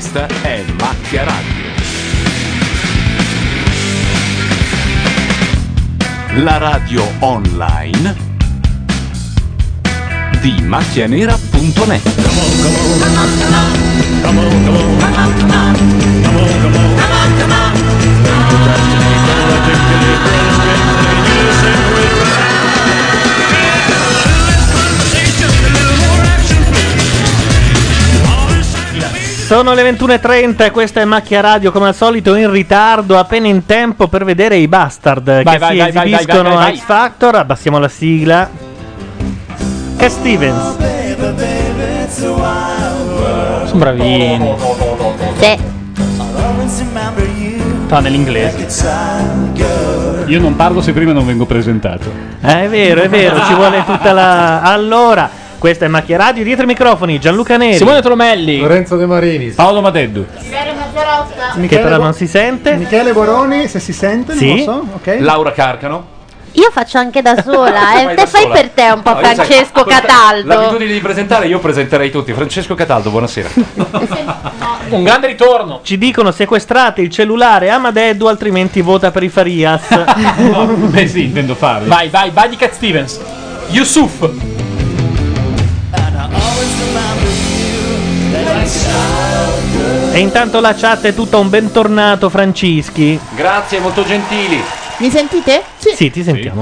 Questa è Macchia Radio. La radio online di macchianera.net. Sono le 21:30 e questa è Macchia Radio, come al solito in ritardo, appena in tempo per vedere i Bastard che si esibiscono a X Factor. Abbassiamo la sigla. Cat Stevens. Sono bravini. Sì. Fa nell'inglese. Io non parlo se prima non vengo presentato. È vero, ci vuole tutta la... Allora... Questa è Macchia Radio, dietro i microfoni Gianluca Neri, Simone Tromelli, Lorenzo De Marinis, Paolo Madeddu, che però non si sente, Michele Boroni, se si sente, sì. Non lo so, ok. Laura Carcano. Io faccio anche da sola, te fai per te un po' No, io Francesco Cataldo. L'abitudine di presentare, io presenterei tutti. Francesco Cataldo, buonasera. un grande ritorno. Ci dicono sequestrate il cellulare a Madeddu, altrimenti vota per i Farias. No, beh sì, intendo farlo. Vai di Cat Stevens. Yusuf. E intanto la chat è tutta un bentornato Francischi. Grazie, molto gentili. Mi sentite? Sì, ti sentiamo.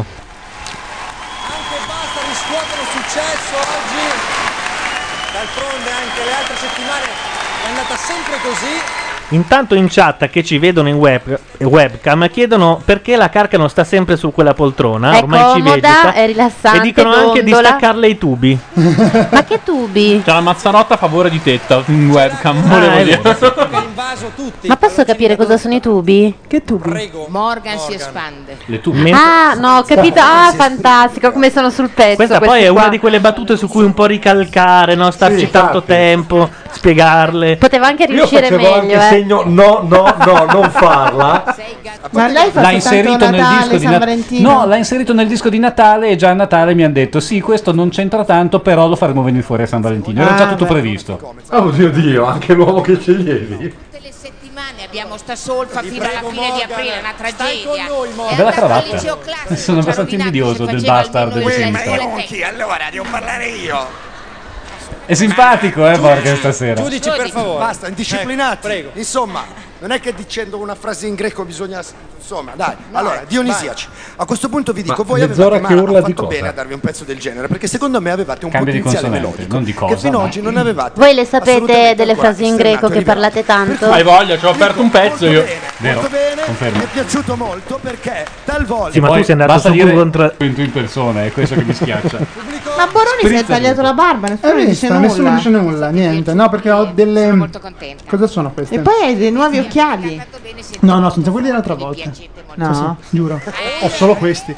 Anche basta riscuotere successo oggi. D'altronde anche le altre settimane è andata sempre così. Intanto in chat che ci vedono in webcam chiedono perché la Carcano sta sempre su quella poltrona. È ormai ci comoda, vegeta, è rilassante, e dicono anche di dondola. staccarle i tubi. Ma che tubi? C'è la mazzarotta a favore di tetta in webcam. Ah, Volevo è dire. Invaso tutti. Ma posso capire cosa sono i tubi? Che tubi? Prego. Morgan si espande. Le tue. Ah, no, ho capito. Ah, fantastico, come sono sul pezzo. Questa poi questi è qua. una di quelle battute su cui un po' ricalcare, no? Starci Sì, tanto infatti. tempo, spiegarle. Poteva anche Io riuscire facevo meglio, anche segno no, non farla. Ma lei fa L'ha soltanto inserito nel Natale, disco di San Valentino? No, l'ha inserito nel disco di Natale e già a Natale mi hanno detto sì, questo non c'entra tanto, però lo faremo venire fuori a San Valentino. Era già tutto previsto. Oh Dio, anche l'uomo che sceglievi. Tutte le settimane abbiamo sta solfa fino alla fine di aprile, è una tragedia. Bella cravatta. Sono abbastanza invidioso del bastard di sinistra. Allora devo parlare io. È simpatico, Borgen stasera. Giudici per favore. Basta, indisciplinati. Prego. Insomma, non è che dicendo una frase in greco bisogna... Insomma, dai. Allora, Dionisiaci. A questo punto vi dico, voi mezz'ora avevate che male, urla ha di fatto cosa? bene a darvi un pezzo del genere, perché secondo me avevate un Cambio di potenziale consonante, melodico non di cosa, che fino ma- ad oggi non avevate. Voi le sapete assolutamente delle ancora frasi in greco esternato a che livello. parlate tanto? Hai voglia, ci ho aperto un pezzo io. Vero, molto bene, confermo. mi è piaciuto molto perché talvolta... Sì, ma Poi tu sei andato basta su dire Google in persona, è questo che mi schiaccia. Ma Boroni si è tagliato la barba, nessuno ne dice nulla. Nessuno dice nulla, niente. No, perché ho delle... Molto contenta. Cosa sono queste? E poi hai dei nuovi occhiali. No, senza quelli dell'altra volta. No. Sì, giuro. Ho solo questi.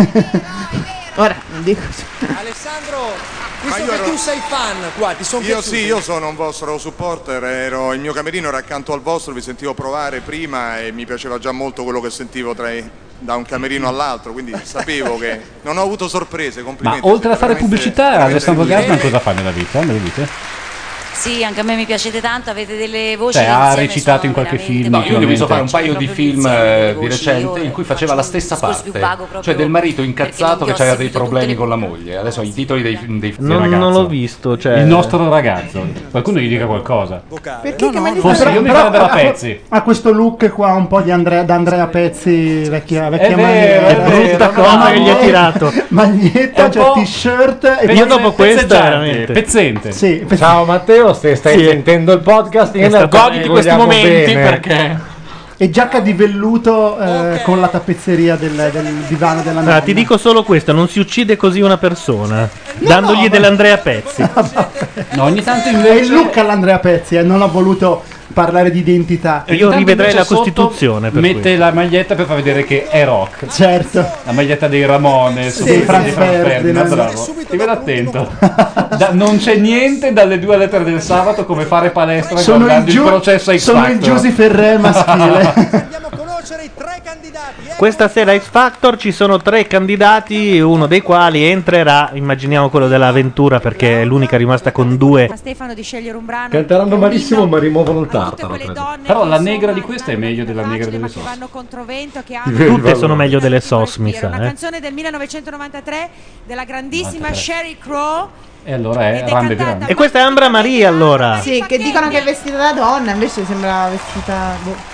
Ora, non dico. Alessandro, visto che tu sei fan qua, ti sono piaciuti? Io sono un vostro supporter, il mio camerino era accanto al vostro, vi sentivo provare prima e mi piaceva già molto quello che sentivo da un camerino all'altro, quindi sapevo che non ho avuto sorprese, Ma complimenti. oltre a fare veramente- pubblicità, veramente Alessandro bene. Gasman cosa fa nella vita? Me lo dite? Sì, anche a me mi piacete tanto, avete delle voci Cioè, che ha insieme recitato sono in qualche veramente film? No, io gli ho visto fare un paio di Proprio film l'insieme delle di voci, recente io in cui faceva la stessa faccio un discorso più parte, vago proprio cioè del marito perché incazzato non che ho aveva dei seguito problemi tutte con la le- moglie. Adesso i titoli dei non l'ho visto, cioè... Il nostro ragazzo. Qualcuno gli dica qualcosa. Perché che me li Forse fai? io mi prenderò a pezzi. Ha questo look qua un po' da Andrea Pezzi, vecchia È vero, maniera. è vero, brutta no, cosa no, che gli ha no. tirato. Maglietta, È un cioè po' t-shirt e Io dopo questa Pezzeggiante, veramente... pezzente. Sì, Ciao Matteo, stai Sì. sentendo il podcast? È stato- Goditi questi vogliamo momenti bene. perché e giacca di velluto con la tappezzeria del divano della nonna. Ah, ti dico solo questo, non si uccide così una persona, dandogli dell'Andrea Pezzi. no, ogni tanto È invece il look all'Andrea Pezzi, non ho voluto parlare di identità. Io Intanto rivedrei invece la sotto Costituzione per mette questo. la maglietta per far vedere che è rock. Certo. La maglietta dei Ramones, Sì, Franz Ferdinand. bravo. Ti vedo attento. Non c'è niente dalle 2 alle 3 del sabato come fare palestra Sono guardando il processo a X sono il Factor. Giusy Ferré maschile. Andiamo con noi conoscere i 3 candidati. Questa sera X Factor ci sono 3 candidati, uno dei quali entrerà, immaginiamo quello dell'avventura perché è l'unica rimasta con 2. A Stefano di scegliere un brano. Canteranno malissimo ma rimuovono il tartaro, credo. Però la negra di questa è meglio della negra delle SOS. Vanno controvento, che Tutte sono meglio delle SOS, mi Era una sa. canzone del 1993 della grandissima Sheryl Crow. E allora è Rambe Grande. E questa è Ambra Maria allora. Sì, che dicono che è vestita da donna, invece sembra vestita.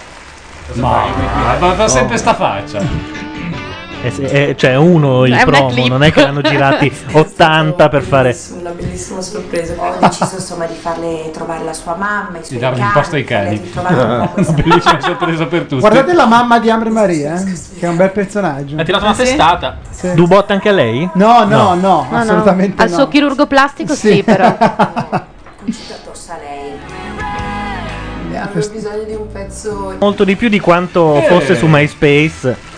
Ma sempre sta faccia. Cioè uno il È una promo, clip. non è che l'hanno girati 80 per fare. Una bellissima sorpresa. Ho deciso insomma di farle trovare la sua mamma, i suoi Di dargli cani, un posto ai cani. di trovare un po' questa Una bellissima sorpresa per tutti. Guardate la mamma di Ambra Maria, che è un bel personaggio. Ha tirato una testata. Sì. Dubot anche a lei? No, assolutamente Al no. suo chirurgo plastico sì, però. cucita addosso a lei. Avevo bisogno di un pezzo. Molto di più di quanto fosse su MySpace.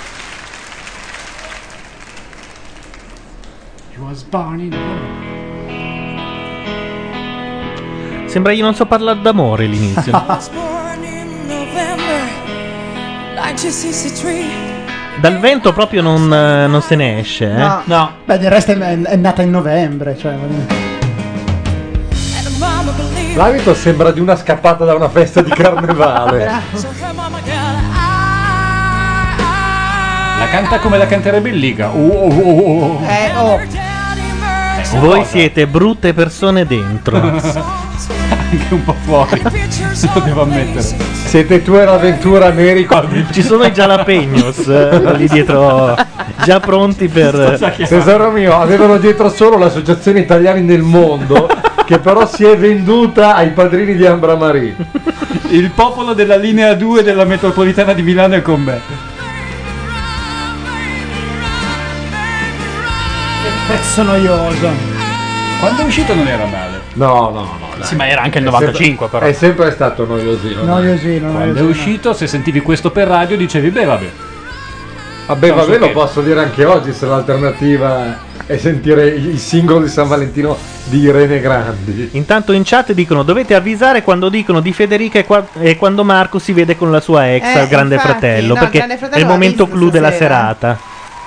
Sembra io non so parlare d'amore l'inizio. Dal vento proprio non se ne esce, eh? No. Beh, del resto è nata in novembre, cioè. L'abito sembra di una scappata da una festa di carnevale. La canta come la canterebbe in Liga. Voi siete brutte persone dentro. Anche un po' fuori. Lo devo ammettere. Siete tu e l'avventura Americo. Ci sono i jalapeños lì dietro, già pronti per. Tesoro mio, avevano dietro solo l'associazione italiani nel mondo, che però si è venduta ai padrini di Ambra Marie. Il popolo della linea 2 della metropolitana di Milano è con me. Pezzo noioso. Quando è uscito non era male. No. Dai. Sì, ma era anche il È 95 però. È sempre stato noiosino. Quando è uscito, se sentivi questo per radio, dicevi beh vabbè. Vabbè, lo posso dire anche oggi se l'alternativa è sentire il singolo di San Valentino di Irene Grandi. Intanto in chat dicono dovete avvisare quando dicono di Federica e quando Marco si vede con la sua ex al Grande infatti, Fratello, no, perché Grande Fratello è il l'ha momento visto clou della stasera. serata.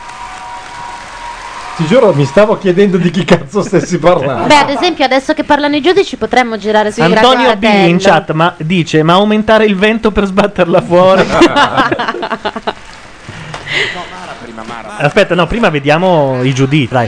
Ti giuro, mi stavo chiedendo di chi cazzo stessi parlando. Beh, ad esempio, adesso che parlano i giudici, potremmo girare su Antonio B Grande in Fratello. chat dice ma aumentare il vento per sbatterla fuori. Aspetta, no, prima vediamo i giudizi, dai.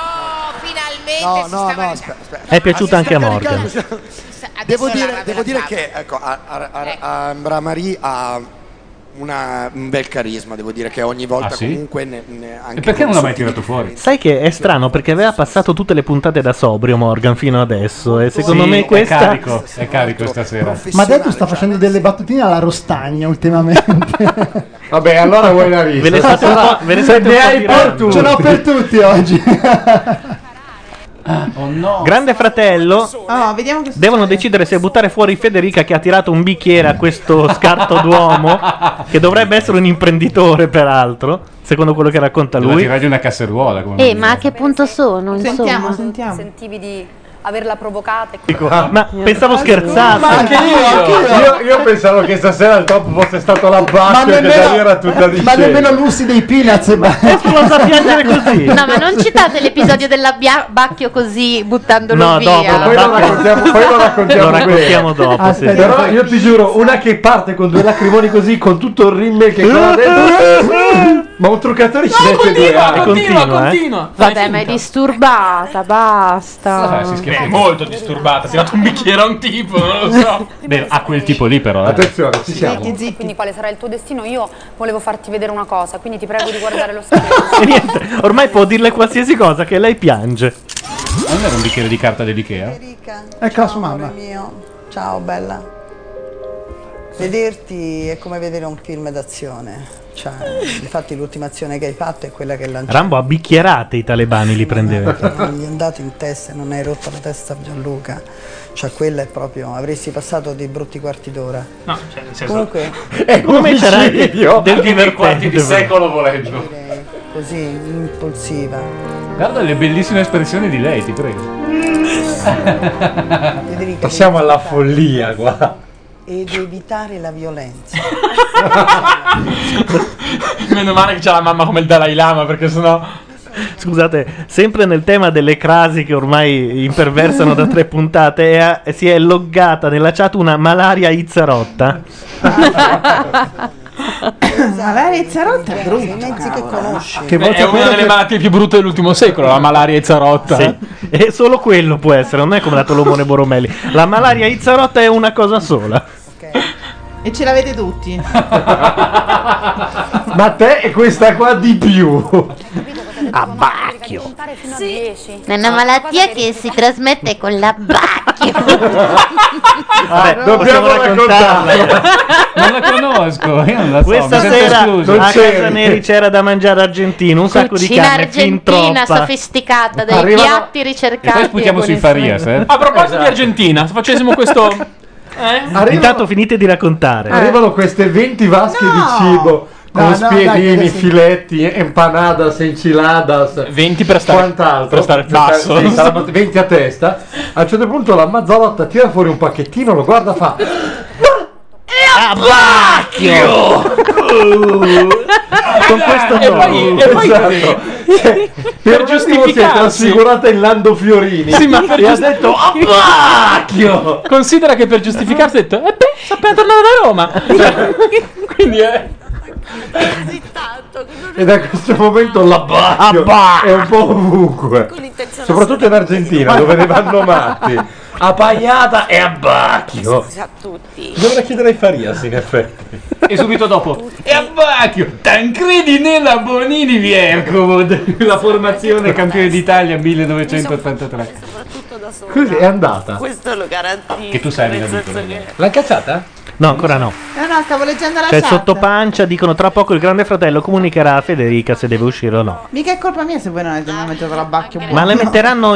No, aspetta. È piaciuta anche a Morgan. Devo dire che ecco, Ambra Marie ha un bel carisma, devo dire che ogni volta sì? comunque anche E perché non l'ha mai sottili- tirato fuori? Sai che è strano perché aveva passato tutte le puntate da sobrio Morgan fino adesso e secondo Sì, me questa è carico stasera. Ma Detto sta facendo delle battutine alla Rostagna ultimamente. Vabbè, allora vuoi la lista? Ve ne state un po', ve ne Se state un ne po' hai per tirando. tutti. Ce l'ho per tutti oggi. Oh no. Grande Fratello Oh, vediamo che devono decidere se buttare fuori Federica che ha tirato un bicchiere a questo scarto d'uomo che dovrebbe essere un imprenditore peraltro, secondo quello che racconta Doveva lui. tirargli una casseruola come Ma a che punto sono? Insomma. Sentiamo. Sentivi di averla provocata e Dico, ma pensavo scherzasse. Anche io pensavo che stasera il top fosse stato la Bacchio che da lì era tutta di ma nemmeno Lucy dei Peanuts esplosa a piangere così. No, ma non citate l'episodio dell'abbacchio così buttandolo No, via. dopo, poi lo raccontiamo dopo. Aspetta, sì. Però io ti giuro, una che parte con due lacrimoni così, con tutto il rimel che qua dentro. Ma un truccatore ci mette 2 anni. Continua. Vabbè, ma è disturbata, basta. si scherza. Molto disturbata, ha tirato un bicchiere a un tipo, non lo so. Beh, a quel tipo lì però. Attenzione, ci siamo. quindi quale sarà il tuo destino? Io volevo farti vedere una cosa, quindi ti prego di guardare lo schermo. E niente, ormai può dirle qualsiasi cosa che lei piange. Non era un bicchiere di carta dell'Ikea? Ecco la sua mamma. Mio. Ciao bella. Vederti è come vedere un film d'azione. Cioè, infatti l'ultima azione che hai fatto è quella che lanciato. Rambo a bicchierate i talebani li prendeva. Non gli è andato in testa e non hai rotto la testa a Gianluca. Cioè quella è proprio. Avresti passato dei brutti quarti d'ora. No, cioè nel senso. Comunque Come c'era omicidio. del Anche quarti di divertente. secolo volendo. così impulsiva. Guarda le bellissime espressioni di lei, ti prego. Passiamo alla follia qua. ed evitare la violenza. Meno male che c'ha la mamma come il Dalai Lama, perché sennò... Scusate, sempre nel tema delle crasi che ormai imperversano da 3 puntate, si è loggata nella chat una Malaria Izzarotta. Malaria Izzarotta è brutto, mezzi che conosci. È una delle malattie più brutte dell'ultimo secolo, la malaria Izzarotta. Sì, e solo quello può essere, non è come la Tolomone Boromelli. La Malaria Izzarotta è una cosa sola. E ce l'avete tutti. Ma te e questa qua di più. Abbacchio. È una malattia che si trasmette con l'abbacchio. Vabbè, dobbiamo raccontarla. Non la conosco, io non la so. Questa mi sera sento escluso. a casa Neri c'era da mangiare argentino, un sacco di Cucina carne fin argentina troppa. sofisticata, dai Arrivano- piatti ricercati. E poi sputiamo sui Farias, A proposito di Argentina, se facessimo questo... Intanto finite di raccontare. Arrivano queste 20 vasche di cibo con spiedini, dai, filetti, empanadas, enchiladas, 20 per stare, quant'altro. per stare basso. Sì, saranno 20 a testa. A un certo punto la Mazzarotta tira fuori un pacchettino, lo guarda, fa Abbacchio! Con questo tono. Esatto. Per giustificarsi si è trasfigurata in Lando Fiorini e ha detto abbacchio. Considera che per giustificarsi ha detto sono appena tornato da Roma. Quindi E da questo momento l'abbacchio è un po' ovunque, soprattutto in Argentina dove ne vanno matti. Appagliata e abbacchio. A tutti. Dovrei chiedere ai Farias in effetti. E subito dopo e abbacchio Tancredi nella Bonini Viercomo, la formazione campione d'Italia 1983. Così è andata. Questo lo garantisco. Che tu sai nel la senso dico, che- L'ha cacciata? No, ancora no. No, stavo leggendo la C'è il chat. sottopancia, dicono tra poco il grande fratello comunicherà a Federica se deve uscire o no. Mica è colpa mia se voi non avete mai mangiato l'abbacchio. Ma le metteranno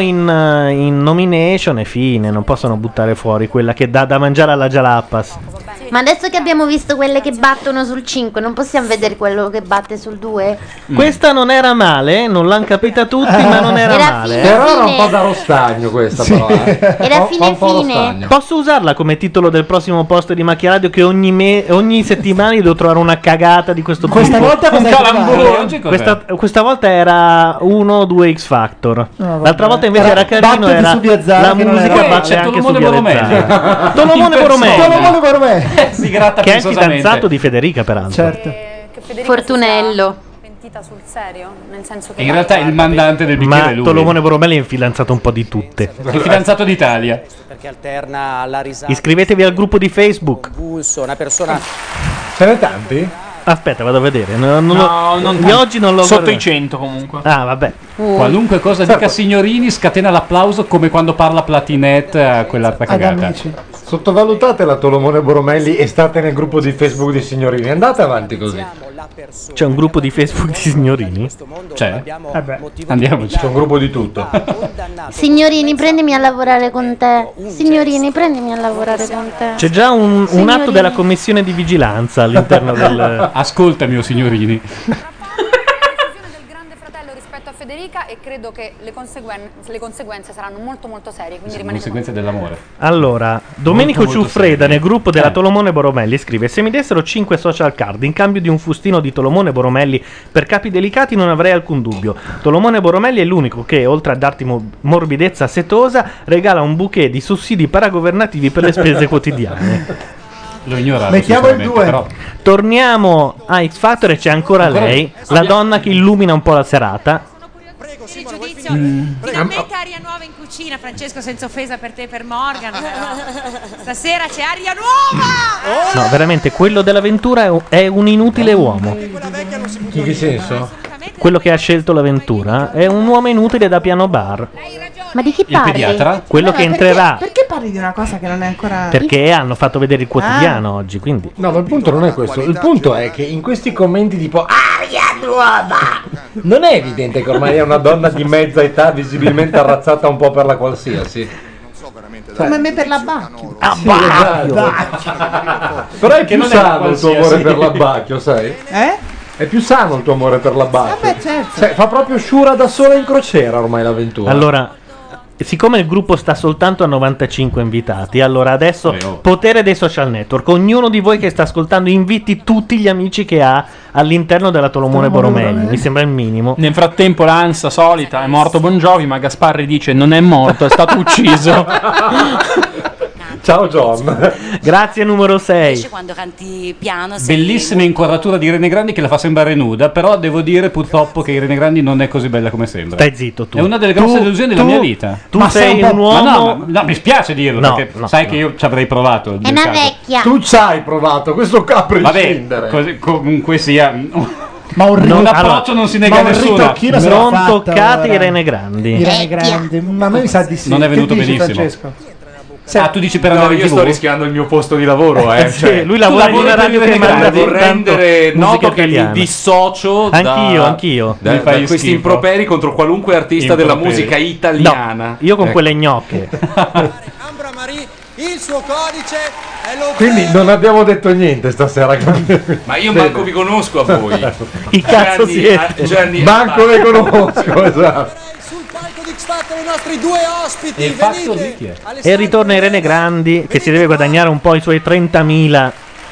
in nomination e fine, non possono buttare fuori quella che dà da mangiare alla Jalappas. Ma adesso che abbiamo visto quelle che battono sul 5, non possiamo vedere quello che batte sul 2? Questa non era male, non l'hanno capita tutti, ma non era male. Però era un po' da rostagno questa però. Era fine un po' fine. rostagno. Posso usarla come titolo del prossimo post di Macchia Radio che ogni settimana devo trovare una cagata di questo Questa tipo. volta cosa hai trovato? Oggi cos'è? Questa volta era 1 o 2 X Factor. L'altra volta invece era carino, Battiti era su Biazzara, la che non musica era batte male. anche su Tolomone Biazzara. Tolomone Boromelli, Tolomone Boromelli. Si gratta che è il pensosamente. fidanzato di Federica peraltro. Certo. Che Federica Fortunello. sia pentita sul serio, nel senso che E in realtà il mandante del bicchiere è Ma lui. Tolomone Boromelli è il fidanzato un po' di tutte. Il fidanzato d'Italia. Perché alterna alla risata. Iscrivetevi al gruppo di Facebook. Pulso, una persona. Ce n'è tanti? Aspetta, vado a vedere. Io tanto. oggi non l'ho Sotto guardato. i 100 comunque. Ah, vabbè. Qualunque cosa dica Signorini scatena l'applauso come quando parla Platinette a quell'altra Ad cagata. amici. Sottovalutate la Tolomone Boromelli e state nel gruppo di Facebook di signorini. Andate avanti così. C'è un gruppo di Facebook di signorini? C'è? Andiamoci. C'è un gruppo di tutto. Signorini, prendimi a lavorare con te. Signorini, prendimi a lavorare con te. C'è già un atto della commissione di vigilanza all'interno del... Ascolta, mio Signorini. rispetto a Federica e credo che le conseguenze saranno molto molto serie, quindi rimane Conseguenze dell'amore. Allora, Domenico Molto, molto Ciuffreda serio. nel gruppo della Tolomone Boromelli scrive: se mi dessero 5 social card in cambio di un fustino di Tolomone Boromelli per capi delicati non avrei alcun dubbio. Tolomone Boromelli è l'unico che, oltre a darti morbidezza setosa, regala un bouquet di sussidi paragovernativi per le spese quotidiane. Lo ignoravo. Mettiamo il sinceramente, 2. però. Torniamo a X Factor e c'è ancora lei, la donna che illumina un po' la serata. Sì, giudizio. Finalmente aria nuova in cucina, Francesco, senza offesa per te e per Morgan. Però stasera c'è aria nuova! No, veramente, quello dell'avventura è un inutile uomo. In che senso? Quello che ha scelto l'avventura è un uomo inutile da piano bar. Ma di chi parli? Quello che entrerà. Perché parli di una cosa che non è ancora... Perché hanno fatto vedere il quotidiano oggi, quindi. No, ma il punto non è questo. Il punto è che in questi commenti tipo aria nuova non è evidente che ormai è una donna di mezza età, visibilmente arrazzata un po' per la qualsiasi. Come me per l'abbacchio. Però è Che più non è sano il tuo amore qualsiasi. per l'abbacchio, sai? È più sano il tuo amore per l'abbacchio. Vabbè, certo. Cioè, fa proprio sciura da sola in crociera ormai l'avventura. Allora, siccome il gruppo sta soltanto a 95 invitati, allora adesso potere dei social network. Ognuno di voi che sta ascoltando inviti tutti gli amici che ha all'interno della Tolomone Boromelli. Mi sembra il minimo. Nel frattempo l'ansia solita, è morto Bon Jovi, ma Gasparri dice non è morto, è stato ucciso. Ciao John. Grazie numero 6. Quando canti piano sei Bellissima inquadratura di Irene Grandi che la fa sembrare nuda, però devo dire purtroppo che Irene Grandi non è così bella come sembra. Stai zitto tu. È una delle grosse delusioni della mia vita. Tu sei un uomo. Ma no, mi spiace dirlo, No, perché no, sai che io ci avrei provato. È una vecchia. Tu ci hai provato, questo a prescindere. Vabbè, comunque sia. Ma un approccio non si nega a nessuno. Non toccate Irene Grandi. Irene Grandi, ma a me mi sa di sì. Non è venuto Che dici, benissimo. Francesco? Ah, tu dici per No, andare in io TV? sto rischiando il mio posto di lavoro, Sì, cioè, lui lavora in una radio che manda devo rendere musica noto che mi italiana. dissocio Anch'io. da Mi fai questi schifo. improperi contro qualunque artista della Improperi. musica italiana. No, io con Ecco. quelle gnocche. Ambra Marie, il suo codice è lo Quindi non abbiamo detto niente stasera. Ma io manco vi conosco a voi. Chi cazzo siete? Manco le conosco, esatto. X Factor i nostri due ospiti. E il fatto venite. di chi è? E ritorna Irene Grandi che si deve guadagnare un po' i suoi 30.000.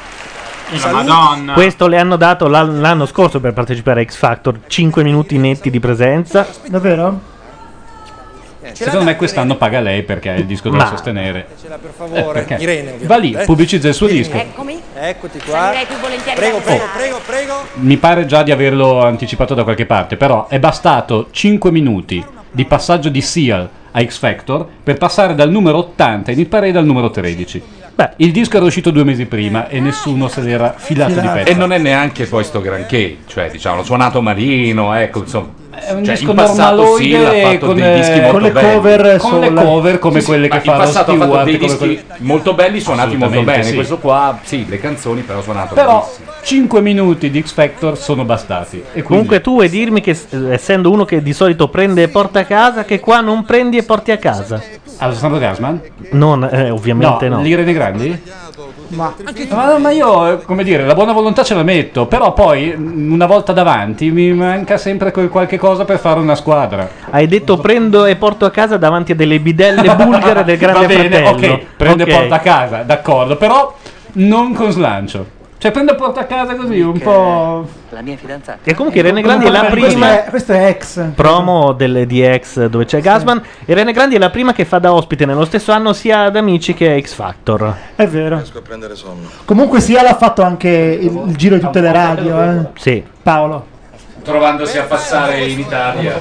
Madonna. Questo le hanno dato l'anno scorso per partecipare a X Factor, 5 minuti netti di presenza. Davvero? Secondo me quest'anno paga lei perché ha il disco da Ma- sostenere. Per favore, Perché? Irene, Va lì, ovviamente. pubblicizza il suo disco. Eccomi. Eccoti qua. Salirei più volentieri Prego, da prego, Sara. prego. Mi pare già di averlo anticipato da qualche parte, però è bastato 5 minuti di passaggio di Seal a X Factor per passare dal numero 80 in hit parade al numero 13. Beh, il disco era uscito 2 mesi prima e nessuno se l'era filato di pezzo. E non è neanche poi sto granché, cioè diciamo, suonato Marino, ecco, insomma. È un Cioè, disco in passato sì, normaloide ha fatto con, dei dischi molto con le belli. cover con le cover come Sì, quelle ma che fa in lo passato ha fatto Stewart, dei come dischi quelle- molto belli, suonati molto Assolutamente bene. sì. Questo qua, sì, le canzoni però suonato Però benissimo. 5 minuti di X Factor sono bastati. E quindi Comunque tu vuoi dirmi che essendo uno che di solito prende e porta a casa, che qua non prendi e porti a casa? Alessandro Gasman? Non, ovviamente no. L'Irene Grandi? Ma Ma io, come dire, la buona volontà ce la metto, però poi una volta davanti mi manca sempre quel qualche cosa per fare una squadra. Hai detto prendo e porto a casa davanti a delle bidelle bulgare del Grande Va bene, Fratello. ok, prende e Ok. porta a casa, d'accordo, però non con slancio. Cioè prende e porta a casa così, un po'. La mia fidanzata. E comunque Irene Grandi è la prima questo è ex. promo di X dove c'è Gasman. Irene Grandi è la prima che fa da ospite nello stesso anno sia ad Amici che a X Factor. È vero. Riesco a prendere sonno. Comunque sia l'ha fatto anche il giro di tutte le radio, Sì. Paolo. Trovandosi a passare in Italia.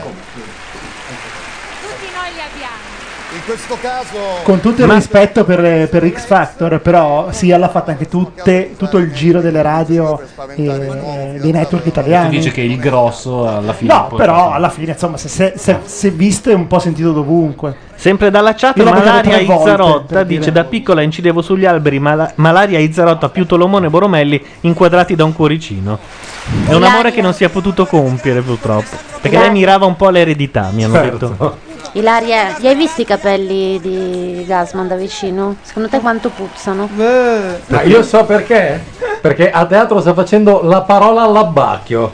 Tutti noi li abbiamo. In questo caso Con tutto il rispetto per X Factor, però sia l'ha fatto anche tutto il giro delle radio e dei network Tu italiani. dici che il grosso alla fine. No, poi- però alla fine, insomma, se visto è un po' sentito dovunque. Sempre dalla chat, Io l'ho votato Malaria 3 volte, Izzarotta per dice: dire. da piccola incidevo sugli alberi, Malaria Izzarotta più Tolomone Boromelli inquadrati da un cuoricino. È un amore che non si è potuto compiere purtroppo. Perché lei mirava un po' all'eredità, mi hanno detto. Ilaria, gli hai visti i capelli di Gasman da vicino? Secondo te quanto puzzano? Ma io so perché? Perché a teatro sta facendo la parola all'abbacchio.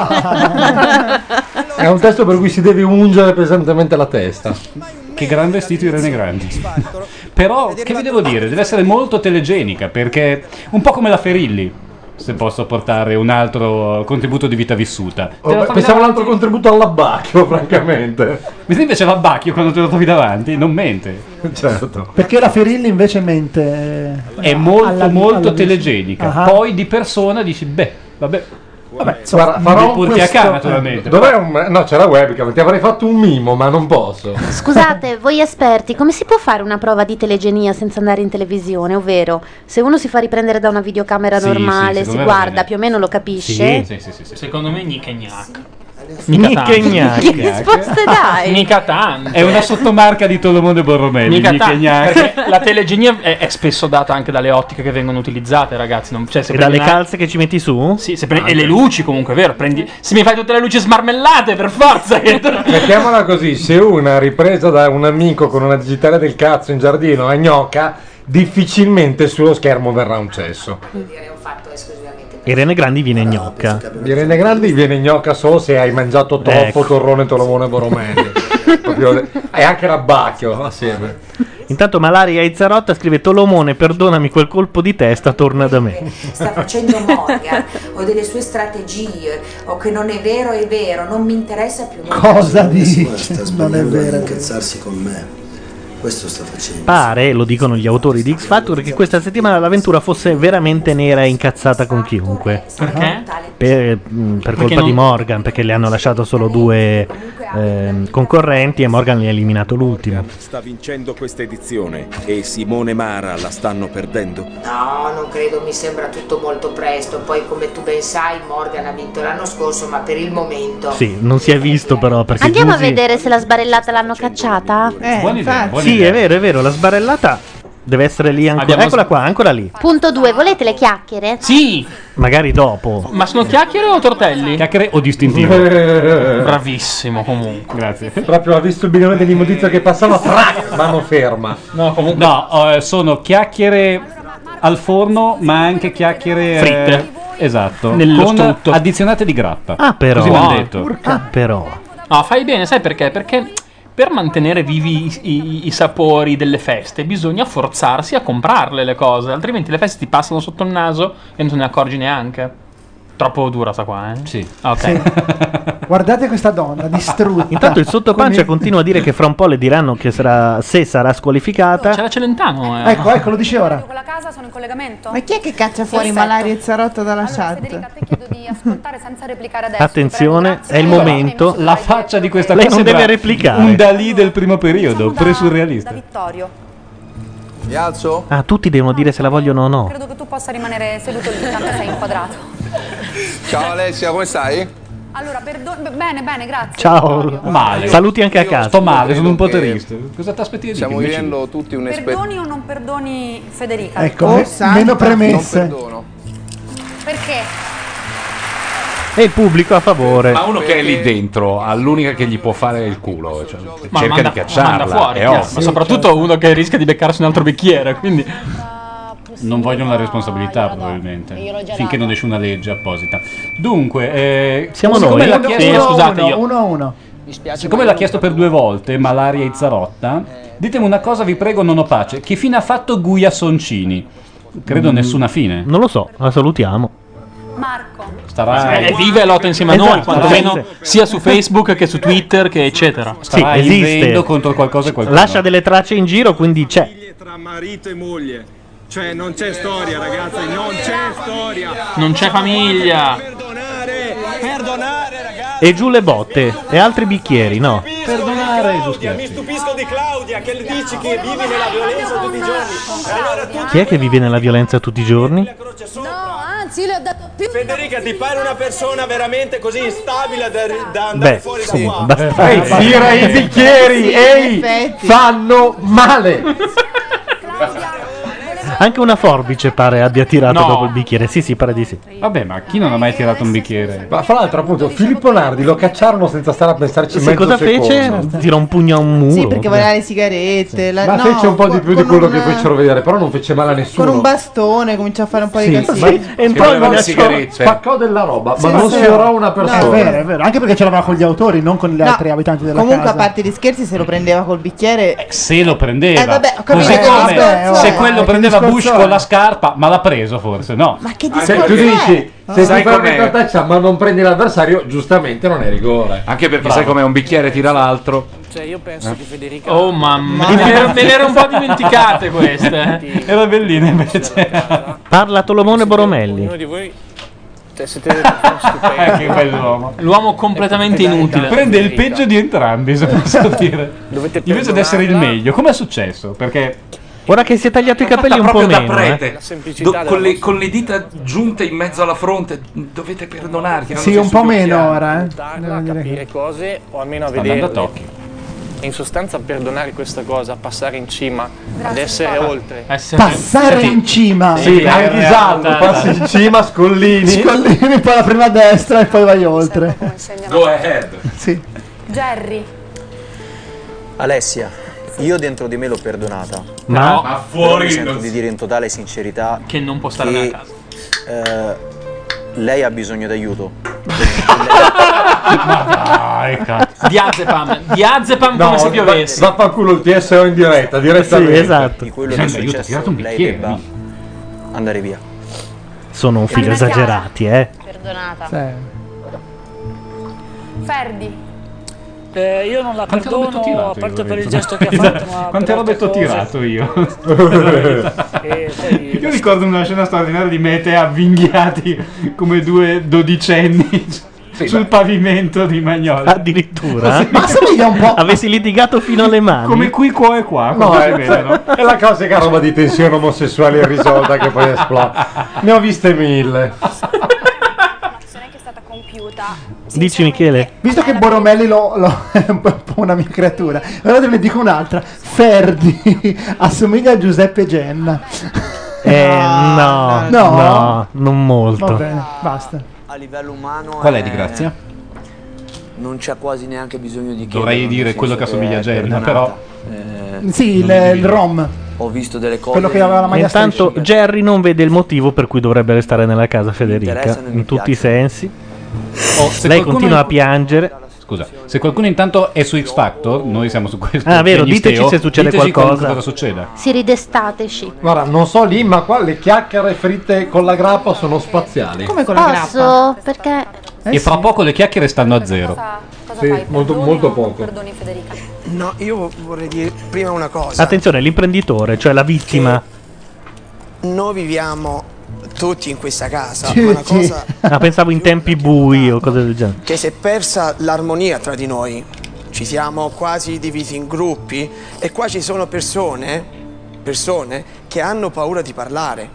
È un testo per cui si deve ungere pesantemente la testa. Che gran vestito Irene Grandi. Però, che vi devo dire? Deve essere molto telegenica, perché un po' come la Ferilli, se posso portare un altro contributo di vita vissuta. Pensavo un altro contributo all'abbacchio, francamente. Mi invece l'abbacchio quando te lo trovi davanti, non mente. Certo. Perché la Ferilli invece mente. È molto alla- molto alla- telegenica. Ah. Poi di persona dici, beh, vabbè. Vabbè, insomma, Guarda, farò mi porti questo- a casa naturalmente. Dov'è un... No, c'è la webcam, ti avrei fatto un mimo, ma non posso. Scusate, voi esperti, come si può fare una prova di telegenia senza andare in televisione? Ovvero, se uno si fa riprendere da una videocamera Sì, normale, sì, si secondo me guarda, va bene. più o meno lo capisce. Secondo me Nick e Gnac. Mica gnac. Che risposte dai? Mica tanto. È una sottomarca di Tolomone Borromelli. Mica Nick e tanto, Gnac. perché la telegenia è spesso data anche dalle ottiche che vengono utilizzate, ragazzi. Cioè, se E prendi dalle calze che ci metti su? Sì, e le luci comunque, è vero? Se mi fai tutte le luci smarmellate, per forza. Mettiamola così, se una ripresa da un amico con una digitale del cazzo in giardino a gnocca, difficilmente sullo schermo verrà un cesso. Dire è un fatto esclusivamente Irene Grandi viene gnocca. Irene Grandi viene gnocca solo se hai mangiato troppo, torrone, tolomone e boromelli. E anche l'abbacchio assieme. Intanto Malaria Izzarotta scrive: Tolomone, perdonami, quel colpo di testa torna da me. Sta facendo Morgan o delle sue strategie o che non è vero, non mi interessa più niente. Cosa dici? Sta sbagliando a incazzarsi con me. Questo sta facendo. Pare, lo dicono gli autori di X Factor, che questa settimana l'avventura fosse veramente nera e incazzata con chiunque. Perché? Per colpa non- di Morgan, perché le hanno lasciato solo 2 concorrenti e Morgan li ha eliminato l'ultimo. Sta vincendo questa edizione e Simone Mara la stanno perdendo. No, non credo, mi sembra tutto molto presto. Poi, come tu ben sai, Morgan ha vinto l'anno scorso, ma per il momento. Sì, non si è visto però perché Andiamo a Giusy- vedere se la sbarellata l'hanno cacciata? Sì, è vero, la sbarellata deve essere lì ancora. Abbiamo- Eccola qua, ancora lì. Punto 2, volete le chiacchiere? Sì! Magari dopo. Ma sono chiacchiere o tortelli? Chiacchiere o distintivo? Bravissimo comunque. Grazie. Proprio ha visto il bidone dell'immondizia che passava, mano ferma. No, comunque. No, sono chiacchiere al forno, ma anche chiacchiere Fritte. Esatto. Nello con strutto. addizionate di grappa. Ah, però. Così mi hanno detto. Ah, però. No, fai bene, sai perché? Perché per mantenere vivi i sapori delle feste bisogna forzarsi a comprarle le cose, altrimenti le feste ti passano sotto il naso e non te ne accorgi neanche. Troppo dura sta qua, eh? Sì. Ok. Sì. Guardate questa donna distrutta. Intanto il sottopancia continua a dire che fra un po' le diranno che se sarà squalificata. C'era Celentano. Ecco, lo dice ora. Con la casa sono in collegamento? Ma chi è che caccia fuori Malaria e Zarotto dalla chat? Chiedo di ascoltare senza replicare adesso. Attenzione, è il momento. La faccia di questa Lei qua non sembra deve replicare. un Dalì del primo periodo, pre-surrealista. Vittorio, Mi alzo? Ah, tutti devono dire se la vogliono o no. credo che tu possa rimanere seduto lì, tanto sei inquadrato. Ciao Alessia, come stai? Allora, bene, grazie. Ciao. Male. Saluti anche a casa. Sto male, sono un po' Credo che triste. Cosa ti aspetti di Stiamo dire? vivendo tutti un'esperienza. Perdoni o non perdoni Federica? Ecco, meno premesse. Non perdono. Perché? E il pubblico a favore. Ma uno che è lì dentro ha l'unica che gli può fare il culo, cioè, Ma cerca manda, di cacciarla. manda fuori, è chiaro. ovvio. Ma soprattutto uno che rischia di beccarsi un altro bicchiere, quindi Non vogliono la responsabilità, probabilmente. Finché non esce una legge apposita. Dunque, Siamo siccome noi? l'ha chiesto, scusate, io. 1-1. siccome l'ha chiesto per 2 volte, Malaria e Zarotta, ditemi una cosa, vi prego, non ho pace. Che fine ha fatto Guia Soncini? Credo nessuna fine. Non lo so, la salutiamo. Marco. Starà vive e lotta insieme a noi, Esatto, quantomeno sì. sia su Facebook che su Twitter, che eccetera. Sì, starà esiste. invendo contro qualcosa e qualcuno. Lascia delle tracce in giro, quindi c'è. Tra marito e moglie. Cioè non c'è storia, ragazzi, non c'è storia. Non c'è famiglia. Perdonare, ragazzi. E giù le botte. E altri bicchieri, no? Perdonare, Mi giusti. stupisco di Claudia che le dici che vivi nella violenza tutti i giorni. E allora tu Chi è che vive nella violenza tutti i giorni? Anzi, io le ho dato più. Federica, ti pare una persona veramente così instabile da andare Beh, fuori sì, da qua? abbastanza. Tira i bicchieri, ehi, fanno male. Anche una forbice pare abbia tirato No. dopo il bicchiere. Sì, pare di sì. Vabbè, ma chi non ha mai tirato un bicchiere? Ma fra l'altro, appunto, Filippo Nardi lo cacciarono senza stare a pensarci Sì, mezzo cosa secondo. fece? Tira un pugno a un muro. Sì, perché voleva le sigarette. Ma no, fece un po' di più di con quello un- che fecero vedere, però non fece male a nessuno. Con un bastone cominciò a fare un po' di Sì, casino. ma entrò in una spaccò della roba, Sì, ma non sì. sfiorò una No, persona. è vero. Anche perché ce l'aveva con gli autori, non con gli No, altri abitanti della Comunque, casa. a parte gli scherzi, se lo prendeva col bicchiere. Se lo prendeva. vabbè, ho capito, Così che come discorso se è? quello Che prendeva discorso Bush è? con la scarpa, ma l'ha preso forse, no? Ma che Se discorso tu è? dici, se Sai ti fai com'è? una taccia ma non prendi l'avversario, giustamente non è rigore. Anche perché Bravo. sai come un bicchiere tira l'altro. Cioè io penso che Federica Oh mamma mia, me le ero un po' dimenticate queste. Era bellina invece. Parla Tolomone Boromelli. ognuno di voi siete delle persone stupende. Che bell'uomo. L'uomo completamente inutile. Prende il peggio di entrambi, se posso dire. Dovete Invece di essere il perdonarla. meglio. Come è successo? Perché Ora che si è tagliato i capelli un po' Proprio da meno. prete. La semplicità della con, le, vostra- con le dita giunte in mezzo alla fronte, dovete perdonarti. Sì, un po' meno ora, Aiutarla a capire cose o almeno a sta andando a vederle. tocchi. E in sostanza perdonare questa cosa, passare in cima, ad essere oltre. Passare in cima. Sì, anche Giallo, passi in cima, Scollini. Scollini, poi la prima a destra e poi vai oltre. Go ahead. Sì. Jerry. Alessia, io dentro di me l'ho perdonata. Ma- Ma fuori Mi sento non di dire in totale sincerità Che non può stare che, nella casa. lei ha bisogno d'aiuto. Dai, cazzo. Diazepam come se piovesse. Vaffanculo il TSO in diretta, direttamente. Sì, esatto. Di quello che è successo, lei debba andare via. Sono un figlio esagerati, Perdonata. Ferdi. Io non la Quante robe t'ho perdono, a tirato parte io, per il Lorenzo? gesto che ha Esatto. fatto. Ma Quante per robe altre t'ho cose. tirato io? E poi Io ricordo una scena straordinaria di me e te avvinghiati come due dodicenni sul pavimento di Magnolia. Addirittura? Ma assomiglia un po'. Avessi litigato fino alle mani. Come qui, qua e qua. No, come si è, vede, no? è la classica roba di tensione omosessuale irrisolta che poi esplode. Ne ho viste 1000. Dici Michele? Visto che Boromelli è un po' una mia creatura, allora te ne dico un'altra. Ferdi assomiglia a Giuseppe Genna. No, non molto. Va bene, basta. A livello umano Qual è di Grazia? non c'è quasi neanche bisogno di chiedere. Dovrei dire quello che assomiglia a Gerna, però Sì, il ROM. Ho visto delle cose. Quello che aveva la maglia Intanto Jerry non vede il motivo per cui dovrebbe restare nella casa Federica, interessano e mi in tutti i sensi. se Lei qualcuno- continua a piangere. Scusa, se qualcuno intanto è su X Factor, noi siamo su questo. Ah, vero, piagnisteo, diteci se succede diteci qualcosa. cosa succeda. Si ridestateci. Guarda, non so lì, ma qua le chiacchiere fritte con la grappa sono spaziali. Come con Posso? Perché E fra poco le chiacchiere stanno a zero. Sì, molto poco. Perdoni Federica. No, io vorrei dire prima una cosa. Attenzione, l'imprenditore, cioè la vittima. Noi viviamo tutti in questa casa. Una cosa Ah, pensavo in tempi bui o cose del genere. che si è persa l'armonia tra di noi. Ci siamo quasi divisi in gruppi e qua ci sono persone che hanno paura di parlare.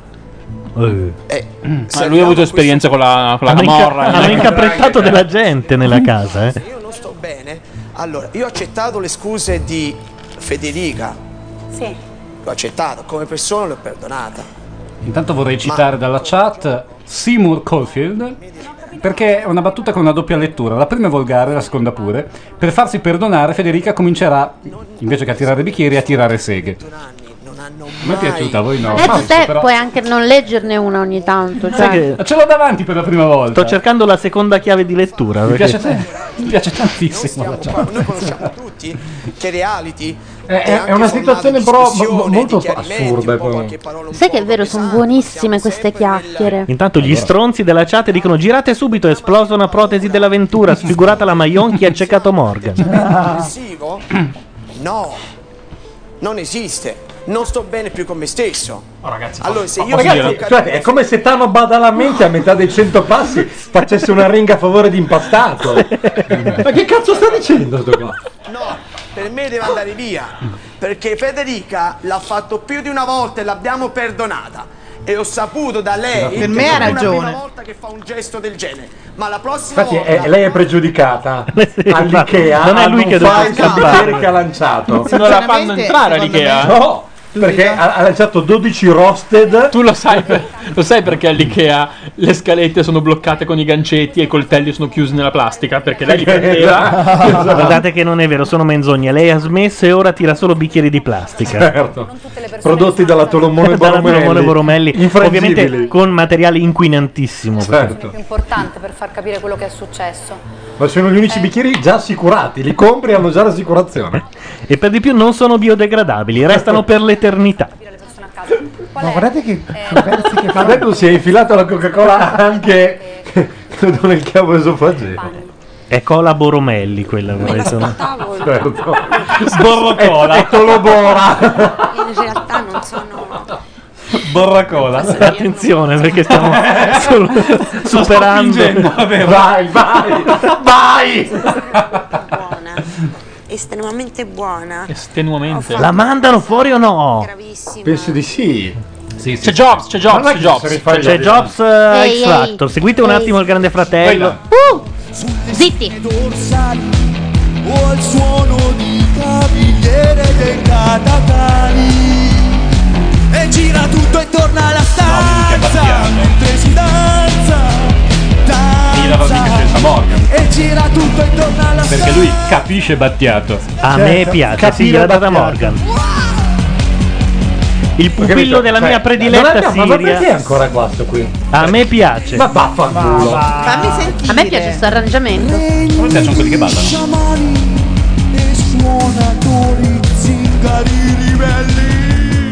Ma lui ha avuto esperienza con la camorra. Hanno incaprettato della gente nella casa, Se io non sto bene, allora io ho accettato le scuse di Federica. Sì. L'ho accettato, come persona l'ho perdonata. Intanto vorrei citare dalla chat Seymour Caulfield, perché è una battuta con una doppia lettura. La prima è volgare, la seconda pure. Per farsi perdonare, Federica comincerà, invece che a tirare bicchieri, a tirare seghe. Mi è piaciuta, a voi no. te Però- puoi anche non leggerne una ogni tanto. Sai Cioè. che Ce l'ho davanti per la prima volta. sto cercando la seconda chiave di lettura. Mi perché- piace, mi piace tantissimo la chat. Noi conosciamo tutti che reality È una situazione però molto assurda. Sai che è vero, sono buonissime queste chiacchiere. Intanto gli stronzi della chat dicono: girate subito, è esplosa una protesi dell'avventura, sfigurata la Maionchi e ha accecato Morgan. aggressivo? No, non esiste. Non sto bene più con me stesso. Allora, se io Ragazzi, cioè, è come se Tano Badalamenti a metà dei 100 passi facesse una ringa a favore di Impastato. Ma che cazzo sta dicendo sto qua? No, per me deve andare via. Perché Federica l'ha fatto più di una volta e l'abbiamo perdonata. E ho saputo da lei Per che me ha non è la ragione. prima volta che fa un gesto del genere. Ma la prossima Infatti volta lei è pregiudicata all'Ikea. non è lui che deve fa il scappare. campiere che ha lanciato. Non la fanno entrare all'Ikea. No, perché ha lanciato 12 roasted. Tu lo sai perché all'Ikea le scalette sono bloccate con i gancetti e i coltelli sono chiusi nella plastica? Perché lei li prendeva. Guardate che non è vero, sono menzogne. Lei ha smesso e ora tira solo bicchieri di plastica. Certo. Prodotti dalla Tolomone Dalla Tolomone Borromelli, Infrangibili. ovviamente con materiale inquinantissimo. Certo. Più importante per far capire quello che è successo. Ma sono gli unici bicchieri già assicurati. Li compri e hanno già l'assicurazione. E per di più non sono biodegradabili, restano per l'eternità. Ma guardate che pezzi che Ma fa. adesso si è infilato la Coca-Cola anche nel cavo esofageo. È cola Boromelli quella, vorrei sono. Certo. Borrocola. È Tolobora. In realtà non sono. Borracola. Attenzione perché stiamo superando. Vai. Estremamente buona. Estenuamente. La mandano fuori o no? Penso di sì. C'è Jobs, c'è Jobs, c'è Jobs. C'è Jobs Ehi, X Factor. Seguite un attimo il Grande Fratello. Zitti. O al suono di cavigliere dei catatali e gira tutto intorno alla stanza mentre si danza senza Morgan. e gira tutto intorno alla Perché lui capisce Battiato. A me piace, sigla da Morgan. Il pupillo della mia prediletta Ma perché è Siria. ancora qua sto qui? A me piace. Ma vaffanculo. Fammi sentire. A me piace questo arrangiamento. A me piacciono quelli che ballano. Sciamani e suonatori, zingari ribelli.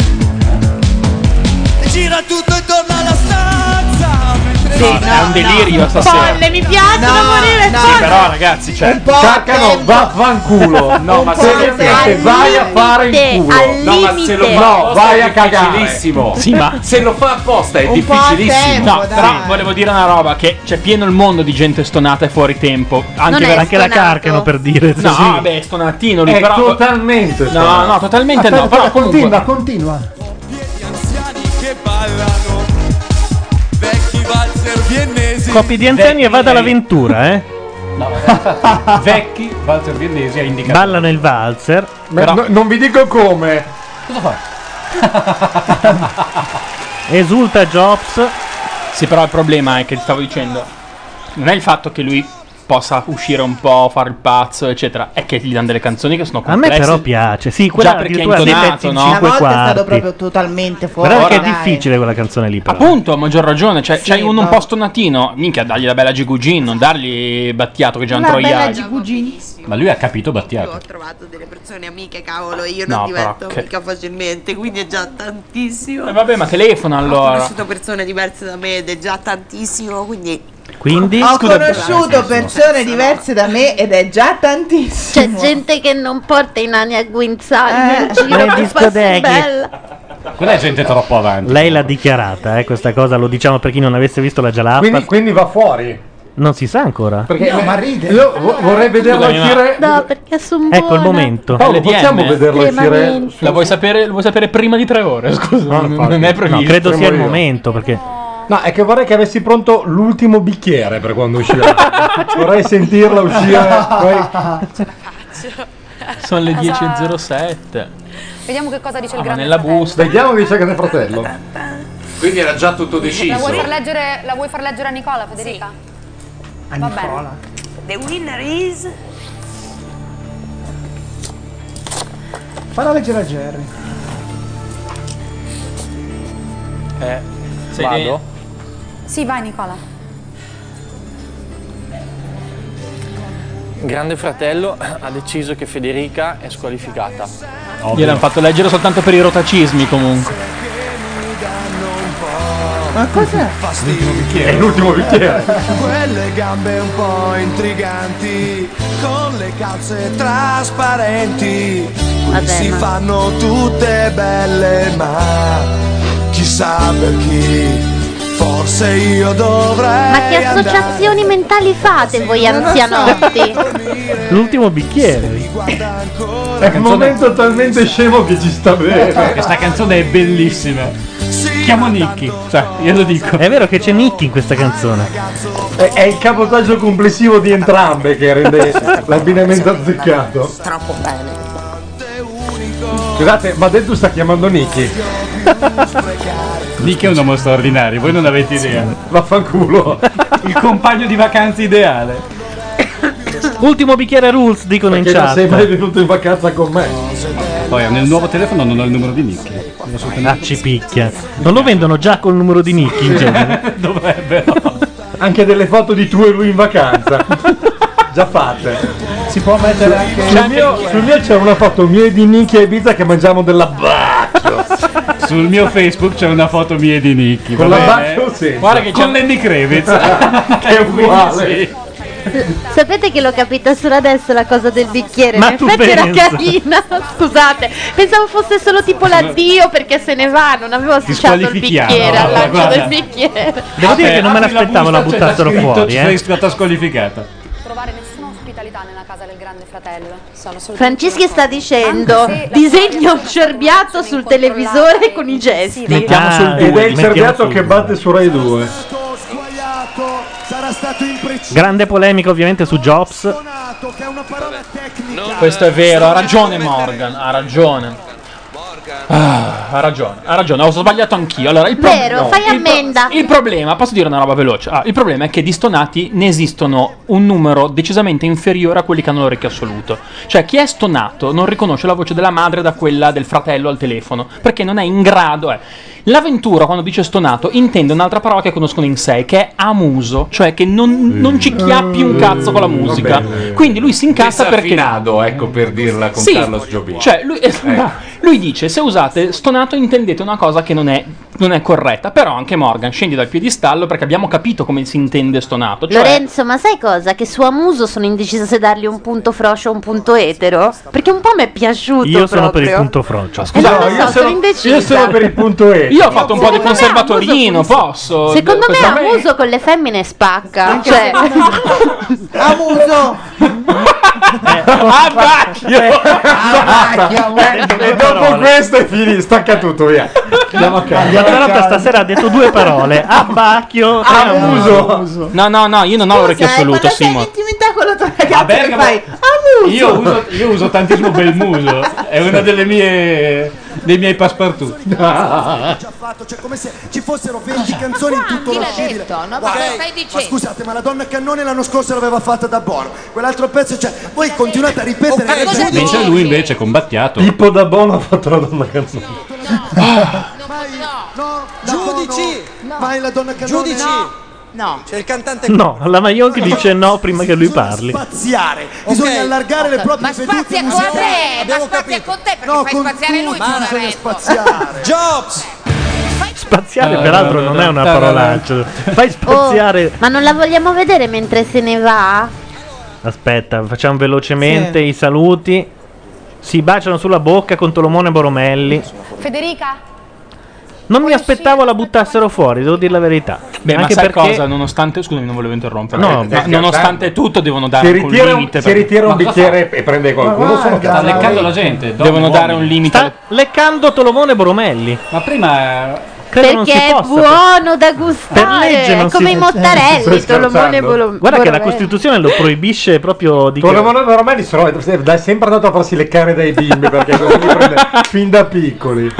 E gira tutto intorno alla stanza. Sì, è un delirio stasera. Folle, mi piace da morire. Sì, però ragazzi, cioè. Caccano, vaffanculo. No, ma seriamente, vai a fare il culo. No, ma se lo fa No, apposta vai è a cagare. difficilissimo. Sì, ma se lo fa apposta è Un po' a difficilissimo. tempo, no, dai. però volevo dire una roba, che c'è pieno il mondo di gente stonata e fuori tempo. Non Anche, è Anche la stonato. Carcano per dire. No, sì. vabbè, stonatino lui, È però. totalmente No, stonato. no, totalmente Aspetta, no. Però comunque. continua. Anziani che ballano. Vecchi valzer viennesi. Coppie di anziani e vada all'avventura, eh. No, vecchi valzer viennesi ha indicato. Ballano il valzer. Però non vi dico come. Cosa fa? Esulta Jobs. Sì, però il problema è che ti stavo dicendo, non è il fatto che lui possa uscire un po', fare il pazzo, eccetera, è che gli danno delle canzoni che sono A me complesse. però piace. Sì, quella Già perché è addirittura dei intonato, pezzi in no? Una 5 volta è stato quarti. proprio totalmente fuori. Guarda che è dai. difficile quella canzone lì, però. Appunto, a maggior ragione, cioè, Sì, c'hai uno un bravo. po' stonatino, minchia, dagli la bella Gigugin, non dargli Battiato che già un Una bella troiaio. Gigugin. Ma lui ha capito Io Battiato. ho trovato delle persone amiche, cavolo, io No, non divento però che- mica facilmente, quindi è già tantissimo. Vabbè, ma telefona Ho allora. conosciuto persone diverse da me ed è già tantissimo, quindi Quindi Ho conosciuto persone diverse da me ed è già tantissimo. C'è gente che non porta i nani a guinzaglio in giro nelle per farsi discoteche. bella. Quella è gente troppo avanti. lei l'ha dichiarata, questa cosa, lo diciamo per chi non avesse visto la Jalapa. Quindi va fuori. Non si sa ancora. Perché No, ma ride. Io vorrei vederla Scusami, ma- uscire. No, perché sono buona. Ecco il momento. Paolo, LDM? possiamo vederla uscire? Estremamente. La vuoi sapere prima di 3 ore? Scusa, No, non infatti. è previsto. No, credo sia il Tremo io. momento perché No, è che vorrei che avessi pronto l'ultimo bicchiere per quando uscirà. Vorrei sentirla uscire. Poi... Sono le 10:07. Vediamo che cosa dice il grande nella fratello. busta. Vediamo che dice Grande Fratello. Quindi era già tutto La deciso. vuoi far leggere a Nicola, Federica? A Va Nicola. the winner is Falla leggere a Jerry. Vado? Sì, vai Nicola. Grande Fratello ha deciso che Federica è squalificata. Gliel'hanno fatto leggere soltanto per i rotacismi comunque. Ma cos'è? È l'ultimo bicchiere. Quelle gambe un po' intriganti, con le calze trasparenti, qui si fanno tutte belle, ma chissà per chi, forse io dovrei. Ma che associazioni mentali fate voi anzianotti? l'ultimo bicchiere. È un momento talmente scemo che ci sta bene. Questa canzone è bellissima. Chiamo Nicky, cioè, io lo dico. È vero che c'è Nicky in questa canzone. È il capotaggio complessivo di entrambe che rende l'abbinamento azzeccato. troppo bene. Scusate, ma Deddu sta chiamando Nicky. Nicky è un uomo straordinario, voi non avete idea. Vaffanculo. Il compagno di vacanze ideale. Ultimo bicchiere rules, dicono in Perché non chat. sei mai venuto in vacanza con me. Poi nel nuovo telefono non ho il numero di Nicky. Ah, ci picchia. Non lo vendono già col numero di Nicky in genere? Dovrebbero. Anche delle foto di tu e lui in vacanza. Già fatte. Si può mettere anche. Sul mio c'è una foto mia e di Nicky a Ibiza che mangiamo della baccio. Sul mio Facebook c'è una foto mia e di Nicky. Con va la bene? baccio o senza? Guarda che c'è con Lenny Kravitz. Che è uguale. Sì. Sapete che l'ho capita solo adesso la cosa del bicchiere? Ma in tu effetti era pensa. carina. Scusate, pensavo fosse solo tipo l'addio perché se ne va, non avevo associato il squalifichiamo. bicchiere al lancio Guarda. del bicchiere. Devo dire che non me apri l'aspettavo la busta, c'è buttassero scritto, fuori, Sei eh. stata squalificata. Trovare nessuna ospitalità nella casa del grande fratello. Sono Franceschi sta dicendo disegna un cerbiato sul televisore con i gesti. Mettiamo sul Ed è due. il cerbiato che batte su Rai 2. Sbagliato, sarà stato impreciso. Grande polemica ovviamente su Jobs. Che è una parola tecnica. Questo è vero, ha ragione Morgan, ha ragione. Ha ragione, ho sbagliato anch'io. Allora, Vero, fai ammenda. Il problema, posso dire una roba veloce? Il problema è che di stonati ne esistono un numero decisamente inferiore a quelli che hanno l'orecchio assoluto. Cioè, chi è stonato non riconosce la voce della madre da quella del fratello al telefono, perché non è in grado. L'avventura, quando dice stonato, intende un'altra parola che conoscono in sé, che è amuso, cioè che non ci chiappi un cazzo con la musica. Quindi lui si incazza perché. Ecco, per dirla con Sì, Carlos Jobim. cioè lui dice: se usate stonato intendete una cosa che non è corretta. Però anche Morgan scendi dal piedistallo, perché abbiamo capito come si intende stonato. Cioè, Lorenzo, ma sai cosa? Che su Amuso sono indecisa se dargli un punto frocio o un punto etero, perché un po' mi è piaciuto. Io sono per il proprio. punto frocio. Sono indecisa. Io sono per il punto etero. io ho fatto un po' di conservatorino, posso. Secondo me Questa- Amuso con le femmine spacca. Cioè, Amuso. E dopo questo è finito, stacca tutto, via. Andiamo a casa. Giannarotta stasera ha detto due parole: abbacchio e amuso. No, io non ho l'orecchio assoluto, Simo. Intimità con la tua A ragazza che Bergamo fai Amuso. io uso tantissimo Belmuso, è una dei miei passepartout. Già fatto, cioè come se ci fossero 20 canzoni in tutto Chi lo l'ha scibile. detto? No, Guarda, cosa stai ma dicendo? scusate, ma la donna Cannone l'anno scorso l'aveva fatta da Bono. Quell'altro pezzo, cioè, voi continuate a ripetere. Mentre lui invece combattiato. Pippo da Bono ha fatto la donna canzone. Giudici! Vai la donna Cannone. Giudici! No. C'è il cantante. No, la Maionchi dice no prima che lui parli. Spaziare, bisogna allargare le proprie Ma spazia con te, ma spazia con te perché fai spaziare lui, bisogna poveretto. spaziare. Jobs! Spaziare, peraltro, non è una parolaccia. Fai spaziare. ma non la vogliamo vedere mentre se ne va? Aspetta, facciamo velocemente i saluti. Si baciano sulla bocca con Tolomone Boromelli. Federica? Non mi aspettavo la buttassero fuori, devo dire la verità. Beh, Anche ma sai perché cosa? Nonostante, scusami, non volevo interrompere. No, ma nonostante tutto, devono dare Si anche un ritira, limite. si ritira un bicchiere e prende qualcuno. Sono Sta cazzo. leccando la gente. Devono dare un limite. sta leccando Tolomone Boromelli. Ma prima Credo non si Perché è possa. buono da Per gustare, legge non è come si- i mozzarelli, Stai Tolomone scherzando? Boromelli. Guarda che la Costituzione lo proibisce proprio di Tolomone Boromelli è sempre andato a farsi leccare dai bimbi perché così li prende fin da piccoli.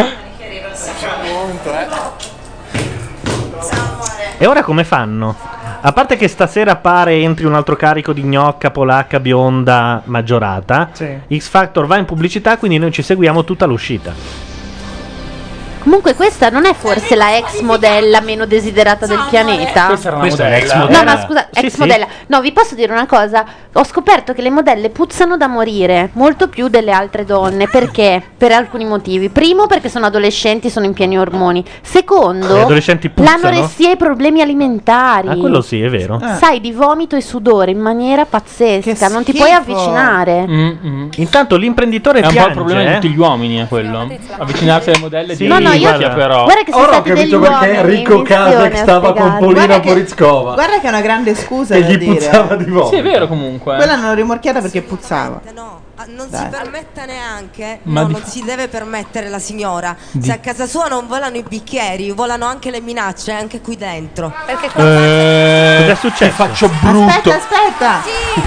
E ora come fanno? A parte che stasera pare entri un altro carico di gnocca polacca bionda maggiorata. X Factor va in pubblicità, quindi noi ci seguiamo tutta l'uscita. Comunque questa non è forse la ex modella meno desiderata del pianeta? Questa era una Questa è modella. ex No, modella. ma scusa, Sì, ex sì. modella. No, vi posso dire una cosa? Ho scoperto che le modelle puzzano da morire, molto più delle altre donne. Perché? Per alcuni motivi. Primo, perché sono adolescenti, sono in pieni ormoni. Secondo, Gli adolescenti puzzano? l'anoressia e i problemi alimentari. Ah, quello sì, è vero. Sai di vomito e sudore in maniera pazzesca, non ti puoi schifo. avvicinare. Intanto l'imprenditore È un po' piange. il problema di tutti gli uomini, è quello. Avvicinarsi alle modelle Sì, di No, no, io- guarda, però. Guarda che sono Ora ho stati degli capito perché uomini Enrico in missione Casek a stava con spiegarmi. Polina Guarda che- Porizkova Guarda che è una grande scusa e da gli dire. puzzava di vomito. Sì, è vero comunque. Quella non l'ho rimorchiata perché puzzava. Non Dai. si permetta neanche, Ma no, di- non si deve permettere la signora. Di- Se a casa sua non volano i bicchieri, volano anche le minacce, anche qui dentro. Perché Cos'è successo? Faccio brutto. Aspetta.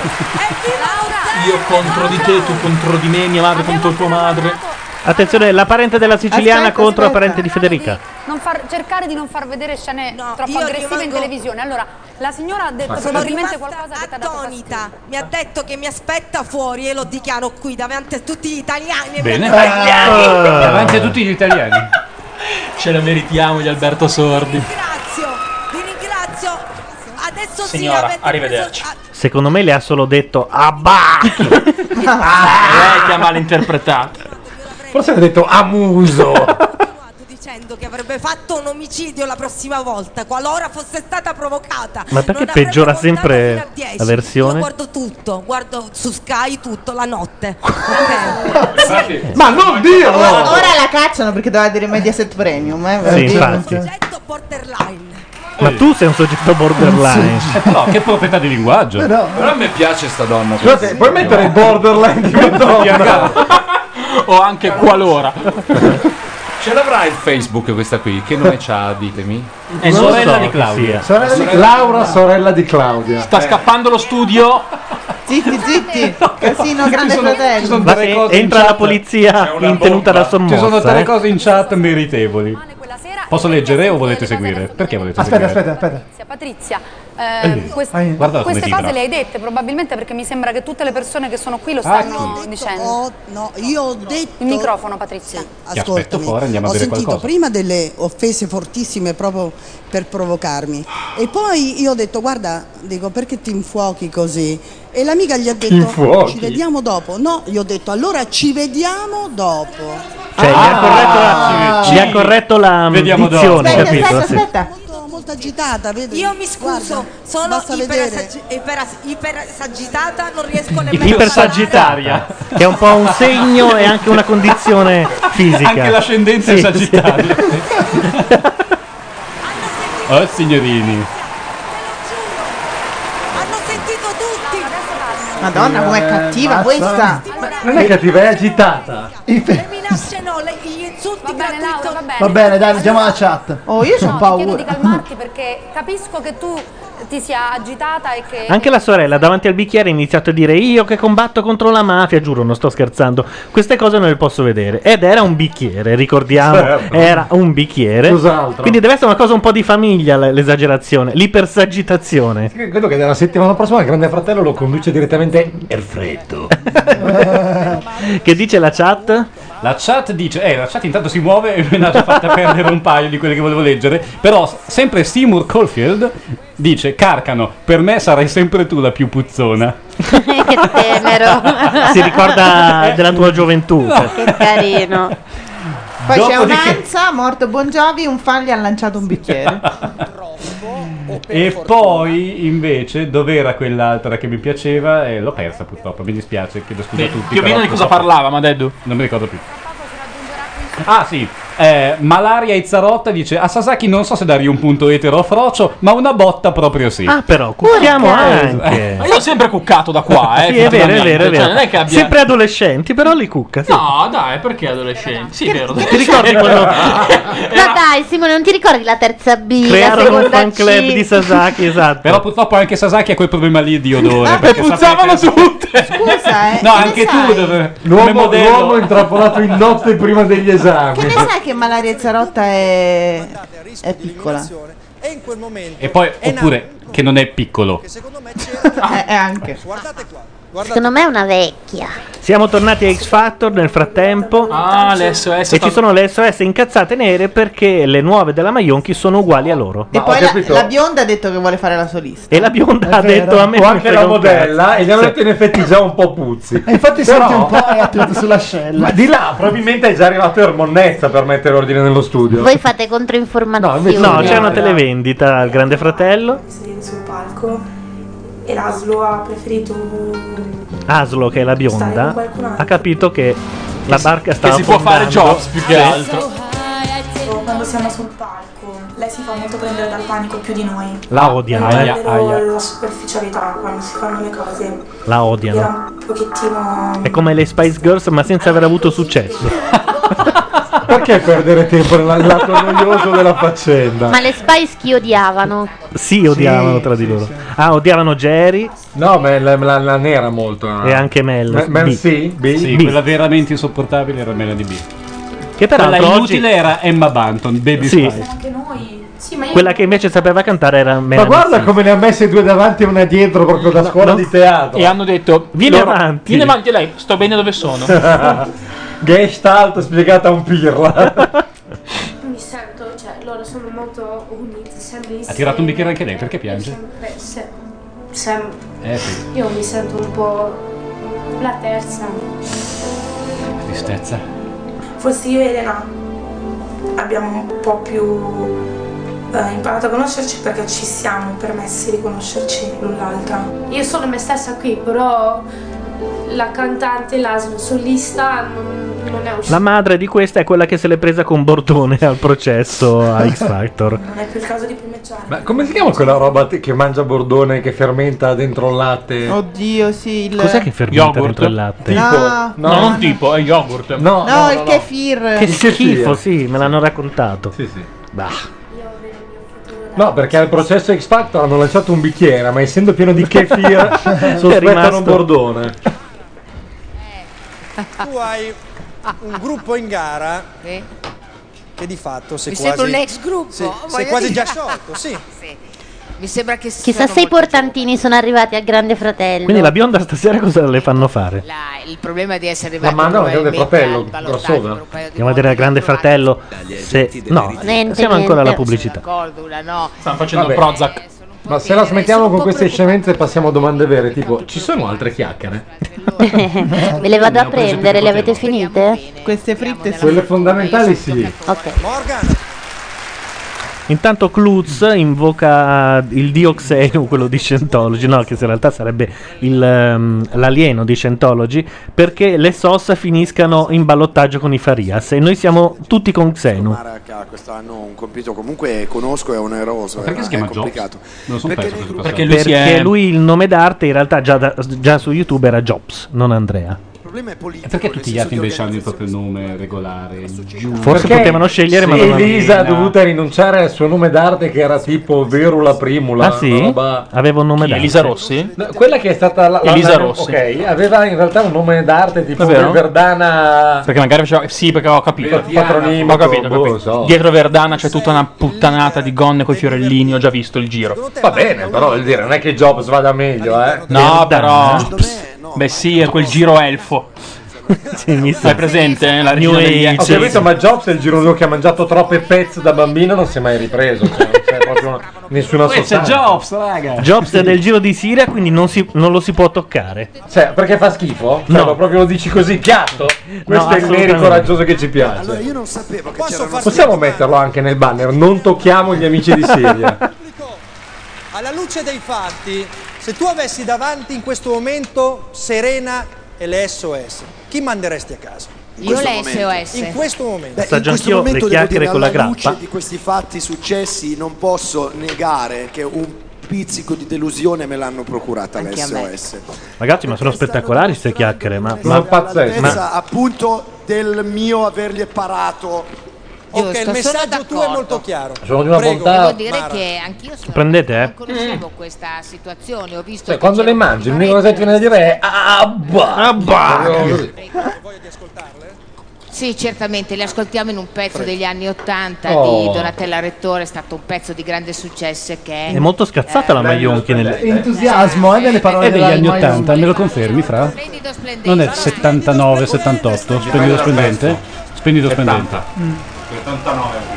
Io contro di te, tu contro di me, mia madre contro tua madre. Attenzione, la parente della siciliana Aspetta, contro la aspetta. parente di Federica. cercare di non far vedere scene troppo io aggressive in rimango- televisione. Allora, la signora ha detto Sono probabilmente rimasta qualcosa che ti ha dato attonita. Mi ha detto che mi aspetta fuori e lo dichiaro qui davanti a tutti gli italiani. Bene. Italiani. Davanti a tutti gli italiani. Ce la meritiamo gli Alberto Sordi. Vi ringrazio. Adesso Signora, sì, avete arrivederci. Secondo me le ha solo detto abbacchio. È lei che ha malinterpretato. Forse ha detto amuso. dicendo che avrebbe fatto un omicidio la prossima volta qualora fosse stata provocata. Ma perché Non avrebbe peggiora contato fino a sempre 10. la versione? Io guardo tutto, guardo su Sky tutto la notte. Ma non dirlo! Ora la cacciano perché doveva dire Mediaset Premium. Sì, infatti. Ma tu sei un soggetto borderline. No, che proprietà di linguaggio. Però- Però a me piace sta donna. Scusate, puoi mettere il borderline di Madonna? O anche qualora. Ce l'avrà il Facebook questa qui? Che nome c'ha, ditemi? È Non lo sorella so di chi Claudia. sia. Sorella di Laura, sorella di Claudia. Sta scappando lo studio. Sì, Zitti. Casino Grande Fratello. Ma se entra la polizia in tenuta da sommossa. Ci sono delle cose in chat meritevoli. Posso leggere o volete seguire? Perché volete seguire? Aspetta. Patrizia, Guarda come queste vibra. cose le hai dette probabilmente perché mi sembra che tutte le persone che sono qui lo stanno dicendo. No, io ho detto... Il microfono, Patrizia. Ti aspetto fuori, andiamo a Ho bere sentito qualcosa. prima delle offese fortissime proprio per provocarmi e poi io ho detto guarda, dico perché ti infuochi così? E l'amica gli ha detto infuochi? ci vediamo dopo. No, gli ho detto allora ci vediamo dopo. Cioè, gli ha corretto la Vediamo dopo. dizione, Aspetta, capito? Sì. Molto agitata, vedi? Io mi scuso, sono basta vedere. ipersagitata, non riesco nemmeno Ipersagittaria, che è un po' un segno e anche una condizione fisica. Anche l'ascendenza è Sì, Sagittario. Oh signorini. Madonna, com'è cattiva questa. Non è cattiva, è agitata. Terminassero gli insulti gratuiti. Va bene, dai, andiamo alla chat. Oh, io sono Ti chiedo di paura. calmarti perché capisco che tu ti sia agitata e che... Anche la sorella davanti al bicchiere ha iniziato a dire io che combatto contro la mafia, giuro non sto scherzando, queste cose non le posso vedere. Ed era un bicchiere, ricordiamo, Certo. era un bicchiere. Cos'altro? Quindi deve essere una cosa un po' di famiglia l'esagerazione, l'ipersagitazione. Credo che dalla settimana prossima il Grande Fratello lo conduce direttamente il freddo. Che dice la chat? La chat dice, la chat intanto si muove e me ne ha già fatta perdere un paio di quelle che volevo leggere. Però sempre Seymour Caulfield dice, Carcano, per me sarai sempre tu la più puzzona. Che tenero. Si ricorda della tua gioventù. Che carino. Poi c'è Dopodiché- un'anza, morto Bon Jovi, un fan gli ha lanciato un bicchiere. E poi invece dov'era quell'altra che mi piaceva e l'ho persa purtroppo, mi dispiace, chiedo scusa a tutti. Più o meno però di cosa purtroppo- parlava, Madeddu? Non mi ricordo più. Ah sì, Malaria Izzarotta dice a Sasaki non so se dargli un punto etero o frocio, ma una botta proprio sì. Ah però, cucchiamo anche. Ma io ho sempre cuccato da qua, Sì, è vero, è vero, è Cioè, non è che vero. abbia... Sempre adolescenti, però li cucca. Sì. No, dai, perché adolescenti? Sì, è vero. Ti ricordi quando Ma dai, Simone, non ti ricordi la terza B, la Crearono un seconda fan club C? di Sasaki, esatto. Però purtroppo anche Sasaki ha quel problema lì di odore. perché puzzavano tutte. Scusa, No, che ne anche sai? tu come L'uomo modello. intrappolato in notte prima degli esami. Che ne sai che Malaria Zarotta è piccola? E in quel momento E poi, oppure, che non è piccolo. È anche. Guardate qua. Secondo me è una vecchia. Siamo tornati a X Factor nel frattempo. Ah, le SOS. E ci sono le SOS incazzate nere perché le nuove della Maionchi sono uguali a loro. E poi la bionda ha detto che vuole fare la solista. E la bionda ha detto a me o non anche frega la un modella cazzo. e gli hanno Sì. detto in effetti già un po' puzzi. E infatti Però- senti un po' e ha tirato sull'ascella. Ma di là probabilmente è già arrivato Ermonnezza per mettere ordine nello studio. Voi fate controinformazioni. No, c'è una televendita al Grande Fratello. Sedere sul palco e l'Aslo ha preferito Aslo, che è la bionda, Stare con qualcun altro. ha capito che la barca stava si può fare affondando. jobs più che altro. quando siamo sul palco. Lei si fa molto prendere dal panico più di noi. La odiano, Prendere eh. la superficialità quando si fanno le cose. La odiano. Era un pochettino. È come le Spice Girls, ma senza aver avuto successo. Perché perdere tempo nel lato noioso della faccenda? Ma le Spice chi odiavano? Sì, odiavano tra di loro. Ah, odiavano Jerry. No, ma la nera molto. E anche Mel. Mel B. sì, B. Sì, B. quella veramente insopportabile era Melanie B. Che Quella peraltro inutile oggi... era Emma Bunton, Baby Sì. Spice. Anche noi. Sì, ma io. Quella che invece sapeva cantare era Ma Melanie guarda C. come ne ha messe due davanti e una dietro proprio da scuola di teatro. E hanno detto: Vieni avanti. Vieni avanti, lei, sto bene dove sono. Gestalt spiegata a un pirla. Mi sento, cioè, loro sono molto uniti. Ha tirato un bicchiere anche lei, perché piange? Sì. Io mi sento un po' la terza. Tristezza. Forse io e Elena abbiamo un po' più imparato a conoscerci perché ci siamo permessi di conoscerci l'un l'altra. Io sono me stessa qui, però la cantante, la solista non è uscita. La madre di questa è quella che se l'è presa con Bordone al processo a X Factor. Non è più il caso di primeggiare. Ma come si chiama quella roba che mangia Bordone che fermenta dentro il latte? Oddio, sì. Il... Cos'è che fermenta Yogurt? dentro il latte? No. No, non tipo, è yogurt. No, No, il kefir. Che schifo, sì, me l'hanno raccontato. Sì, sì. Bah. Io vedo il mio futuro No, perché al processo X Factor hanno lanciato un bicchiere, ma essendo pieno di kefir sospettano un bordone. Tu hai un gruppo in gara che di fatto Mi sembra un ex gruppo. sei voglio quasi dire. già sciolto, sì. Mi sembra che Chissà se i portantini sono arrivati al Grande Fratello. Quindi la bionda stasera cosa le fanno fare? Il problema è di essere La arrivati mandano al Grande probabilmente Fratello, al ballottaggio crossover. Andiamo a vedere il Grande Fratello. No, Niente, siamo ancora alla niente. pubblicità. Cordula, no. Stanno facendo Vabbè. Prozac. Ma se la smettiamo con queste scemenze passiamo a domande vere, tipo ci sono altre chiacchiere? Ve le vado a prendere, le avete finite? Queste fritte Quelle fondamentali sì. Ok. Intanto Klutz invoca il dio Xenu, quello di Scientology, no, che in realtà sarebbe l'alieno di Scientology, perché le SOS finiscano in ballottaggio con i Farias e noi siamo tutti con Xenu. Mara quest'anno un compito comunque conosco, è oneroso, Perché si è chiama Jobs? complicato. Non sono Perché perso nei questo gruppi- passaggio. Perché lui il nome d'arte in realtà già su YouTube era Jobs, non Andrea. Il problema è politico. E perché tutti gli altri nel invece senso hanno il proprio nome regolare? Forse Perché potevano scegliere, ma non hanno- Elisa ha dovuto rinunciare al suo nome d'arte che era tipo Verula Primula. Ah sì? una roba- Aveva un nome d'arte. Elisa Rossi? No, quella che è stata Elisa Rossi. Ok, aveva in realtà un nome d'arte tipo Davvero? Verdana. Perché magari faceva. Sì, perché ho capito. Patronimico, Ho capito, ho boh, capito. so. Dietro Verdana c'è tutta una puttanata di gonne coi fiorellini. Ho già visto il giro. Va bene, però voglio dire, non è che Jobs vada meglio, No, però. Secondo Beh, sì, è quel giro elfo. Hai presente? La New regina degli Age. Ho capito, ma Jobs è il girone che ha mangiato troppe pezze da bambino, non si è mai ripreso. Cioè, non c'è proprio nessuna Poi c'è sostanza. Jobs, raga. Jobs è del giro di Siria, quindi non lo si può toccare. Cioè, perché fa schifo? Cioè, No. lo proprio lo dici così, piatto? Questo è il assolutamente. neri coraggioso che ci piace. Allora io non sapevo che c'erano Possiamo metterlo anche nel banner, non tocchiamo gli amici di Siria. Alla luce dei fatti, se tu avessi davanti in questo momento Serena e le SOS, chi manderesti a casa? Io le SOS. In questo momento. in Assaggio questo anch'io momento le devo chiacchiere dire, con la alla luce grappa. di questi fatti successi non posso negare che un pizzico di delusione me l'hanno procurata le Anche a me. SOS. Ragazzi, ma sono spettacolari queste chiacchiere. Ma All'altezza appunto del mio avergli parato. Ok, il Giusto, messaggio sono tuo è molto chiaro. Sono di una Prego. bontà. Devo dire Mara. che anch'io Prendete, non conoscevo questa situazione. Ho visto Cioè, che quando c'era le mangi, un l'unica cosa che ti viene da dire è Abba! Sì, certamente, le ascoltiamo in un pezzo degli anni '80 Oh. di Donatella Rettore, è stato un pezzo di grande successo che è molto scazzata la Maionchi nelle... Entusiasmo nelle parole È degli anni della 80, me lo confermi, Fra? Non è 79, 78, splendido splendente? Splendido splendente. 79.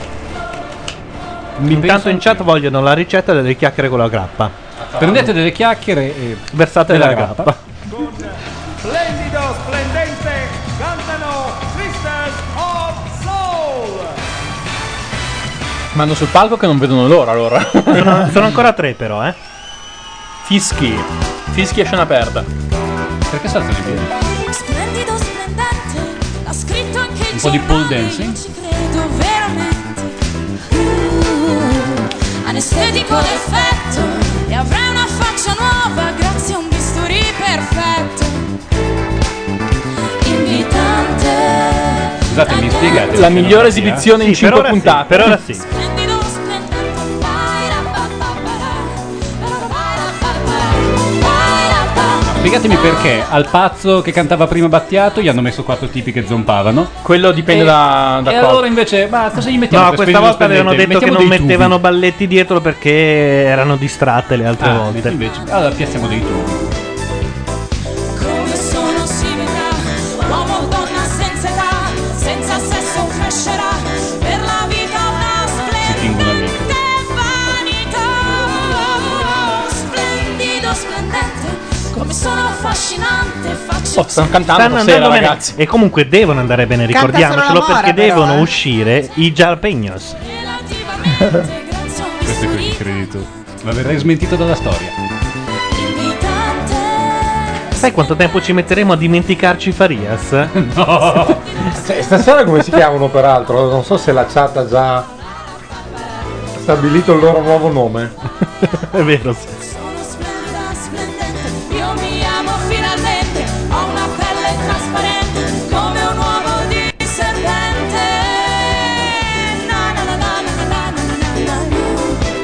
Intanto in chat vogliono la ricetta delle chiacchiere con la grappa. Prendete delle chiacchiere e versate nella nella grappa. Splendido, splendente, cantano Sisters of Soul. Mando sul palco che non vedono l'ora allora. Sono ancora tre però, Fischi a scena aperta. Perché salta di piedi? Splendido, splendente, l'ha scritto anche il Un po' di pole giornale, dancing? non ci credo veramente. Anestetico d'effetto e avrai una faccia nuova grazie a un bisturi perfetto. Invitante. Scusate, mi spiegate? La migliore esibizione in Sì, per 5 ora sì, puntate. per ora sì. Splendido, splendente. Spiegatemi perché al pazzo che cantava prima Battiato gli hanno messo 4 tipi che zompavano. Quello dipende da E allora invece, ma cosa gli mettiamo? No, per questa splendido volta avevano splendente? detto che Mettiamo non dei mettevano tubi. balletti dietro perché erano distratte le altre volte. Invece, allora piazziamo dei tubi. Come sono simile, uomo o donna senza età, senza sesso crescerà, per la vita una Si fingono amici. vanità. Splendido, splendente, come sono affascinante, faccio stanno cantando Stanno stasera, andando bene. ragazzi. E comunque devono andare bene, Canta ricordiamocelo, solo la perché Mora, però, devono uscire i Jalapenos. Questo è quello che credi tu. Ma verrai smentito dalla storia. Sai quanto tempo ci metteremo a dimenticarci Farias? No! Cioè, stasera come si chiamano peraltro? Non so se la chat ha già stabilito il loro nuovo nome. È vero, sì. Io mi amo finalmente, ho una pelle trasparente come un uovo di serpente. Na na na na na na na na na.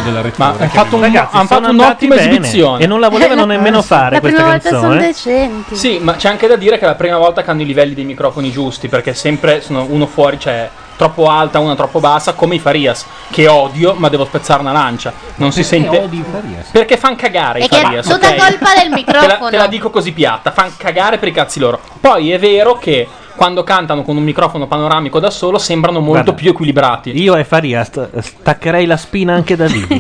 della rettura. Ma hanno fatto sono un'ottima andati bene esibizione. e non la volevano nemmeno fare La questa prima volta sono canzone. decenti. Sì, ma c'è anche da dire che è la prima volta che hanno i livelli dei microfoni giusti, perché sempre sono uno fuori, cioè troppo alta, una troppo bassa, come i Farias, che odio, ma devo spezzare una lancia. Non si sente. odi i Farias? Perché fan cagare E i che è Farias. tutta ok? colpa del microfono. Te la dico così piatta, fan cagare per i cazzi loro. Poi è vero che quando cantano con un microfono panoramico da solo sembrano molto Guarda, più equilibrati. Io e Faria staccherei la spina anche da lì.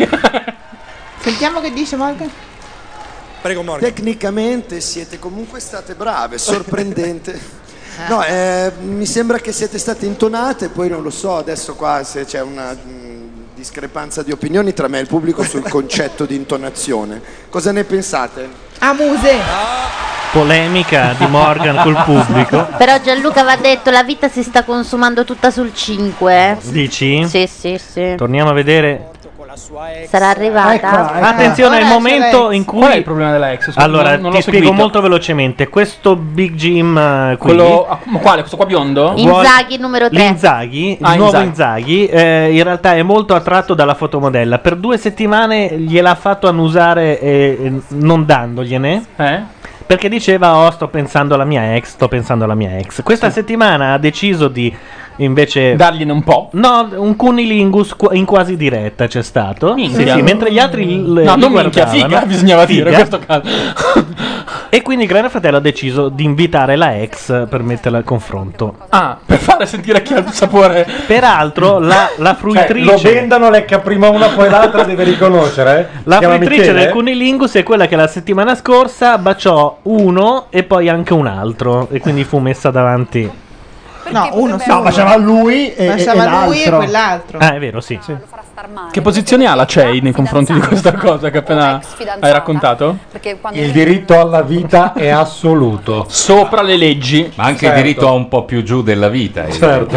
Sentiamo che dice Morgan. Prego Morgan. Tecnicamente siete comunque state brave, sorprendente. No, mi sembra che siete state intonate, poi non lo so adesso qua se c'è una discrepanza di opinioni tra me e il pubblico sul concetto di intonazione. Cosa ne pensate? Ah, Muse. Polemica di Morgan col pubblico. Però Gianluca va detto, la vita si sta consumando tutta sul 5. Dici? Sì, sì, sì. Torniamo a vedere. Sarà arrivata. Attenzione, è il momento in cui. Qual è il problema della ex? Scusa, Allora, non l'ho ti spiego seguito. molto velocemente. Questo Big Jim qui, Quello, ma quale? Questo qua biondo? Inzaghi numero 3. L'Inzaghi, Ah, il nuovo Inzaghi. Inzaghi, in realtà è molto attratto dalla fotomodella. Per 2 settimane gliel'ha fatto annusare non dandogliene. Perché diceva, sto pensando alla mia ex, sto pensando alla mia ex. Questa settimana ha deciso di invece dargliene un po'. No, un cunilingus in quasi diretta c'è stato. Minchia. Sì, mentre gli altri No, non minchia, figa, bisognava dire in questo caso. E quindi il Grande Fratello ha deciso di invitare la ex per metterla al confronto. Ah, per fare sentire chi ha il sapore. Peraltro la fruitrice lo bendano, lecca prima una poi l'altra, deve riconoscere. La Si chiama fruitrice Michele? del cunilingus è quella che la settimana scorsa baciò uno e poi anche un altro, e quindi fu messa davanti. No, uno No, faceva lui e Faceva lui e l'altro. quell'altro. Ah, è vero, sì. Che posizione ha la CEI nei confronti di questa cosa che appena hai raccontato? Perché quando Il diritto alla vita è assoluto. Sopra le leggi. Ma anche Certo. il diritto a un po' più giù della vita. Certo.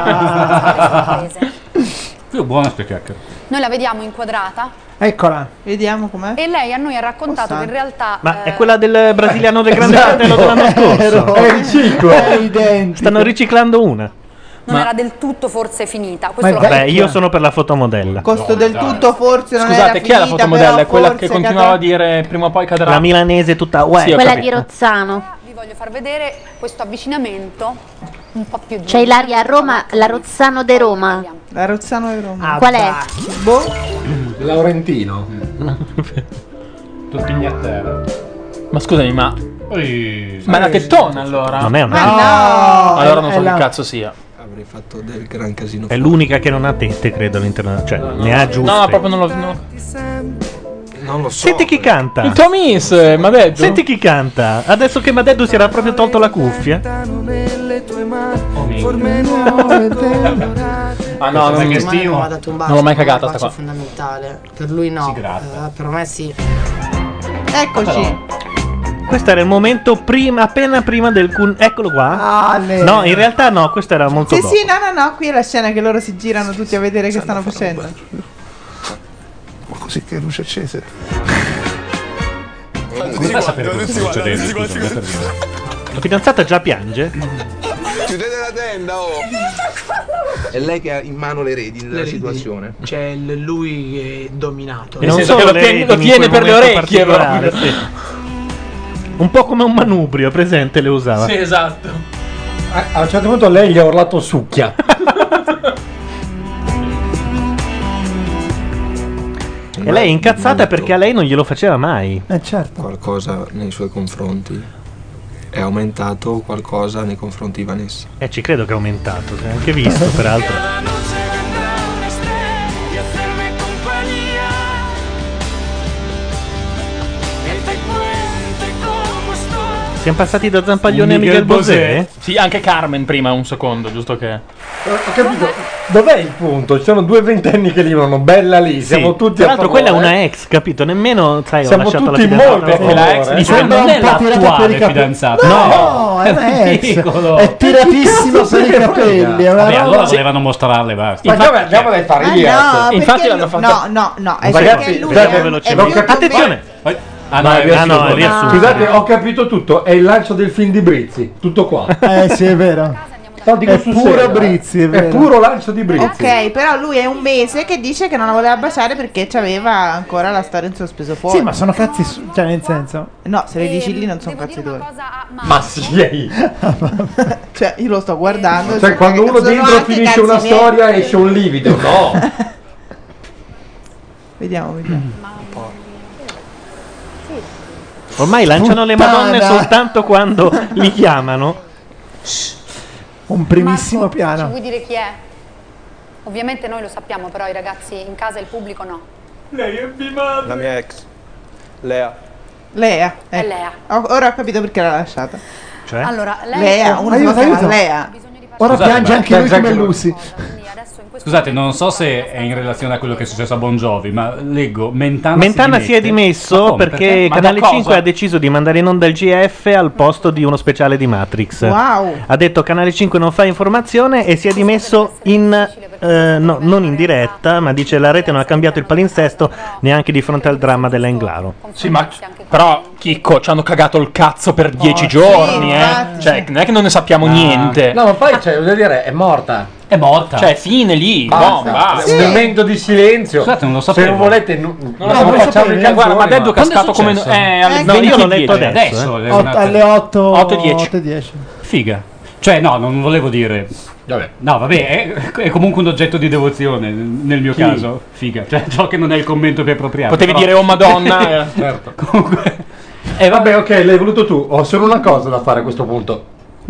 Più buona spiacacca. noi la vediamo inquadrata Eccola. Vediamo com'è. e lei a noi ha raccontato che in realtà Ma è quella del brasiliano del Grande Esatto. Fratello dell'anno scorso. È riciclo. È identico. Stanno riciclando una. non era del tutto forse finita. Questo lo Vabbè, io sono per la fotomodella. Costo del tutto forse non Scusate, era chi è la finita, fotomodella? però È quella forse che continuava a dire prima o poi cadrà. La milanese tutta Sì, ho Quella capito. di Rozzano. vi voglio far vedere questo avvicinamento un po' più C'è Ilaria a Roma, la Rozzano de Roma. La Rozzano di Roma. Qual è? Boh. Laurentino. Tutti in terra. Ma scusami, ma è una tettona allora? Non è una. No. Allora non so è che la- cazzo sia. Avrei fatto del gran casino. È l'unica che non ha tette, credo, all'interno. Cioè, ne ha giuste. No, proprio non lo. no. Non lo so. Senti chi canta. Il tuo miss, ma detto. Senti chi canta. Adesso che Madeddu si era proprio tolto la cuffia. Ah no, non Ormai non vado a tombare, non l'ho mai secondo me cagata il sta bacio è qua. fondamentale. Per lui no. Per me sì. Eccoci. Questo era il momento appena prima del eccolo qua. Ah, le- No, in realtà no, questo era molto Sì, dopo. sì, no, qui è la scena che loro si girano tutti a vedere che stanno facendo. Ma così che luce accese. Come sapere cosa sta succedendo? Scusa, per dire. La fidanzata già piange. Chiudete la tenda, oh! È lei che ha in mano le redini della situazione. C'è lui che è dominato. E non senso solo che le lo tiene redini in quel per le momento orecchie, particolare, proprio. sì. Un po' come un manubrio, presente, le usava. Sì, esatto. A un certo punto lei gli ha urlato succhia. E lei è incazzata perché a lei non glielo faceva mai. certo. Qualcosa nei suoi confronti è aumentato, qualcosa nei confronti di Vanessa. Ci credo che è aumentato, si è anche visto, peraltro. Siamo passati da Zampaglione a Miguel Bosé? Sì, anche Carmen prima, un secondo, giusto che. Ho capito. Dov'è il punto? Ci sono due ventenni che vivono bella lì. Siamo tutti Tra a l'altro favore. quella è una ex, capito? Nemmeno, sai, Siamo ho lasciato tutti la fidanzata. molto a Perché la ex favore. dice, Mi non è un po' tirata per i l'attuale capelli. fidanzata. No, è una ex. ridicolo. È tiratissima per i capelli. È una Vabbè, roba- allora volevano mostrarle, basta. Ma andiamo dai fare Ma io. no, Infatti perché l'hanno lui- fatto. no, è Ragazzi, perché lui scusate, è velocemente. più Attenzione! Ah no, è Ah, no, è riassunto. riassunto. Scusate, ho capito tutto. È il lancio del film di Brizzi. Tutto qua. Sì, è vero. No, dico È sul puro serio, Brizzi, è è vero. puro lancio di Brizzi. Ok, però lui è un mese che dice che non la voleva baciare perché c'aveva ancora la storia in sospeso fuori. Sì, ma sono cazzi, cioè nel senso. No, se le dici lì non sono cazzi tuoi. Ma sì. Cioè, io lo sto guardando. Cioè, quando uno sono dentro anche finisce una cazzi miei. storia esce un livido, no? Vediamo. Ormai lanciano le Puttana. madonne soltanto quando li chiamano. Un primissimo Marco, ci piano. vuoi dire chi è? Ovviamente noi lo sappiamo, però i ragazzi in casa e il pubblico no. Lei è mia madre. La mia ex, Lea. Lea. È Lea. Ora ho capito perché l'ha lasciata. Cioè? Allora, lei Lea, una si chiama Lea. Ora Scusate, piange ma- anche lui piange come anche Lucy. Scusate, non so se è in relazione a quello che è successo a Bon Jovi, ma leggo Mentana, Mentana si è dimette. dimesso Ma come? perché Ma Canale da cosa? 5 ha deciso di mandare in onda il GF al posto di uno speciale di Matrix. Wow. Ha detto Canale 5 non fa informazione e si è dimesso non in diretta, ma dice la rete non ha cambiato il palinsesto neanche di fronte al dramma dell'Englaro. Sì, ma però Chicco ci hanno cagato il cazzo per 10 giorni, infatti. Cioè, non è che non ne sappiamo niente. No, ma poi, cioè, voglio dire, è morta. È morta. Cioè, fine lì. Basta. No, basta. Un momento di silenzio. Scusate, non lo Se sapevo. non volete, Non non lo facciamo sapevo. i Guarda, canzoni, ma Deddo è Quando è cascato come successo? alle No, io l'ho 20:10. letto adesso. Alle 8 8:10. 8:10. Figa. Cioè, no, non volevo dire. Vabbè. No, vabbè, è comunque un oggetto di devozione nel mio caso. Figa. Cioè, ciò che non è il commento più appropriato. Potevi però- dire oh madonna. Certo. Comunque. Vabbè, ok, l'hai voluto tu. Ho solo una cosa da fare a questo punto.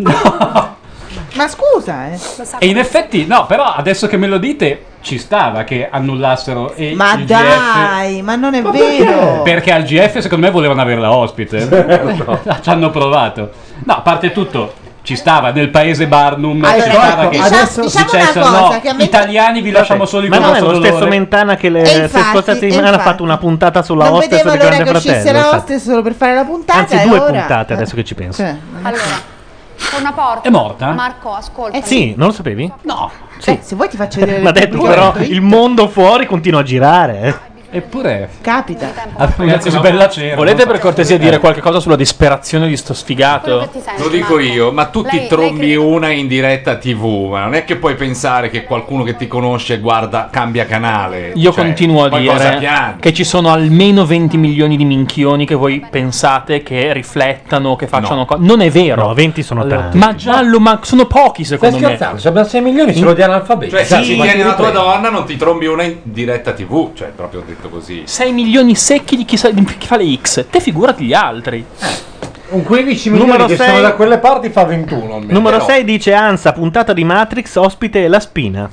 Ma scusa, E in effetti, no, però adesso che me lo dite, ci stava che annullassero Ma il dai, ma non è GF. vero. Perché al GF secondo me volevano averla ospite. Ci hanno provato. No, a parte tutto, ci stava nel paese Barnum. Allora, ci stava ecco, che adesso- diciamo una dicessero, cosa, no, che a me- italiani vi lasciamo soli Ma con il non è lo vostro stesso dolore. Mentana che E la infatti, scorsa settimana ha infatti. fatto una puntata sulla Non hostess vedevo del l'ora Grande che uscisse Fratello. la infatti. hostess solo per fare la puntata. Anzi, e due ora- puntate adesso che ci penso. Cioè, Allora, c'è una porta. È morta? Marco, ascolta. Sì, non lo sapevi? No. Sì. se vuoi ti faccio vedere Ma ha le detto pubbliche però tweet. il mondo fuori continua a girare. Eppure. Capita. Ragazzi, una bella cena. Volete per cortesia dire qualche cosa sulla disperazione di sto sfigato? Lo dico io, ma tu ti Lei trombi una in diretta TV, ma non è che puoi pensare che qualcuno che ti conosce guarda, cambia canale. Io Cioè, continuo a poi cosa dire piangi? che ci sono almeno 20 milioni di minchioni che voi pensate che riflettano, che facciano cose. Non è vero. No, 20 sono tanti. Ma Giallo, ma sono pochi secondo Stai me. scherzando? Se abbiamo 6 milioni ce lo diano alfabeti. Cioè, se ti ma viene ti la tua riprendo. donna, non ti trombi una in diretta TV. Cioè, proprio detto così. 6 milioni secchi di chi fa le X. Te figurati gli altri. Un 15 milioni Numero che sei. sono da quelle parti fa 21 almeno. Numero Però- 6 dice Ansa, puntata di Matrix, ospite La Spina.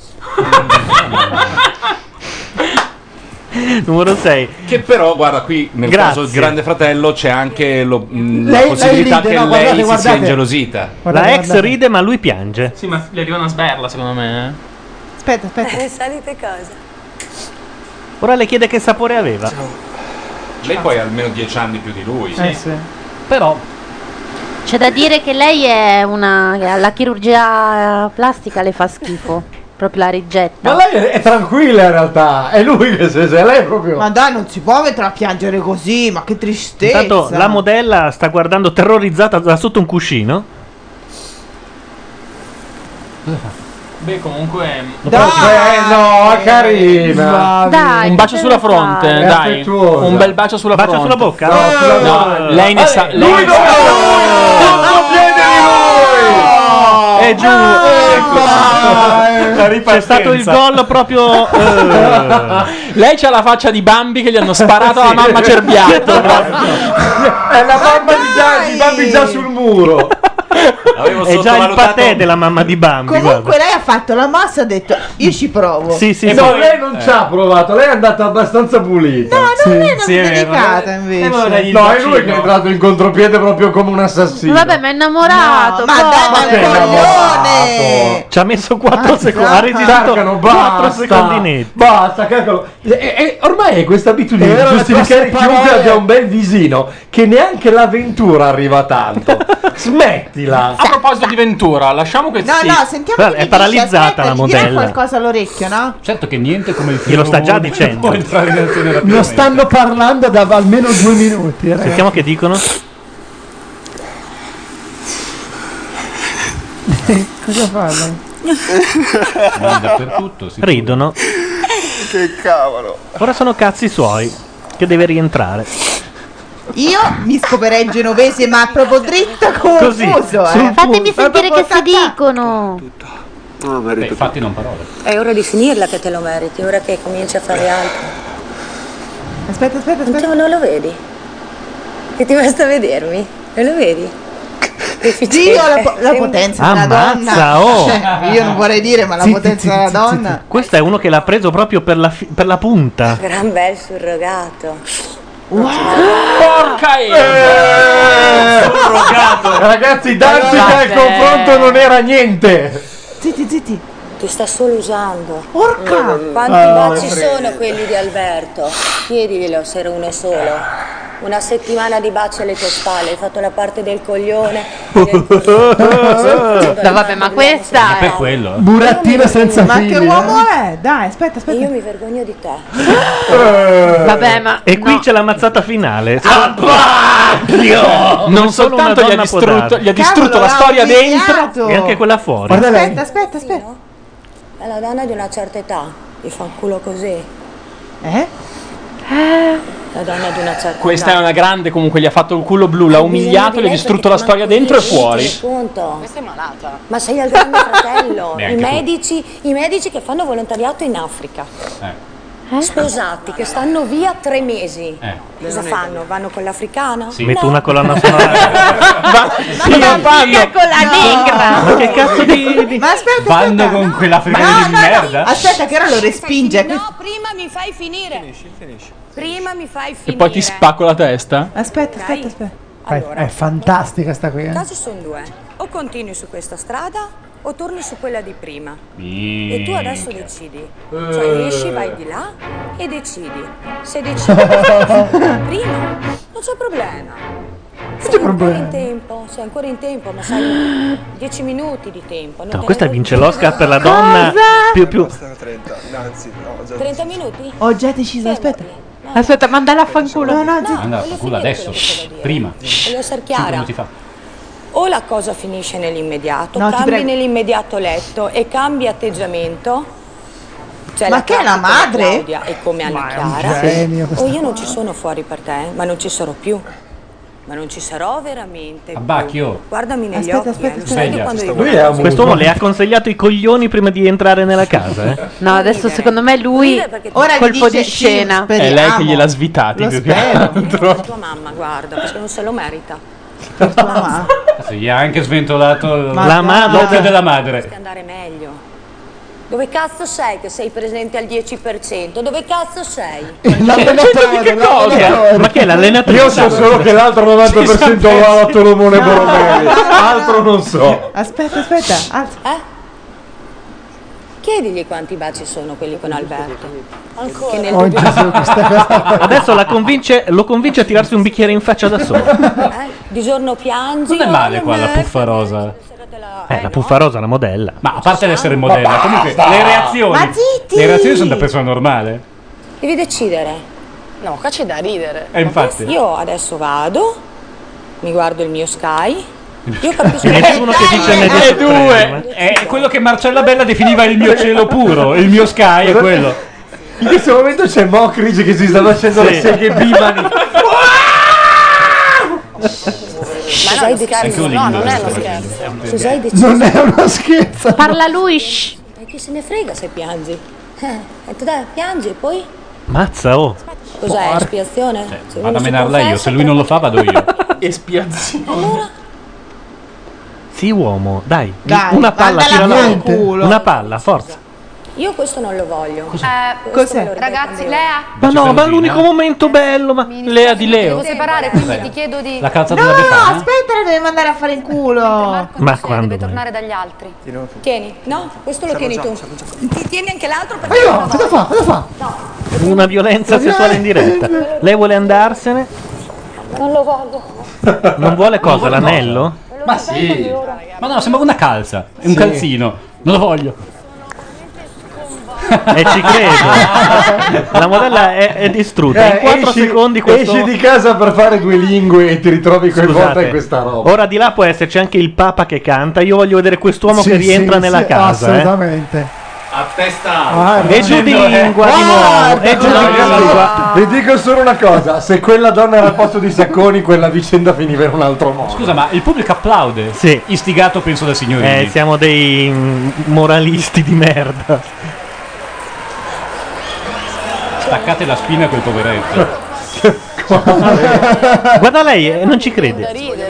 Numero 6. Che però, guarda, qui nel Grazie. caso del Grande Fratello c'è anche la Lei possibilità ride, che no, lei guardate, si sia guardate. ingelosita. La ex ride ma lui piange. Sì, ma gli arriva una sberla secondo me. Aspetta. Salite cosa? Ora le chiede che sapore aveva. Lei poi ha almeno 10 anni più di lui. Sì. Però C'è da dire che lei è una. La chirurgia plastica le fa schifo. Proprio la rigetta. Ma lei è tranquilla in realtà. È lui che se lei è proprio. Ma dai, non si può mettere a piangere così, ma che tristezza. intanto la modella sta guardando terrorizzata da sotto un cuscino. Beh, comunque. No, carina. Dai, Un bacio che sulla deve fronte, fare? È dai. affettuosa. Un bel bacio sulla Bacio fronte. sulla bocca? No, lei ne sa. Lui Lei tutto piede di lui. È giù. C'è stato il gol proprio. Lei c'ha la faccia di Bambi che gli hanno sparato alla mamma cerbiato. È la mamma di Bambi già sul muro. Avevo È già il sottovalutato. patè della mamma di Bambi. Comunque guarda. lei ha fatto la mossa e ha detto io ci provo. Sì, sì, E sì. no, lei non ci ha provato, lei è andata abbastanza pulita. No, non è una sì, è vero. delicata invece. No, è lui che è entrato in contropiede proprio come un assassino. Vabbè, ma è innamorato. Ma dai, ma Che è un coglione. Ci ha messo 4 secondi. Ha resistito Carcano, 4 basta. secondinetti. Basta, calcolo. Ormai è questa abitudine E di ora le giustificare prossime chiunque parole- abbia un bel visino che neanche l'avventura arriva tanto. Smettila. A proposito di Ventura, lasciamo questi. No, no, sentiamo Guarda, che è mi paralizzata dice. Aspetta, la gli dirà modella. qualcosa all'orecchio, no? Certo che niente come il film. Glielo sta già dicendo. Può entrare in azione rapidamente. Non stanno parlando da almeno 2 minuti. Ragazzi. Sentiamo che dicono. Cosa fa lei? Dappertutto. Ridono. Che cavolo. Ora sono cazzi suoi. Che deve rientrare. Io mi scoperei genovese, ma proprio dritta come Così, un fuso, Fatemi sentire che si dicono. Infatti non parole. È ora di finirla che te lo meriti, ora che cominci a fare altro. Aspetta. Non lo vedi? Che ti basta vedermi? Non lo vedi? Dio, la potenza della Ammazza, donna. oh. Io non vorrei dire, ma la potenza della donna. Questo è uno che l'ha preso proprio per la punta. Gran bel surrogato. Porca Surrogato. Ragazzi, Danzica al confronto non era niente. Zitti. Ti sta solo usando. Porca! Quanti baci sono quelli di Alberto? Chiediglielo se era uno solo. Una settimana di baci alle tue spalle, hai fatto la parte del coglione. No, vabbè, ma questa Per quello. Burattina senza Ma figli. che uomo è? Dai, aspetta. Io mi vergogno di te. Vabbè, ma E qui c'è la mazzata finale. Non Non solo una soltanto gli ha donna può distrutto, dare. gli ha distrutto la storia dentro. E anche quella fuori. Guarda lei. Aspetta. È la donna di una certa età, gli fa un culo così. La donna di una certa Questa età. è una grande, comunque gli ha fatto il culo blu, l'ha umiliato, gli ha distrutto la storia dentro e fuori. Questa è malata. Ma sei al grande fratello. Beh, I anche medici che fanno volontariato in Africa. Sposati, che stanno via 3 mesi. Cosa fanno? Vanno con l'africana? Metto una colonna sonora. via con la negra. Ma che cazzo di... Ma aspetta. Vanno con quell'africana di merda. Aspetta, che ora lo respinge. No, prima mi fai finire. Finisci. Prima mi fai E finire. poi ti spacco la testa. Aspetta. È fantastica sta qui. I casi sono 2. O continui su questa strada o torni su quella di prima. E tu adesso decidi. Cioè esci, vai di là e decidi. Se decidi prima, non c'è problema. Sei ancora in tempo, ma sai 10 minuti di tempo. No, questa vince l'Oscar per la donna più 30 minuti? Ho già deciso, aspetta. Aspetta, mandala a fanculo. No, zitto. Andava a culo adesso. Prima. Voglio essere 5 chiara. minuti fa. O la cosa finisce nell'immediato, No, ti cambi prego. nell'immediato letto e cambi atteggiamento. Cioè Ma che è la classica madre? Claudia è come Anna Chiara. genio O io non ci sono fuori per te, ma non ci sarò più. Ma non ci sarò veramente. Abbacchio. Guardami negli Aspetta, occhi, aspetta, lo sai che Sveglia. quando io Lui è un Quest'uomo le ha consigliato i coglioni prima di entrare nella casa, No, adesso secondo me lui Ora gli colpo dice di sì, scena. speriamo. È lei che gliel'ha svitati Lo più che spero. altro. tua mamma, guarda, perché non se lo merita. Sì, gli ha anche sventolato La madre l'occhio della madre. Puoi andare meglio. Dove cazzo sei che sei presente al 10%? Dove cazzo sei? Ma che è l'allenatore? Io so solo che l'altro 90% lo ha la Tolomone Borromei. Altro non so. Aspetta. Alza. Chiedigli quanti baci sono quelli con Alberto. Che nel Oh, Gesù, Adesso lo convince a tirarsi un bicchiere in faccia da solo. di giorno piangi. Non è male oh, qua la non è- puffa rosa. La puffarosa, la modella. Ma a parte l'essere modella, comunque le reazioni. Ma zitti! Le reazioni sono da persona normale. Devi decidere. No, qua c'è da ridere. Infatti. Io adesso vado, mi guardo il mio Sky. Io capisco Nessuno che dice media E due. È quello che Marcella Bella definiva il mio cielo puro. Il mio Sky è quello. In questo momento c'è Mockridge che si sta facendo le seghe bimani. Ma no, Anche un No, inglese non è uno sta scherzo. facendo. cosa hai deciso? Non è uno scherzo. Parla lui. shh. E chi se ne frega se piangi? E tu dai, piangi e poi? Mazza, oh. Cos'è? Espiazione? Se uno Vado a si menarla io, confessa, se lui non lo fa vado io. Espiazione. Sì, uomo, dai. Dai, Una palla, mandala tirala a fuori. culo. Una palla, forza. Io questo non lo voglio. Questo Cos'è? me lo ripeto Ragazzi, io. Lea, Ma no, ma l'unico momento bello, ma... Lea di Leo. devo separare, quindi ti chiedo di... La calza No, della Befana? aspetta, la deve mandare a fare in culo. Ma quando Deve mai? tornare dagli altri. Tieni, no? Questo lo tieni tu. Ti tieni anche l'altro perché... Ma io, cosa fa? Cosa fa? Una violenza sessuale in diretta. Lei vuole andarsene? Non lo voglio. Non vuole cosa? L'anello? Ma sì. Ma no, sembra una calza. È un calzino. Non lo voglio. E ci credo. La modella è distrutta. In 4 secondi questo... Esci di casa per fare 2 lingue e ti ritrovi coinvolta Scusate, in questa roba. Ora di là può esserci anche il Papa che canta. Io voglio vedere quest'uomo che rientra nella casa. Assolutamente. A testa. E giù di lingua di nuovo. E giù di lingua. Vi dico solo una cosa: se quella donna era al posto di Sacconi, quella vicenda finiva in un altro modo. Scusa, ma il pubblico applaude? Sì. Istigato, penso, da signorini. Siamo dei moralisti di merda. Staccate la spina a quel poveretto. Guarda lei, non ci crede.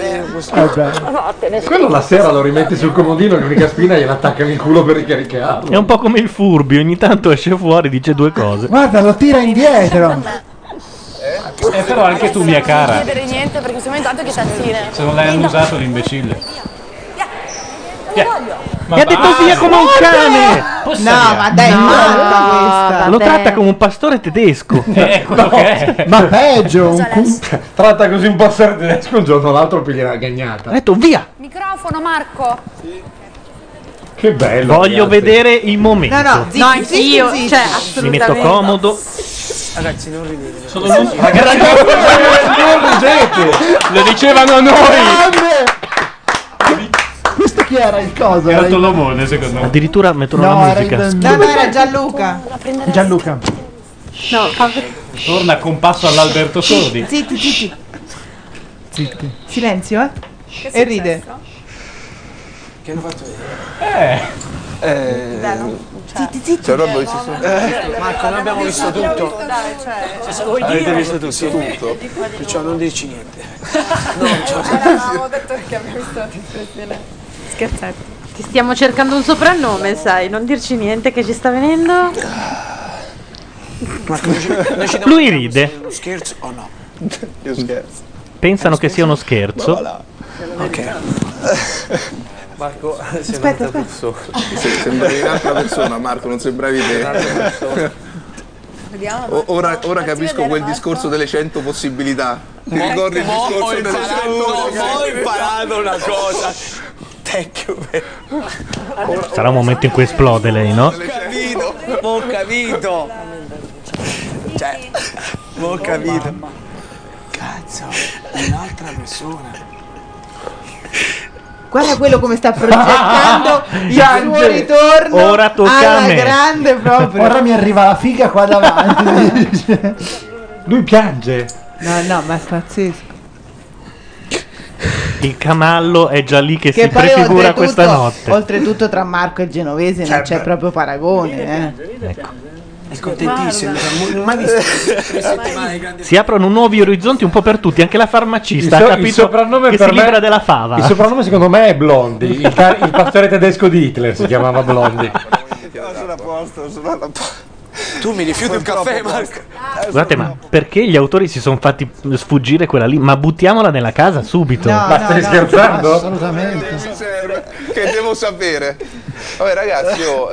Quello la sera lo rimetti sul comodino, l'unica spina gliela attaccano in culo per ricaricarlo. È un po' come il Furbi, ogni tanto esce fuori, dice 2 cose. Guarda, lo tira indietro. Però anche tu, mia cara. Non chiedere niente perché in questo momento tanto che tazzine. Se non l'hai annusato l'imbecille. Mi ha detto via come un cane. No, ma dai, matta Lo tratta come un pastore tedesco. Quello che è. Ma peggio, tratta così un pastore tedesco, un giorno o l'altro piglia la gagnata. Ha detto via. Microfono, Marco. Che bello. Voglio vedere il momento. No, No, anch'io, cioè, assolutamente. Mi metto comodo. Ragazzi, non ridete. Sono l'unico. Non ridete. Lo dicevano a noi. Questo chi era il coso? Era Tolomone, secondo me. Addirittura mettono No, la era musica. il- No, era Gianluca. Gianluca. No, Torna con passo all'Alberto Sordi. Zitti, zitti. Zitti. Silenzio, e ride. Che hanno fatto vedere? Zitti, zitti. Cioè, Marco, noi abbiamo visto tutto. Avete visto tutto? Perciò non dici niente. Avevamo detto che abbiamo visto l'espressione. Scherzetto. ti stiamo cercando un soprannome, sai, non dirci niente che ci sta venendo. Marco, noi ci Lui ride. uno scherzo o no? Io scherzo. Pensano che sia uno scherzo. Ok. Marco, Aspetta. sembravi un'altra persona, Marco, non sembravi te. Ora capisco quel discorso delle 100 possibilità. Ti ricordi il discorso delle 100 possibilità? Ho imparato una cosa. Thank you. Sarà un momento in cui esplode lei, no? Ho capito. Cioè, ho capito. Cazzo, un'altra persona. Guarda quello come sta progettando il suo ritorno. Ora tocca a alla me. grande proprio. Ora mi arriva la figa qua davanti. Lui piange. No, ma è pazzesco. Il camallo è già lì che si poi prefigura questa notte. Oltretutto tra Marco e il genovese non c'è proprio paragone, È contentissimo. Mai visto 3 settimane grandi. Si aprono nuovi orizzonti un po' per tutti. Anche la farmacista ha capito soprannome che per si me- libera della fava. Il soprannome secondo me è Blondi. Il pastore tedesco di Hitler si chiamava Blondi. Sono a posto, sono alla posto. Tu mi rifiuti un caffè, Marco. Guardate, ma perché gli autori si sono fatti sfuggire quella lì? Ma buttiamola nella casa subito. Ma stai scherzando? Assolutamente. Che devo sapere? Vabbè ragazzi, io...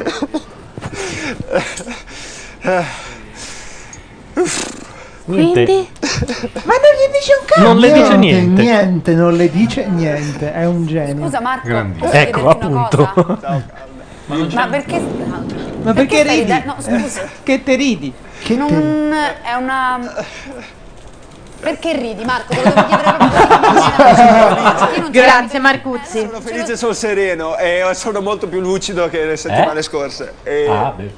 Niente. Ma non gli dice un cazzo. Non le dice niente. Niente, non le dice niente. È un genio. Scusa Marco, Grandissimo. posso Ecco, chiederti una appunto. cosa? Ma perché? Ma perché stai ridi? ridendo? No, scusa. Che te ridi? Che te... Non è una... Perché ridi, Marco? Te lo devo chiedere proprio. Grazie Marcuzzi. Sono felice e sono sereno e sono molto più lucido che le settimane scorse. E,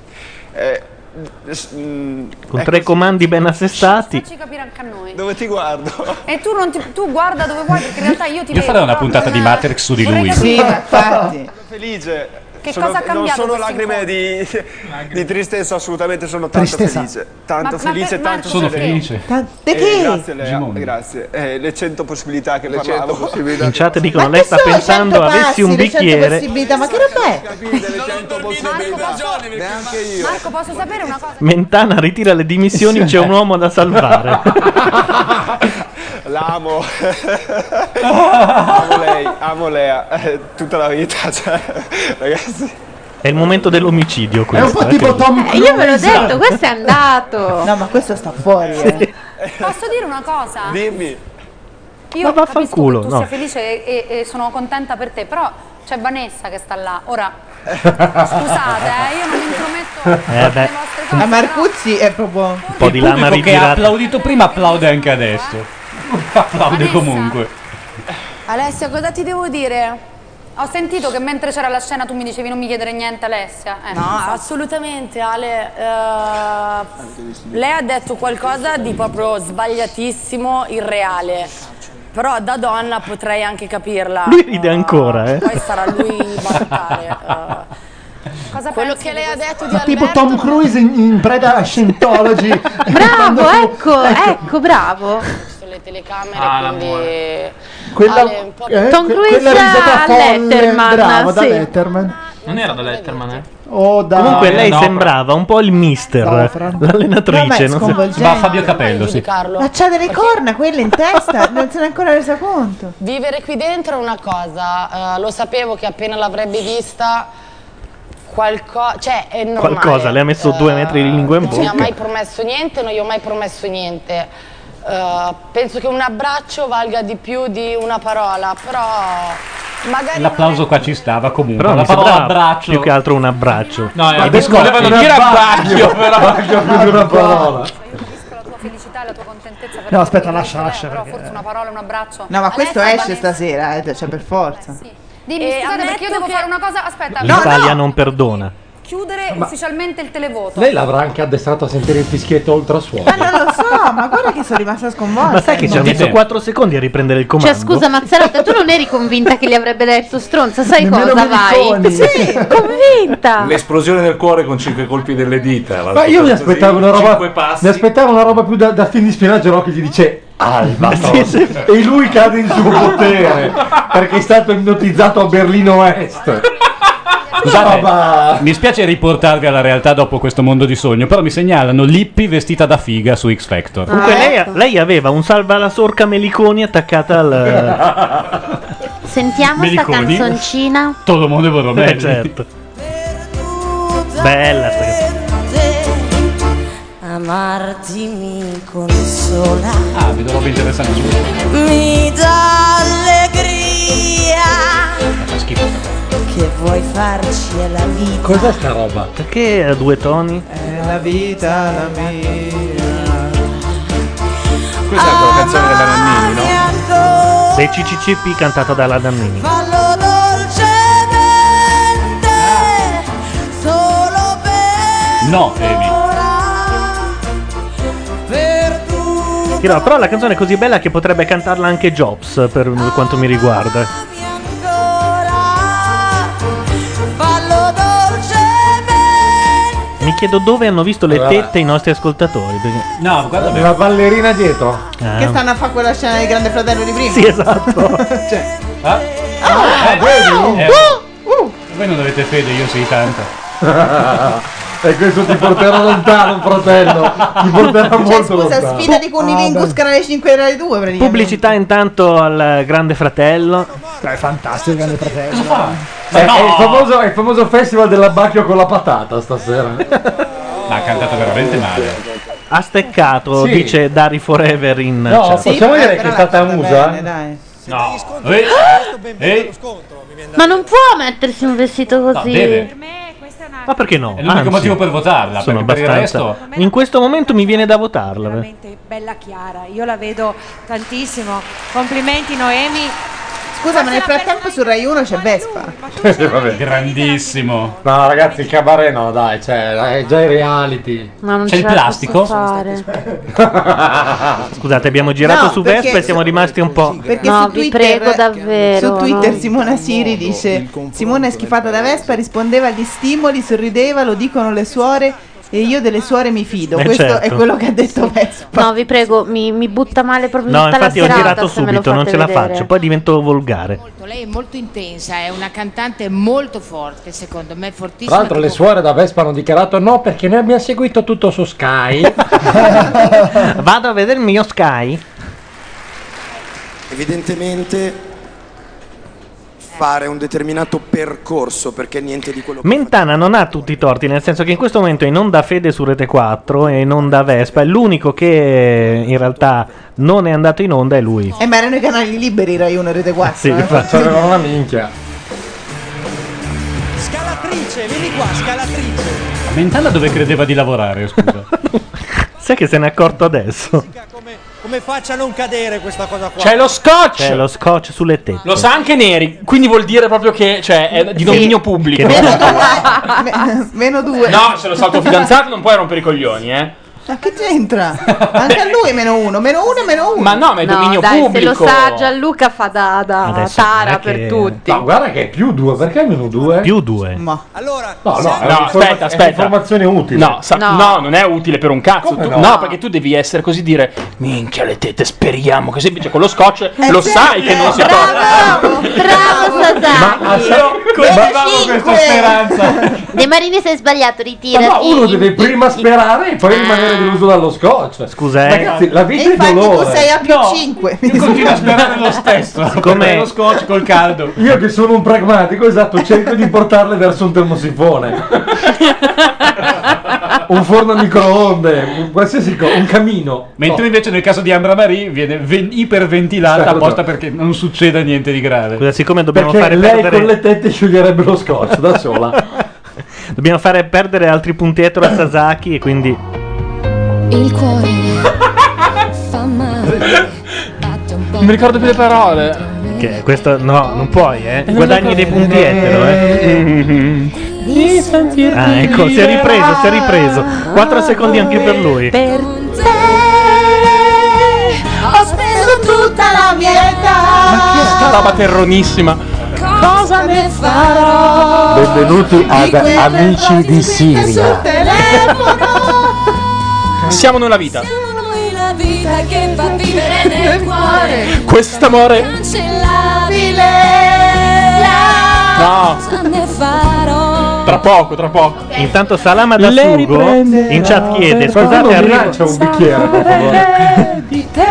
Con 3 comandi ben assestati. Facci capire anche a noi. dove ti guardo? E tu, tu guarda dove vuoi, perché in realtà io ti Io vedo. farei una puntata di Matrix su di lui. Sì, ma infatti. Sono felice. Che cosa ha cambiato Non sono questo lacrime di tristezza, assolutamente sono tanto Tristezza. felice. Tanto Ma felice, per- tanto Sono sereno. felice. Perché? Grazie Lea, Gimone. grazie. Le 100 possibilità che Le 100 parlavo. possibilità. In chat dicono, Ma lei che sta sono pensando 100 avessi un passi, le 100 bicchiere. possibilità, ma che roba è? Capite le 100 possibilità? Neanche io. Marco, posso sapere una cosa? Mentana ritira le dimissioni, c'è un uomo da salvare. L'amo. Amo Lea. Tutta la vita. Cioè, ragazzi. È il momento dell'omicidio È un questo. po' tipo Tom Cruise. Io ve l'ho detto, questo è andato. No, ma questo sta fuori, Posso dire una cosa? Dimmi. Io Ma capisco vaffanculo, che tu no. sia felice e sono contenta per te, però c'è Vanessa che sta là. Ora, scusate, io non mi intrometto. Beh, A Marcuzzi è proprio un po' di Il lama pubblico che ha rigirata. applaudito prima applaude anche adesso. Applaude comunque. Alessia, cosa ti devo dire? Ho sentito che mentre c'era la scena tu mi dicevi non mi chiedere niente, Alessia. No, assolutamente Ale. Lei ha detto qualcosa di proprio sbagliatissimo, irreale. Però da donna potrei anche capirla. Lui ride ancora, Poi sarà lui valutare. Quello che lei ha detto di Tipo Alberto. Tom Cruise in preda a Scientology. Bravo, ecco, bravo. Le telecamere, Ah, quindi. Quella, Ale, un po' Tom Cruise quella risata a folle, Letterman, bravo, da sì. Letterman. Non era da Letterman, eh? Oh, da... Comunque No, lei no, sembrava un po' il mister, l'allenatrice. Vabbè, non so. sconvolgente. Va Fabio Capello, sì. Ma c'ha delle corna quelle in testa, non se n'è ancora resa conto. Vivere qui dentro è una cosa, lo sapevo che appena l'avrebbe vista cioè è normale. Qualcosa, le ha messo 2 metri di lingua in Non mi ha bocca. mai promesso niente, non gli ho mai promesso niente. Penso che un abbraccio valga di più di una parola, però magari L'applauso qua ci stava comunque. Però la mi parola sembrava abbraccio. più che altro un abbraccio. No, I i biscotti. volevano dire abbraccio, però. Più di una parola. la tua felicità e la tua contentezza per No, me, aspetta, perché lascia, forse- lascia, Però perché- forse una parola, un abbraccio. No, ma questo Alessia, esce Vanessa. stasera, cioè per forza. Dimmi, E scusate, perché io ammetto devo che- fare una cosa. Aspetta, L'Italia non perdona. chiudere ufficialmente il televoto. Lei l'avrà anche addestrato a sentire il fischietto ultrasuono. Ma non lo so, ma guarda che sono rimasta sconvolta. Ma sai che ci ha messo 4 secondi a riprendere il comando? Cioè, scusa, Mazzarotta, tu non eri convinta che gli avrebbe detto stronza, sai Nemmeno cosa vai? Meliconi. Sì, convinta. L'esplosione del cuore con 5 colpi delle dita. Ma io mi aspettavo una roba. 5 passi. Mi aspettavo una roba più da film di spionaggio, no? Che gli dice Alba. E lui cade in suo potere. Perché è stato ipnotizzato a Berlino Est. Scusate, mi spiace riportarvi alla realtà dopo questo mondo di sogno, però mi segnalano Lippi vestita da figa su X Factor. Comunque lei aveva un salva la sorca Meliconi attaccata al... Sentiamo sta Meliconi? canzoncina. Todo il mondo vorrà bene. certo. Bella sta canzone. Amarti mi consola, Ah, vedo roba interessante su. mi dà allegria. Fa schifo sta cosa. Che vuoi farci alla vita? Cos'è sta roba? Perché ha 2 toni? È la vita, la mia. Questa è quella canzone della Nannini, no? Dei CCCP cantata dalla Dannini. Fallo dolcemente, solo per No, Emi. per tu. Dirò, però la canzone è così bella che potrebbe cantarla anche Jobs per quanto mi riguarda. Fallo dolcemente. Mi chiedo dove hanno visto le tette i nostri ascoltatori. Perché... No, guarda La ballerina dietro. Ah. Che stanno a fare quella scena del Grande Fratello di prima. Sì, esatto. Cioè, Vedi? Voi non avete fede, io sì, tanta. E questo ti porterà lontano, fratello. Ti porterà cioè, molto scusa, lontano. sfida di Cunnilingus canale 5 e Rai 2 praticamente. Pubblicità intanto al Grande Fratello. È fantastico il Grande Fratello. È il famoso festival dell'abbacchio con la patata stasera. Ma ha cantato veramente male. Ha steccato, Sì. dice Dari Forever in No, chat. possiamo dire che è stata Bene, musa? dai. No. Ma non può mettersi un vestito così. deve. Ma perché no? È l'unico Anzi, motivo per votarla, sono perché per il abbastanza. resto. In questo momento mi viene da votarla. Veramente bella chiara, io la vedo tantissimo. Complimenti Noemi. Scusa, ma nel frattempo su Rai 1 c'è Vespa. Vabbè. Grandissimo. No, ragazzi, il cabaret no, dai, cioè, è già i reality. Ma non C'è il ce la plastico? posso fare. Scusate, abbiamo girato No, su perché- Vespa e siamo rimasti un po'. Perché No, su vi Twitter, prego davvero, su Twitter no. Simona Siri dice: Simona è schifata da Vespa, rispondeva agli stimoli, sorrideva, lo dicono le suore e io delle suore mi fido. Questo certo. è quello che ha detto Vespa. No, vi prego, mi butta male proprio No, tutta la infatti ho serata girato se me lo subito, non fate ce la vedere. faccio, poi divento volgare. Lei è molto intensa, è una cantante molto forte, secondo me, fortissima. Tra l'altro le suore da Vespa hanno dichiarato no perché noi abbiamo seguito tutto su Sky. Vado a vedere il mio Sky. Evidentemente fare un determinato percorso, perché niente di quello che Mentana non ha tutti i torti, nel senso che in questo momento è in onda Fede su Rete 4 e in onda Vespa, e l'unico che in realtà non è andato in onda è lui. Ma erano i canali liberi Rai 1 e Rete 4. Sì, infatti. C'avevano una minchia. Scalatrice, vieni qua, scalatrice. Mentana dove credeva di lavorare, scusa? Sai che se n'è accorto adesso? Come faccia a non cadere questa cosa qua? C'è lo scotch! C'è lo scotch sulle tette. Lo sa anche Neri, quindi vuol dire proprio che è di dominio pubblico. Meno 2. No, se lo sa il tuo fidanzato non puoi rompere i coglioni, Ma che c'entra? Anche a lui è meno 1. Meno 1 e meno 1. Ma no, ma è dominio pubblico. Se lo sa Gianluca fa da Adesso tara non è per che- tutti. No, guarda che è più 2, perché è meno 2? Più 2. Ma allora, no, aspetta. È informazione utile. No, no, non è utile per un cazzo. Come Tu- no? no, perché tu devi essere così dire minchia le tette, speriamo che semplice con lo scotch lo sai che non si può. Bravo Sasaki. Coltivavo questa speranza. De Marini sei sbagliato, ritirati. Ma uno deve prima sperare e poi rimanere deluso dallo scotch. Scusa, ragazzi, la vita è infatti dolore. tu sei a più 5. Io continuo a sperare lo stesso. Siccome- Lo scotch col caldo. Io che sono un pragmatico, esatto, cerco di portarle verso un termosifone. Un forno a microonde, qualsiasi cosa, un camino. Mentre invece nel caso di Ambra Marie viene iperventilata Certo. apposta perché non succeda niente di grave. Scusa, siccome dobbiamo Perché fare lei perdere con le tette scioglierebbe lo scotch da sola. dobbiamo fare perdere altri puntetti a Sasaki e quindi Il cuore fa male. Non mi ricordo più le parole. che questo no, non puoi, guadagni dei punti etero, Di sentirti Ah, ecco, si è ripreso. 4 secondi anche per lui. Per te ho speso tutta la mia età. Sta roba terronissima. Cosa ne farò? Benvenuti ad Di quelle Amici di sul Siria. Siamo nella vita. Noi la vita che fa vivere nel cuore. Quest'amore. Cancellabile. No. Cosa ne farò? Tra poco. Intanto Salama da Lei Sugo riprende in chat chiede: Qualcuno scusate, mi arrivo. lancia un bicchiere, per favore. Di te.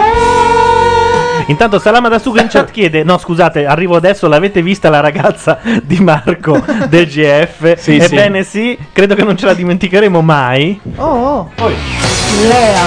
Intanto Salama da Sugo in chat chiede: no, scusate, arrivo adesso. L'avete vista la ragazza di Marco del GF? Sì, Ebbene sì, credo che non ce la dimenticheremo mai. Oh. Lea.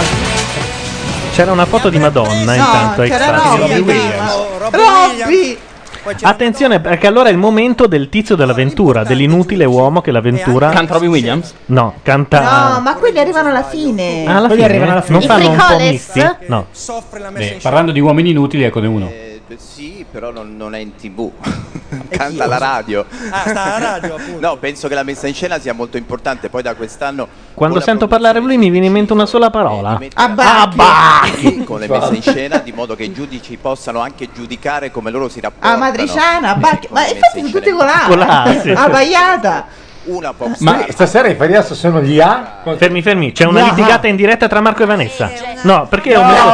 C'era una foto di Madonna intanto. c'era extra. Robby prima. Robby. Attenzione, perché allora è il momento del tizio dell'avventura, dell'inutile uomo che l'avventura. Canta Robin Williams? No, canta. No, ma quelli arrivano alla fine. Ah, alla quelli fine? arrivano alla fine. Non I fanno un po' frijoles? misti? No. Parlando di uomini inutili, eccone uno. Sì, però non è in TV. Canta alla radio. Ah, sta alla radio, appunto. No, penso che la messa in scena sia molto importante. Poi da quest'anno Quando sento parlare lui mi viene in mente una sola parola. Abbacchi con le messe in scena, di modo che i giudici possano anche giudicare come loro si rapportano. Matriciana, Bacchi. Ma infatti sono tutti colà. Colà, sì. Abbaiata. Una pop Ma stasera i Ferias sono gli A? Fermi, c'è una No. litigata in diretta tra Marco e Vanessa. No, perché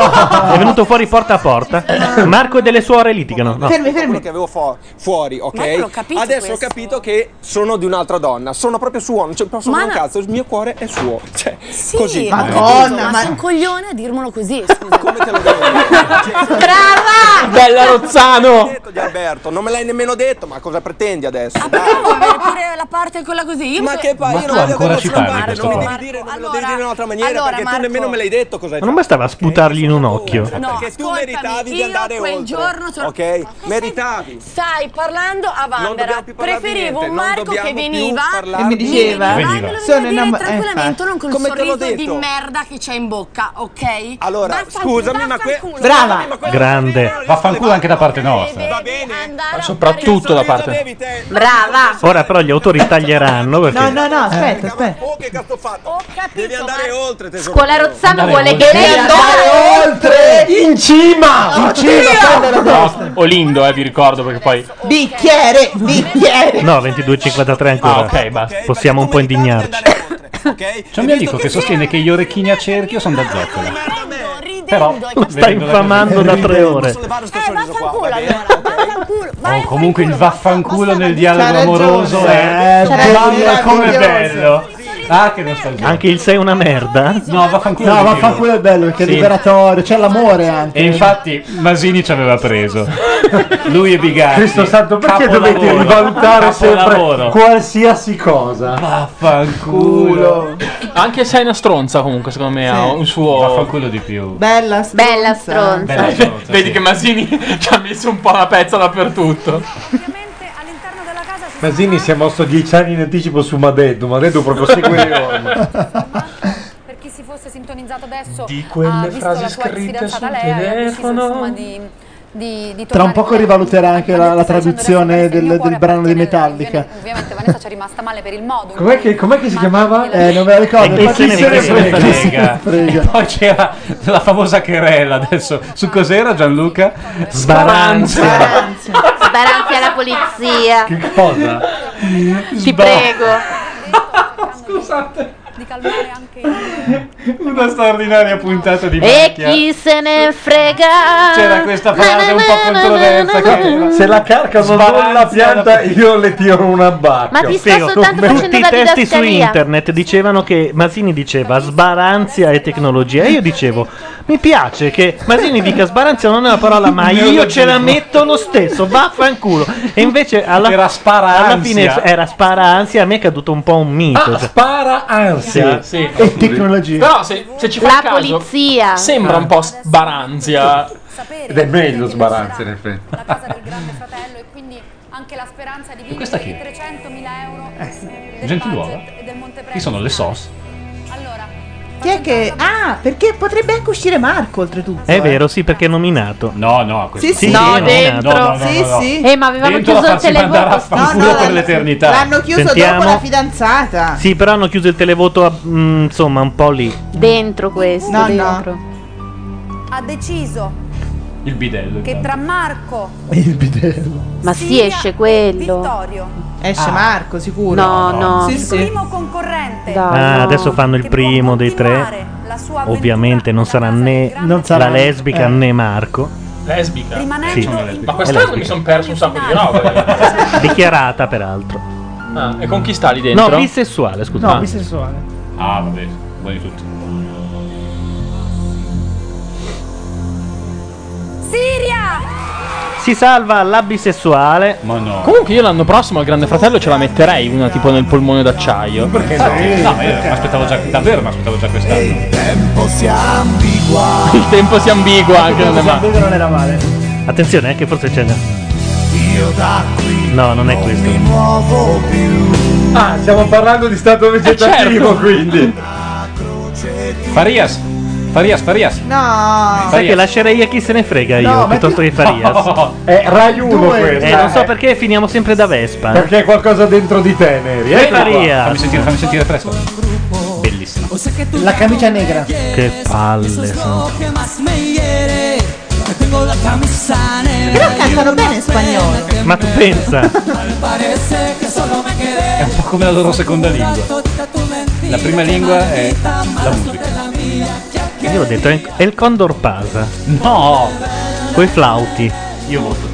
è venuto fuori porta a porta. Marco e delle suore litigano. No. Quello che avevo fuori, ok? Ma io l'ho capito Adesso ho questo. capito che sono di un'altra donna. Sono proprio suo, non ci posso Ma fare un no. cazzo. Il mio cuore è suo. Cioè, Sì, così. ma Madonna, sei un coglione a dirmelo così, scusa. Come te lo devo dire? Brava! Bella Rozzano! Detto di Alberto, non me l'hai nemmeno detto, ma cosa pretendi adesso? Ah, perché devo avere pure la parte quella così? Io Ma mi- che Ma io tu non voglio ancora ci parli scopare, questo non mi qua? devi dire, non me lo Allora- devi dire in un'altra maniera, allora, perché Marco- tu nemmeno me l'hai detto cosa hai Ma non bastava sputargli in un occhio. No, perché tu ascoltami, meritavi di io andare quel oltre. giorno sono- Ok? Ma cosa Meritavi. Stai parlando a Non Vanvera. dobbiamo più parlare di Preferivo niente, un non Marco dobbiamo che più veniva parlare E mi di diceva, niente. Veniva. sono tranquillamente, non col Come te l'ho sorriso di detto? merda che c'è in bocca, ok? Allora, scusami, ma Brava. Grande. Vaffanculo anche da parte nostra. Va bene? Andare a Soprattutto da parte. Brava! Ora però gli autori taglieranno perché No, aspetta. Oh, che cazzo ho fatto? Ho capito, Devi andare ma- oltre, tesoro. Scuola Rozzano Andare vuole oltre. che lei Andare oltre. In cima. Prendere la destra. No, Olindo, vi ricordo perché poi. Bicchiere. no, 22,53 ancora. Ah, ok, basta. Possiamo un po' indignarci. C'è un mio amico che sostiene che gli orecchini a cerchio sono da zoccola. Ridendo, Però Lo sta infamando da 3 ore. vaffanculo allora, vaffanculo. Oh, comunque il vaffanculo nel dialogo C'ha ragione. amoroso è C'ha ragione. mamma come bello. Ah, che nostalgia. Anche il sei una merda? No, vaffanculo. No, di più. vaffanculo è bello perché è Sì. liberatorio, c'è l'amore anche. E infatti Masini ci aveva preso. Lui e Bigatti. Cristo santo, perché dovete rivalutare sempre Capolavoro. qualsiasi cosa? Vaffanculo. Anche se è una stronza comunque, secondo me ha un suo... Vaffanculo di più. Bella stronza. Bella stronza. Vedi che Masini ci ha messo un po' la pezza dappertutto. Masini si è mosso 10 anni in anticipo su Madeddu proprio segue le orme. Per chi si fosse sintonizzato adesso, Di quelle ha visto frasi la tua scritte fidanzata sul Lea e ha deciso telefono. insomma di Tra un poco rivaluterà anche la traduzione del brano di Metallica. Ovviamente Vanessa ci è rimasta male per il modo. Com'è che si chiamava? Non me la ricordo. E chi se ne frega. frega. E poi c'era la famosa querela adesso. Su cos'era, Gianluca? Sbaranzia. Sbaranzia alla polizia. Che cosa? Ti prego. Scusate. Di calmare anche una straordinaria puntata di E macchia. chi se ne frega? C'era questa frase un po' controversa che era, se la carcano non la pianta io le tiro una bacca. Ma ti sto Spiego. soltanto Tutti facendo i la testi su didascalia. internet dicevano che Masini diceva sbaranzia e tecnologia e io dicevo mi piace che Masini dica sbaranzia non è una parola ma io ce la metto lo stesso, vaffanculo. E invece era sparanzia. alla fine era sparanzia, a me è caduto un po' un mito. Spara ansia. Sì. E tecnologia. Però se ci fai La caso, polizia. sembra un po' sbaranzia. Ed è meglio sbaranzia in effetti. La casa del grande fratello e quindi anche la speranza di vincere questa chi i 300.000 euro del Gentiluomo? budget e del Montepremi. Chi sono le SOS? Chi è che... Ah, perché potrebbe anche uscire Marco oltretutto. È vero, sì, perché è nominato. No, Sì, sì. è dentro. nominato. Sì. Ma avevamo Dentro chiuso la il farsi mandare a televoto. fanculo per l'eternità. L'hanno chiuso Sentiamo. dopo la fidanzata. Sì, però hanno chiuso il televoto insomma un po' lì. Dentro questo, No, dentro. Ha deciso Il bidello. che tra Marco Il bidello. Ma si esce quello. Vittorio, Esce Marco, sicuro. No. Sì, il sì. primo concorrente Ah, adesso fanno il primo dei tre. la sua Ovviamente non sarà né sarà- la lesbica né Marco. Lesbica. Sì. Ma quest'anno mi sono perso un sacco di roba. Dichiarata peraltro. Ah, e con chi sta lì dentro? No, bisessuale, scusa. No, bisessuale. Ah, vabbè, buoni tutti. Siria! Si salva la bisessuale. Ma no. Comunque io l'anno prossimo al Grande Fratello ce la metterei una tipo nel polmone d'acciaio. Perché no? No, ma io mi aspettavo già, davvero mi aspettavo già quest'anno. Il tempo si ambigua anche non è male. Non era male. Attenzione, che forse c'è. Io da qui No, non è questo. mi muovo più. Ah, stiamo parlando di stato vegetativo, certo. quindi. Farias. No. Sai che lascerei a chi se ne frega io, No, piuttosto che Farias. È Rai 1 questo. Non so perché finiamo sempre da Vespa. Perché è qualcosa dentro di te, Neri. Farias. Fammi sentire presto. Bellissimo. La camicia negra. Che palle sono. Però cantano bene in spagnolo. Ma tu pensa? È un po' come la loro seconda lingua. La prima lingua è la musica. Io ho detto, è il Condor Pasa. No! Coi flauti. Io voto.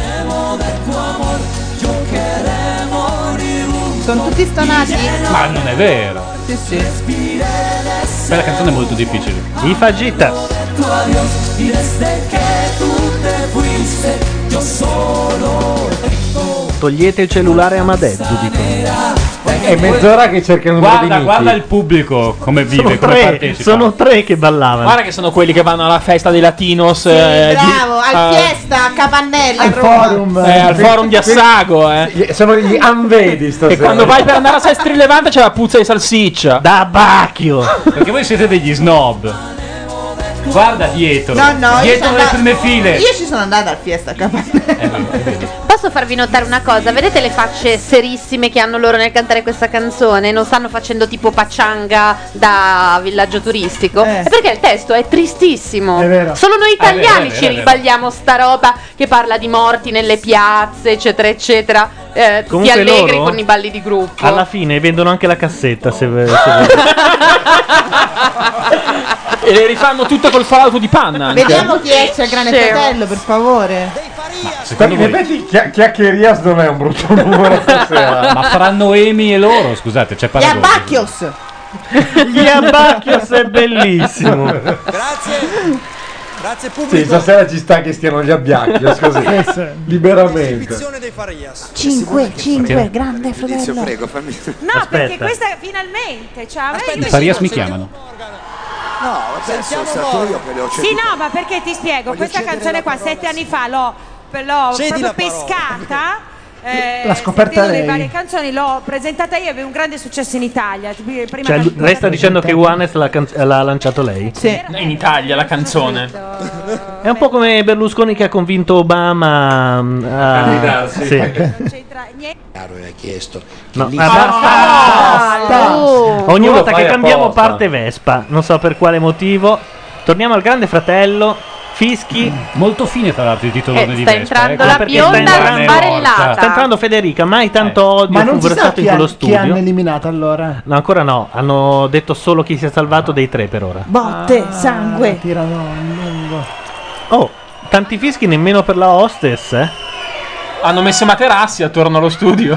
Sono tutti stonati? Ma non è vero. Sì, sì. Quella canzone è molto difficile. I Fagitas. Tu adiós y desde que tú te fuiste yo solo tengo Togliete il cellulare a Madeddu, dicono. È mezz'ora che cerca il numero di Niki. Guarda il pubblico come vive, come partecipa. Sono tre che ballavano. Guarda che sono quelli che vanno alla festa dei Latinos. Bravo, al Fiesta, a Capannella, Al forum. Al forum di Assago. Sono gli Anvedi stasera. E quando vai per andare a Sestri Levante c'è la puzza di salsiccia. Da Bacchio. Perché voi siete degli snob. Guarda dietro. No, io dietro sono le andata- prime file. Io ci sono andata al Fiesta a Capannella. Posso farvi notare una cosa? Vedete le facce serissime che hanno loro nel cantare questa canzone? Non stanno facendo tipo paccianga da villaggio turistico? È perché il testo è tristissimo. È vero. Solo noi italiani è vero, ci è vero. riballiamo sta roba che parla di morti nelle piazze, eccetera, eccetera. Tutti Comunque allegri loro, con i balli di gruppo. Alla fine vendono anche la cassetta se vuoi. E le rifanno tutte col falauto di panna. Anche. Vediamo chi esce al Grande Sì. Fratello, per favore. Secondo in voi? effetti Chiacchierias non è un brutto numero stasera. Ma faranno Emi e loro? Scusate, c'è Gli paragone. Abacchios! Gli Abacchios è bellissimo. Grazie pubblico. Sì, stasera ci sta che stiano gli Abacchios così, liberamente. Esibizione dei Farias. 5, grande fratello. Prego, fammi. No, Aspetta. perché questa finalmente. Cioè, a me- I Farias mi chiamano. No, adesso è stato io che le ho Sì, no, ma perché ti spiego, Voglio questa cedere canzone la qua parola, 7 anni fa l'ho Cedi proprio la parola. pescata. L'ha scoperta sentendo le lei. varie canzoni, l'ho presentata io, aveva un grande successo in Italia. Prima Cioè, lei sta dicendo che Juanes l'ha lanciato lei? Sì. In Italia la canzone. È un po' come Berlusconi che ha convinto Obama a candidarsi. Sì. Caro ha chiesto. No, Basta. ogni Tu lo volta fai che cambiamo apposta. parte Vespa, non so per quale motivo. Torniamo al Grande Fratello. Fischi. Molto fine tra l'altro il titolone di sta Vespa. entrando la perché bionda sta entrando- sbarellata. Sta entrando Federica, mai tanto odio Ma non fu si sa versato in chi, quello chi hanno studio. eliminato allora. No, ancora no, hanno detto solo chi si è salvato dei 3 per ora. Botte, sangue. Tirano in lungo. Oh, tanti fischi nemmeno per la hostess, eh? Hanno messo Materassi attorno allo studio.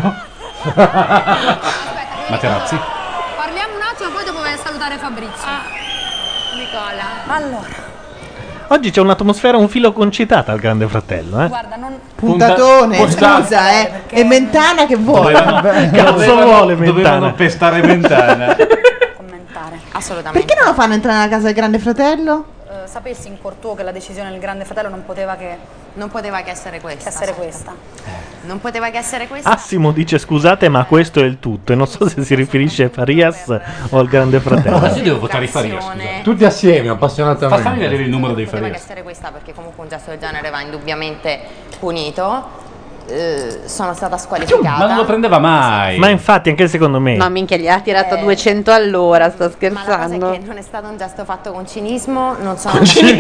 Materazzi. Parliamo un attimo, poi dopo vai a salutare Fabrizio. Nicola. Allora, Oggi c'è un'atmosfera un filo concitata al Grande Fratello, eh? guarda, non... Puntatone, Punta- scusa, E Mentana che vuole? Cazzo vuole Dovevano Mentana? pestare Mentana. Commentare. Assolutamente. Perché non lo fanno entrare nella casa del Grande Fratello? Sapessi in cuor tuo che la decisione del Grande Fratello non poteva che essere questa. Non poteva che essere questa. Assimo dice scusate ma questo è il tutto e non so se si riferisce a Farias o al Grande Fratello. Ma io devo votare i Farias, scusa. Tutti assieme, appassionatamente. Fammi vedere il numero dei Poteva che Farias. essere questa perché comunque un gesto del genere va indubbiamente punito. Sono stata squalificata. Ma non lo prendeva mai. Ma infatti anche secondo me. No, minchia, gli ha tirato 200 all'ora, sto Ma la cosa è scherzando. che non è stato un gesto fatto con cinismo, non sono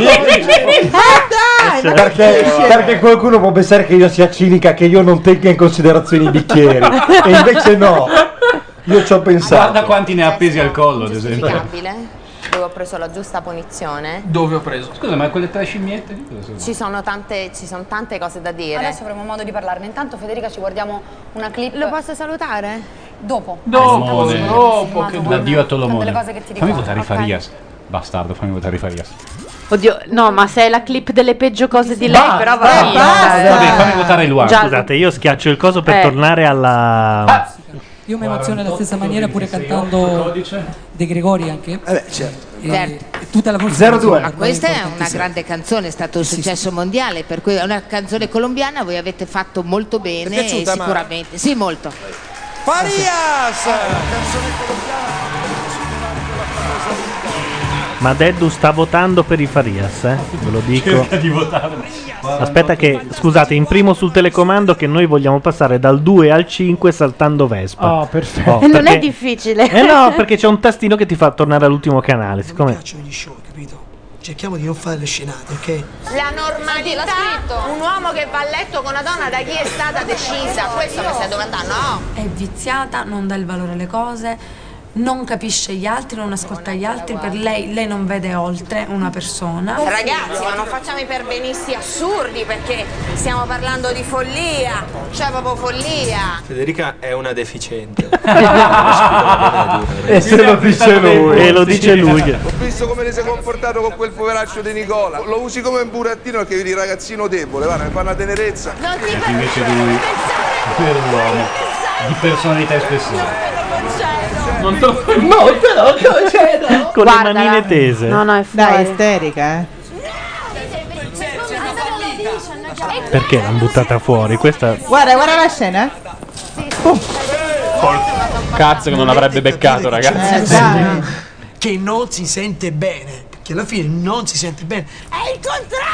Perché qualcuno può pensare che io sia cinica, che io non tenga in considerazione i bicchieri. E invece no. Io ci ho pensato. Guarda quanti ne ha appesi al collo, ad esempio. giustificabile, dove ho preso la giusta punizione. Dove ho preso? Scusa, ma quelle 3 scimmiette di cosa sono? Ci sono tante cose da dire. Adesso avremo modo di parlarne. Intanto, Federica, ci guardiamo una clip. Lo posso salutare? Dopo. Dopo, che Addio a Tolomone. Tante le cose che ti Fammi riguardano, votare i ok? Farias. Bastardo, fammi votare i Farias. Oddio, no, ma se è la clip delle peggio cose di lei, però va via. Vabbè, fammi votare Luan. Già- Scusate, io schiaccio il coso per tornare alla. Io mi emoziono alla stessa maniera pure cantando De Gregori anche. Certo. E tutta la voce. Ma questa è una grande canzone, è stato un successo mondiale, per cui è una canzone colombiana, voi avete fatto molto bene, Ti è piaciuta, e sicuramente, sì, molto. Farias! Ma Deddu sta votando per i Farias, ve lo dico. Cerca di votare. Aspetta che, scusate, imprimo sul telecomando che noi vogliamo passare dal 2 al 5 saltando Vespa. Oh, perfetto. E non perché- è difficile. no, perché c'è un tastino che ti fa tornare all'ultimo canale, siccome... piacciono gli show, capito? Cerchiamo di non fare le scenate, ok? La normalità, un uomo che va a letto con una donna da chi è stata decisa, questo mi stai domandando, no? È viziata, non dà il valore alle cose, non capisce gli altri, non ascolta gli altri, per lei non vede oltre una persona. Ragazzi, ma non facciamo i perbenisti assurdi perché stiamo parlando di follia, cioè proprio follia. Federica è una deficiente. E se lo dice lui. E lo dice lui. Ho visto come ti sei comportato con quel poveraccio di Nicola. Lo usi come un burattino perché vedi ragazzino debole, guarda, mi fa una tenerezza. Invece lui per l'uomo di personalità e spessore. Non te lo No, però conceda. Con le manine tese. No, no, è fuori. Dai, isterica, Perché l'hanno buttata fuori? Questa... Guarda la scena. Cazzo che non avrebbe beccato, ragazzi. Dai. Che non si sente bene, perché alla fine non si sente bene. È il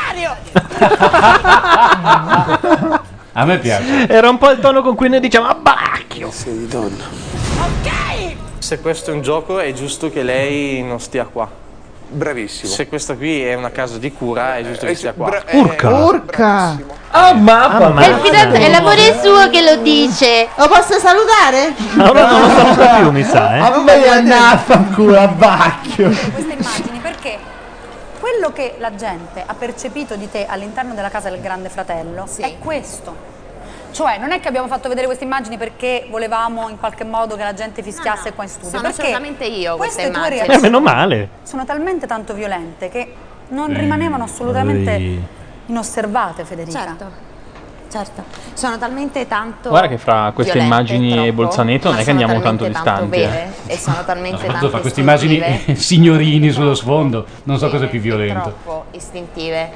contrario! A me piace. Era un po' il tono con cui noi diciamo abbacchio. Sei di donna. Se questo è un gioco è giusto che lei non stia qua. Bravissimo. Se questa qui è una casa di cura è giusto che stia qua. Urca. Ah, mappa. È il fidanzato, è l'amore suo che lo dice. Lo posso salutare? Ora non lo saluta più, mi sa, Ah, ma io andavo a fanculo a bacchio. Queste immagini perché quello che la gente ha percepito di te all'interno della casa del Grande Fratello è questo. Cioè, non è che abbiamo fatto vedere queste immagini perché volevamo in qualche modo che la gente fischiasse qua in studio. Sono perché assolutamente io queste tue immagini. reazioni Meno male. sono talmente tanto violente che non rimanevano assolutamente inosservate, Federica. Certo, sono talmente tanto Guarda che fra queste violente, immagini e troppo, Bolzaneto non ma è che andiamo sono tanto talmente tanto distanti. vere e sono talmente Soprattutto tanto fa queste immagini istintive, signorini sullo sfondo, non so cosa è più violento. troppo istintive.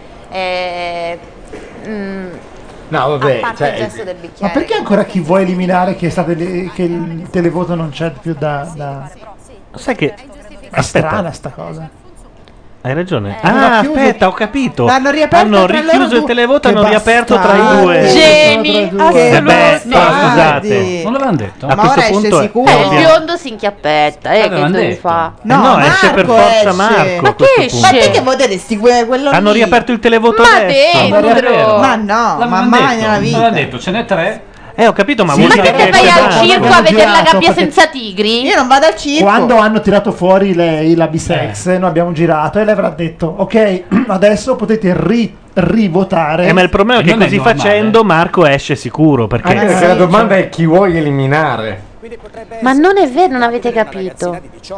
No, vabbè, a parte il gesto del Ma bicchiere. perché ancora chi vuoi eliminare che il televoto non c'è più da... Sai che... È strana sta cosa. Hai ragione. Hanno chiuso- aspetta, ho capito. L'hanno riaperto Hanno tra loro richiuso il due. televoto e Che hanno riaperto tra i bastardi. due. Geni, Eh beh, assolutamente. scusate. Non l'avevano detto? A questo punto il biondo si inchiappetta, che devi fa? No, esce per forza esce. Marco. Ma a questo che punto. Ma te che vorresti quello Hanno lì? riaperto il televoto Ma adesso. dentro! Ma no, ma mai nella vita. L'hanno detto, ce n'è 3. Ho capito, ma Sì, vuol ma dire te che vai al esce circo Marco. a vedere la gabbia senza tigri? Io non vado al circo. Quando hanno tirato fuori lei, la bisex, noi abbiamo girato e lei avrà detto ok, adesso potete rivotare. Ma il problema è che così facendo Marco esce sicuro. Perché Anche perché la domanda è chi vuoi eliminare. Ma non è vero, non avete capito.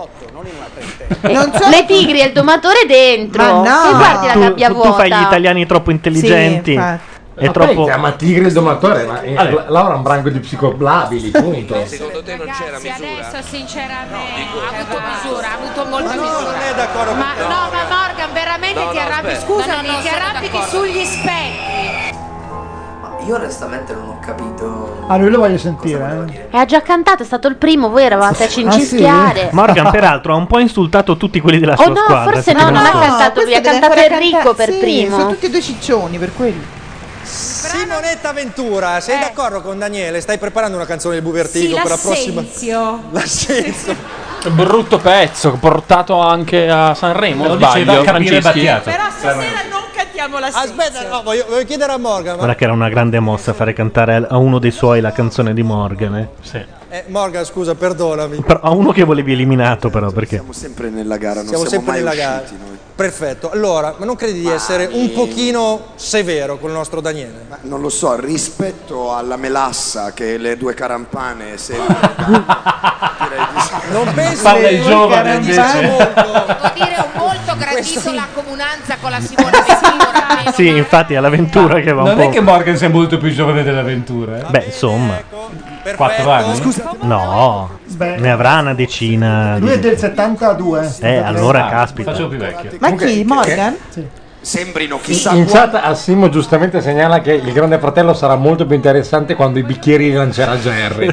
Non so- Le tigri e il domatore dentro. Ma no. E guardi la tu, gabbia tu vuota. fai gli italiani troppo intelligenti. infatti. È Ma troppo... poi chiama Tigre il domatore, ma Allora. Laura è un branco di psicoblabili, punto. Secondo te non c'era misura? Adesso sinceramente ha avuto misura, ha avuto molta no, misura. non è d'accordo con Ma te. no, ma Morgan, veramente No, ti no, arrabbi, aspetta. scusami, No, no, ti sono arrabbichi d'accordo. sugli specchi. Io onestamente non ho capito. Ah, lui lo voglio sentire. E ha già cantato, è stato il primo, voi eravate a cincischiare. Morgan peraltro ha un po' insultato tutti quelli della Oh sua no, squadra. forse no, non ha cantato lui, ha questo deve cantato ancora Enrico per sì, primo. Sono tutti e due ciccioni, per quello. Simonetta Ventura, sei d'accordo con Daniele? Stai preparando una canzone del Buvertigo per la prossima? L'assenzio. Brutto pezzo, portato anche a Sanremo, Lo sbaglio, diceva Capire Francischi. Battiato. Però stasera non cantiamo la Aspetta, no, voglio chiedere a Morgan. Guarda che era una grande mossa fare cantare a uno dei suoi la canzone di Morgan. Sì. Morgan, scusa, perdonami. Però a uno che volevi eliminato, però, perché? Siamo sempre nella gara, non Siamo siamo sempre mai nella gara. usciti noi. Perfetto. Allora, ma non credi di essere un pochino severo con il nostro Daniele? Ma non lo so, rispetto alla melassa che le due carampane sempre direi di sì. Non penso Parla il giovane invece. Devo dire, ho molto gradito la comunanza con la Simone Ventura. Sì, infatti è l'avventura che va un Non po'. è che Morgan sia molto più giovane dell'avventura. Beh, insomma. 4 anni? No, ne avrà una decina. Lui è del 72. Allora caspita. Faccio più vecchio. Ma chi? Morgan? Sembrino chissà In chat Assimo giustamente segnala che il Grande Fratello sarà molto più interessante quando i bicchieri li lancerà Jerry.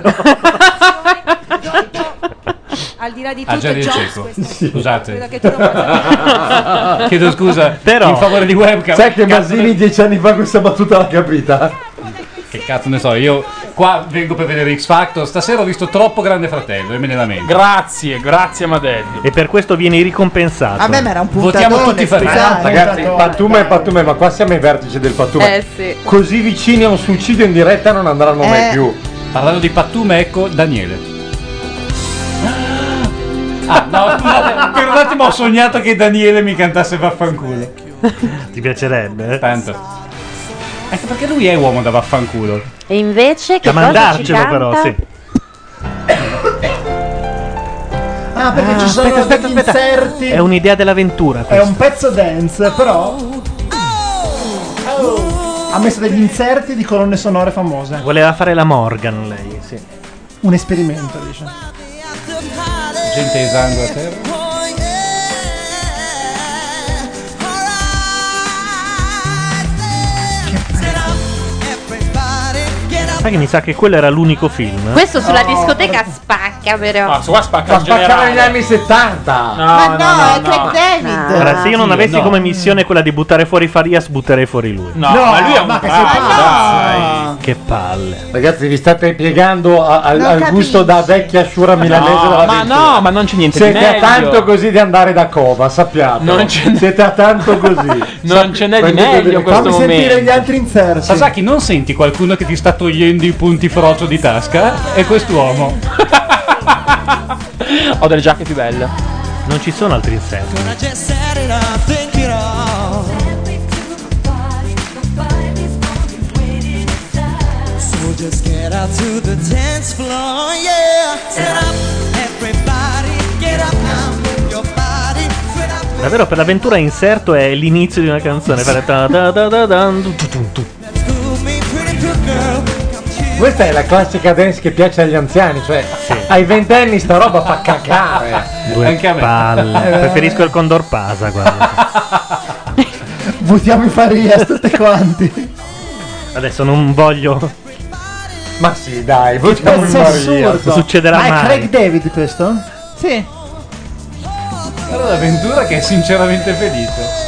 Al di là di Ah, tutto, Jerry è Josh, cieco. questo- Scusate. credo che tu non possa- Chiedo scusa, Però- in favore di webcam. Sai che Masini 10 anni fa questa battuta l'ha capita? Che cazzo ne so, io qua vengo per vedere X Factor. Stasera ho visto troppo Grande Fratello e me ne lamento. Grazie Madelli. E per questo vieni ricompensato. Vabbè, ma era un Votiamo puntatone, tutti Ferrari. scusate. Ragazzi, Pattume e Pattume, ma qua siamo ai vertici del Pattume. Sì. Così vicini a un suicidio in diretta non andranno mai più. Parlando di Pattume, ecco Daniele. Ah, no, scusate, per un attimo ho sognato che Daniele mi cantasse Vaffanculo. Ti piacerebbe? Tanto. Ecco perché lui è uomo da vaffanculo. E invece che Da cosa ci mandarcelo canta? però, sì. Ah, perché ci sono degli inserti. È un'idea dell'avventura È questa. un pezzo dance, però ha messo degli inserti di colonne sonore famose. Voleva fare la Morgan lei, sì. Un esperimento, dice. Gente esangue a terra. Sai che mi sa che quello era l'unico film? Questo sulla discoteca spacca però. Ah, su qua spacca Ma in spaccava generale. negli anni 70. Ma no, è Craig David. Allora, se io non avessi no. come missione quella di buttare fuori Farias, butterei fuori lui. No, ma lui è un ma che bravo, sei dai. Che palle. Ragazzi, vi state piegando al Non gusto da vecchia sciura milanese No, della ma Ventura. no, ma non c'è niente Siete di a meglio. tanto così di andare da Cova, sappiate. Non c'è- Siete a tanto così. Non ce n'è di Prendete meglio delle- in questo Fammi sentire momento. gli altri inserti. Sasaki, non senti qualcuno che ti sta togliendo i punti frocio di tasca? È quest'uomo. Ho delle giacche più belle. Non ci sono altri inserti. I just set it up, think Just get out to the dance floor, yeah. Stand up, everybody, get up now, move your body. Davvero per l'avventura inserto è l'inizio di una canzone. Fare ta da da da dan, tu, tu, tu, tu. Questa è la classica dance che piace agli anziani, cioè ai 20 anni sta roba fa cacare. Due Anche a me. palle. Preferisco il Condor Pasa, guarda. Votiamo i Farias tutti quanti. Adesso non voglio. Ma sì, dai, votiamo i Pezzo Maria. assurdo. Non succederà Ma è mai. Craig David questo? Sì. Allora l'avventura che è sinceramente felice.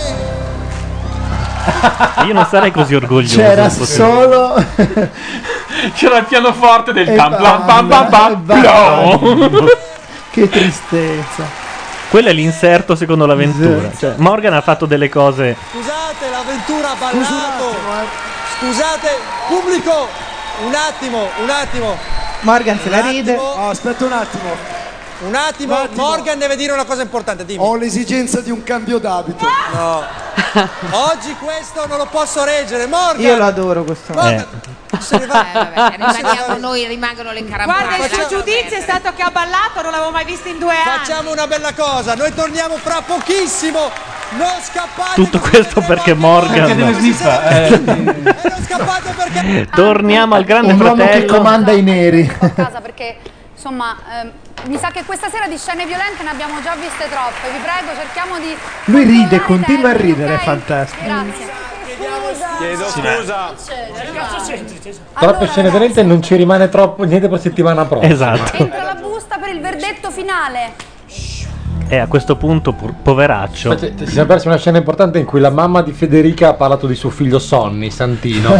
Io non sarei così orgoglioso. C'era se fossi- solo. C'era il pianoforte del E campo. basta. Che tristezza. Quello è l'inserto secondo l'avventura. Cioè, Morgan ha fatto delle cose. Scusate, l'avventura ha ballato. Scusate, pubblico, un attimo. Morgan se la ride. Oh, aspetta un attimo. Un attimo, Morgan deve dire una cosa importante, dimmi. Ho l'esigenza di un cambio d'abito. No. Oggi questo non lo posso reggere, Morgan. Io lo adoro questo. Morgan. Vabbè, rimaniamo noi, rimangono le carambole. Guarda, il suo giudizio è stato che ha ballato, non l'avevo mai visto in 2 anni. Facciamo una bella cosa, noi torniamo fra pochissimo. Non scappate. Tutto questo perché Morgan. Non scappate perché Torniamo al Grande Un uomo che Fratello. comanda i neri. A casa perché insomma mi sa che questa sera di scene violente ne abbiamo già viste troppe. Vi prego, cerchiamo di. Lui ride, continua a ridere, è fantastico. Grazie. Chiedo scusa. Troppe scene violente, non ci rimane troppo niente per settimana prossima. Esatto. Entra la busta per il verdetto finale. E a questo punto, poveraccio. Ci siamo persi una scena importante in cui la mamma di Federica ha parlato di suo figlio Sonny, Santino.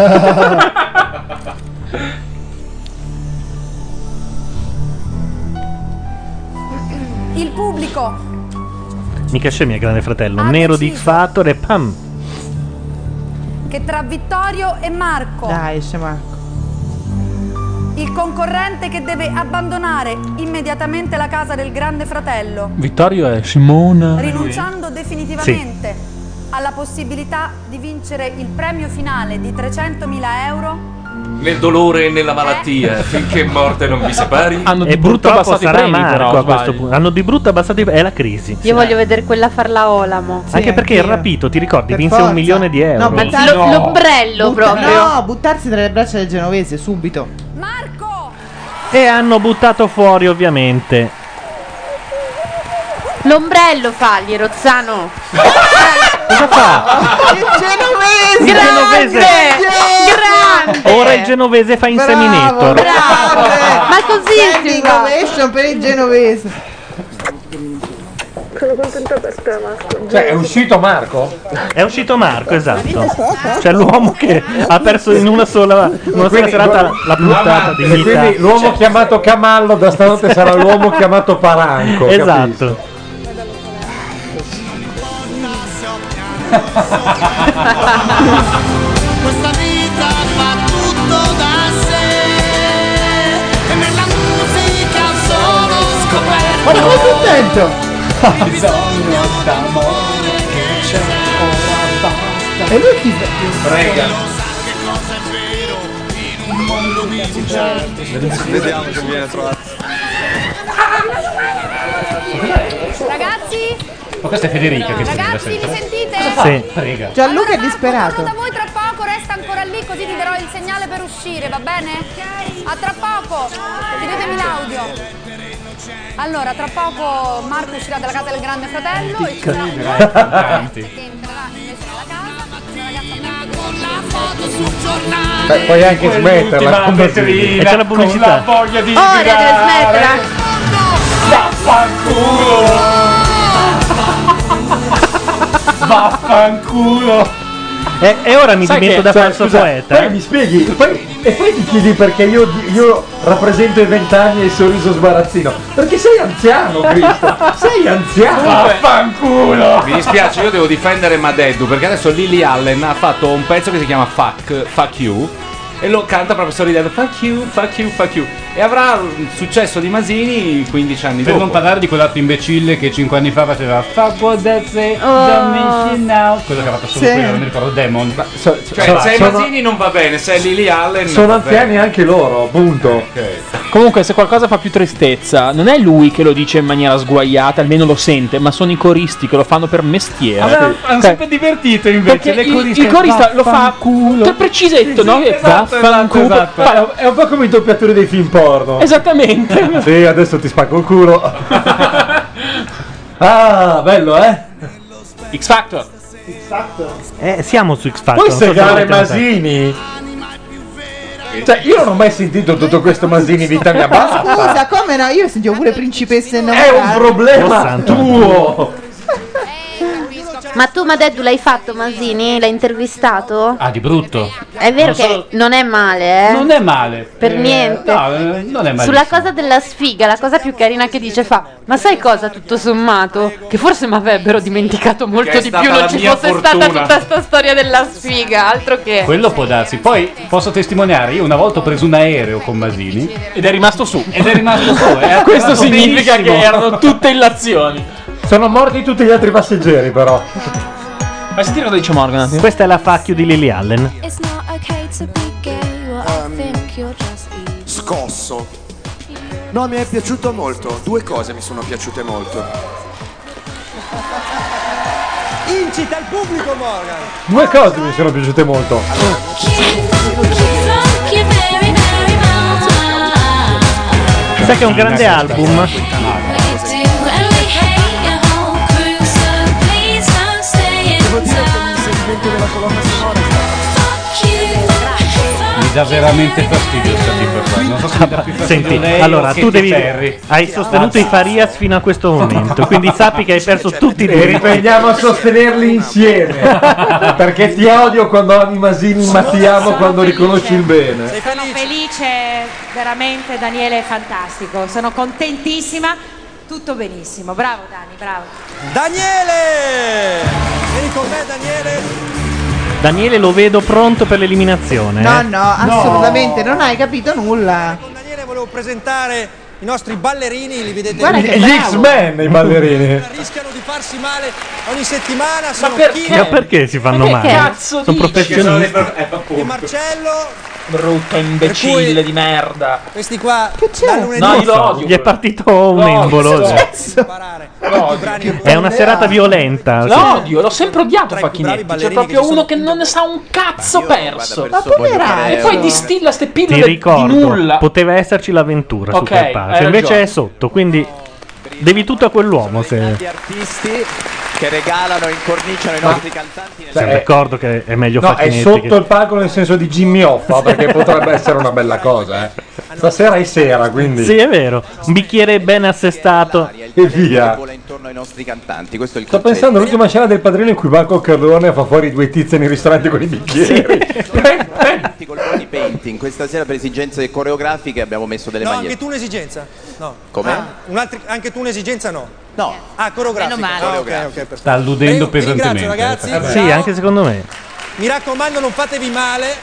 Il pubblico. Mica scemi è Grande Fratello. Nero di X Factor e pam. Che tra Vittorio e Marco, Dai, esce Marco. il concorrente che deve abbandonare immediatamente la casa del Grande Fratello, Vittorio è Simona. rinunciando definitivamente alla possibilità di vincere il premio finale di 300.000 euro. Nel dolore e nella malattia, finché morte non vi separi. Hanno E di brutto purtroppo abbassato i sarà premi, Marco però. a questo sbaglio. punto. Hanno di brutto abbassato è la crisi. Io voglio vedere quella far la Olamo. Anche perché il rapito, ti ricordi, vinse forza. 1 milione di euro. No, buttar- L'ombrello proprio. No, buttarsi tra le braccia del genovese subito. E hanno buttato fuori, ovviamente. L'ombrello fagli, Rozzano. Cosa fa? Il genovese! Il genovese! Grande! Ora il genovese fa Inseminator. Ma così si va. Innovation per il genovese. Sono contenta per te, Marco. Cioè, è uscito Marco? È uscito Marco, esatto. Cioè l'uomo che ha perso in una sola serata la puntata di E vita. quindi l'uomo chiamato Camallo da stanotte sarà l'uomo chiamato Paranco. Esatto. Questa vita fa tutto da sé e nella musica sono scoperto. Ma come contento! Bisogno d'amore che c'è ora basta. E lui chi? Prega. Che cosa è vero in un mondo di incerti. Vediamo se viene trovato. Ragazzi, Ma questa è Federica che scrive ragazzi, mi sempre. sentite? Sì. Prega. Gianluca è disperato. Da voi tra poco, resta ancora lì così ti darò il segnale per uscire, va bene? A tra poco, chiudetemi l'audio. Allora, tra poco Marco uscirà dalla casa del Grande Fratello e ci sarà un che entrerà invece nella casa, una ragazza Beh, puoi anche smetterla. L'ultima come si- vetrina E c'è la con pubblicità. la voglia di Ora deve smetterla. Vaffanculo. E ora mi Sai dimetto che- da falso scusa, poeta. Poi mi spieghi, e poi ti chiedi perché io rappresento i 20 anni e il sorriso sbarazzino. Perché sei anziano, Cristo. Sei anziano. Vaffanculo. Mi dispiace, io devo difendere Madeddu perché adesso Lily Allen ha fatto un pezzo che si chiama Fuck You e lo canta proprio sorridendo, fuck you, fuck you, fuck you. E avrà un successo di Masini 15 anni Per dopo. non parlare di quell'altro imbecille che 5 anni fa faceva fuck what that say, don't mention now. Quello che ha fatto solo Sì. quello, non mi ricordo, Demon. Cioè, se è sono- Masini non va bene, se è Lily Allen Sono va anziani bene. anche loro, punto. Comunque, se qualcosa fa più tristezza, non è lui che lo dice in maniera sguaiata, almeno lo sente, ma sono i coristi che lo fanno per mestiere. Hanno Cioè, sempre divertito invece perché le il coriste. corista lo fa per precisetto, no? Vaffanculo. Fa- È un po' come i doppiatori dei film porno. Esattamente. Sì, adesso ti spacco il culo. Ah, bello, X Factor. Siamo su X Factor. Puoi non so se segare l'avete notato. Masini? Cioè, io non ho mai sentito tutto questo Masini vita mia, basta. Scusa, come no? Io sentivo pure principesse È un innamorate. problema tuo. Ma tu, Madeddu, l'hai fatto Masini? L'hai intervistato? Ah, di brutto. È vero Non che so- non è male, eh? Non è male. Per niente. No, non è male. Sulla cosa della sfiga, la cosa più carina che dice ma sai cosa tutto sommato? Che forse mi avrebbero dimenticato Che molto è di stata più, la non ci mia fosse fortuna. stata tutta sta storia della sfiga, altro che... Quello può darsi. Poi posso testimoniare, io una volta ho preso un aereo con Masini Ed è rimasto su. ed è rimasto su. è Questo atterrato significa benissimo. che erano tutte illazioni. Sono morti tutti gli altri passeggeri, però. Ma sentire cosa dice Morgan. Questa è la facchio di Lily Allen. Scosso. No, mi è piaciuto molto. Due cose mi sono piaciute molto. Incita il pubblico, Morgan. Due cose mi sono piaciute molto. Sai che è un grande album? Devo dire che l'inserimento della colonna sonora Mi dà veramente fastidio sta tipa qua. Non so se mi dà più fastidio Senti, lei allora o tu Katy devi. Perry. Hai sostenuto i Farias fino a questo momento, quindi sappi che hai perso tutti i E diritti. riprendiamo a sostenerli insieme. Perché ti odio quando ami Masini, ma ti amo quando riconosci il bene. Sono felice, veramente Daniele è fantastico, sono contentissima, tutto benissimo, bravo Dani, bravo. Daniele! Vieni con me, Daniele. Daniele lo vedo pronto per l'eliminazione. No, no, assolutamente, non hai capito nulla. Con Daniele volevo presentare i nostri ballerini, li vedete Guarda che Gli bravo. X-Men, i ballerini. rischiano di farsi male ogni settimana, sono perché? Kino Ma perché si fanno Ma che male? cazzo Sono dici? professionisti. e Marcello. Brutto imbecille Per cui- di merda. Questi qua Che c'è? da lunedì No, io lo odio. Gli è partito un embolo. È una serata violenta. Lo odio, l'ho sempre odiato Tra i più bravi Facchinetti. C'è ballerini proprio che ci uno sono che non ne sa un cazzo perso. Ma poverano. E poi distilla ste Ti pillole di ricordo, nulla. poteva esserci l'avventura su Ok, Carpaccio, hai invece ragione. è sotto, quindi devi tutto a quell'uomo. Se... Grandi artisti che regalano e incorniciano i nostri cantanti nel Siamo d'accordo che è meglio No, è Facchinetti. sotto che- il palco nel senso di Jimmy Hoffa, perché potrebbe essere una bella cosa, Stasera è sera, quindi. Sì, è vero. Un bicchiere ben assestato. E via. vola intorno ai nostri cantanti. Questo è il Sto concetto. pensando all'ultima scena del Padrino in cui Marco Carlone fa fuori due tizi nei ristoranti con i bicchieri. Col body painting questa sera per esigenze coreografiche abbiamo messo delle No, magliette. anche tu un'esigenza? No. Come? Anche tu un'esigenza no? No. Ah, coreografica. Meno male. Ah, ok, Coreografica. ok, perfetto. Sta alludendo Vi ringrazio, pesantemente. ragazzi. Sì, anche secondo me. Mi raccomando, non fatevi male.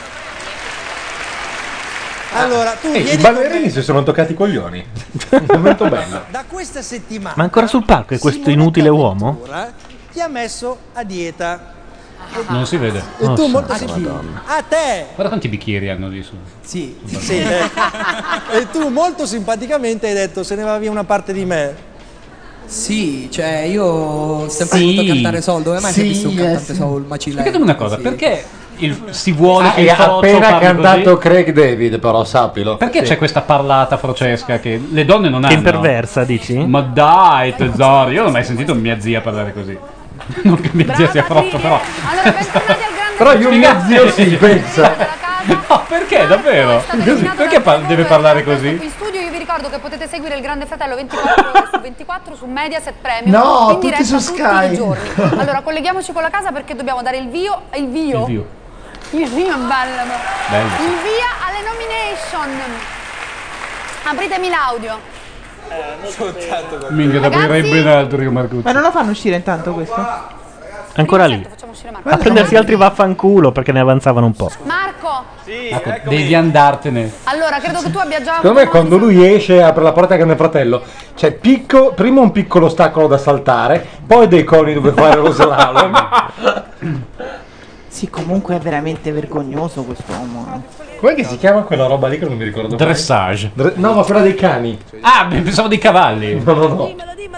Allora, tu I vieni ballerini si sono toccati i coglioni. Un momento bello. da questa settimana. Ma ancora sul palco è questo inutile uomo? Ti ha messo a dieta. Non si vede. E Oh, tu molto santo simpaticamente. A te. Guarda quanti bicchieri hanno lì su. Sì. E tu molto simpaticamente hai detto se ne va via una parte di me. Sì, cioè io ho sempre Sì. voluto cantare soul, dove mai si è visto un cantante soul macileno? Spiegami una cosa, perché si vuole che Hai il Froccio appena parli cantato così? Craig David, però sappilo. Perché Sì. c'è questa parlata frocesca che le donne non hanno? Che imperversa, dici? Ma dai, tesoro, io non ho mai sentito mia zia parlare così. Non che mia zia sia Froccio, però. Però io mio zio si pensa. No, perché davvero? Perché deve parlare così? In studio io vi ricordo che potete seguire il Grande Fratello 24 ore su 24 su Mediaset Premium No, in tutti diretta su tutti Sky. i giorni. Allora colleghiamoci con la casa perché dobbiamo dare il via. Il via è bello. Bello, sì. Il via alle nomination. Apritemi l'audio. Minchia, da aprirei altro io Marcucci. Ma non lo fanno uscire intanto questo? Ancora lì. A prendersi altri vaffanculo perché ne avanzavano un po'. Marco, Ecco, devi andartene. Allora, credo che tu abbia già. Secondo me quando lui esce e apre la porta al Grande Fratello c'è prima un piccolo ostacolo da saltare, poi dei coni dove fare lo slalom. Sì, comunque è veramente vergognoso quest'uomo. Com'è che si chiama quella roba lì che non mi ricordo? Dressage. No, ma quella dei cani. Ah, pensavo dei cavalli. No.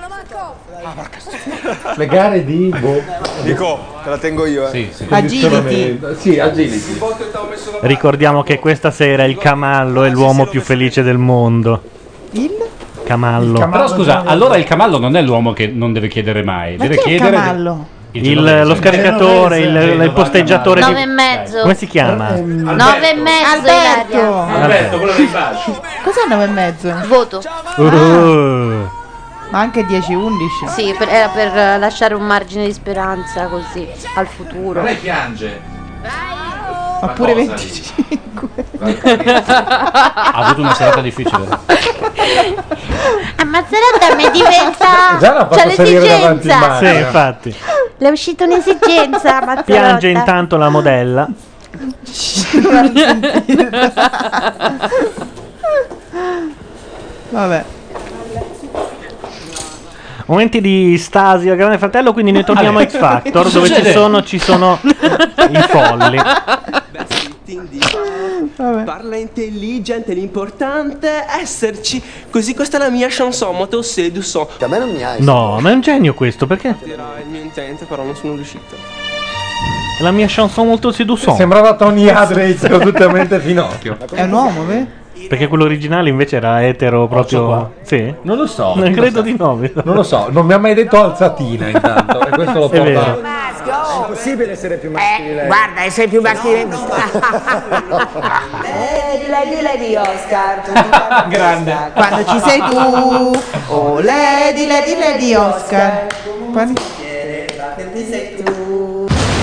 Le gare di Dico, te la tengo io, Sì. Agility. Sì, agility. Ricordiamo che questa sera il camallo è l'uomo più felice del mondo. Il camallo. Però scusa, allora il camallo non è l'uomo che non deve chiedere mai. Ma Deve chi è il chiedere. camallo? Lo scaricatore, il posteggiatore. 9,5. Come si chiama? 9,5. Alberto. Alberto, quello dei baci. Cos'è 9,5? Voto. Ma anche 10-11. Sì, era per lasciare un margine di speranza così al futuro. Lei piange. Ma pure 25. Ha avuto una serata difficile. Ammazzerata mi diventa. Già l'ha fatto salire davanti in l'esigenza. macchina. Sì, infatti. Le è uscita un'esigenza, Mazzarotta. Piange intanto la modella. Vabbè. Momenti di stasi al Grande Fratello, quindi noi torniamo a X Factor dove ci sono i folli. Parla intelligente, l'importante è esserci. Così questa è la mia chanson, ma te sei du son. A me non mi hai. No, ma è un genio questo, perché? Era il mio intento, però non sono riuscito. È la mia chanson molto sedução. Sembrava Tony Hadley assolutamente Finocchio. È un uomo, vero? Perché quello originale invece era etero proprio. Sì? Non lo so. Non credo di no. Non lo so, non mi ha mai detto alzatina intanto. E questo lo È vero. porta. È impossibile essere più maschile. Guarda, sei più maschile. Lady Oscar. Grande. Quando ci sei tu. Oh, Lady Oscar. Quando Ci sei tu.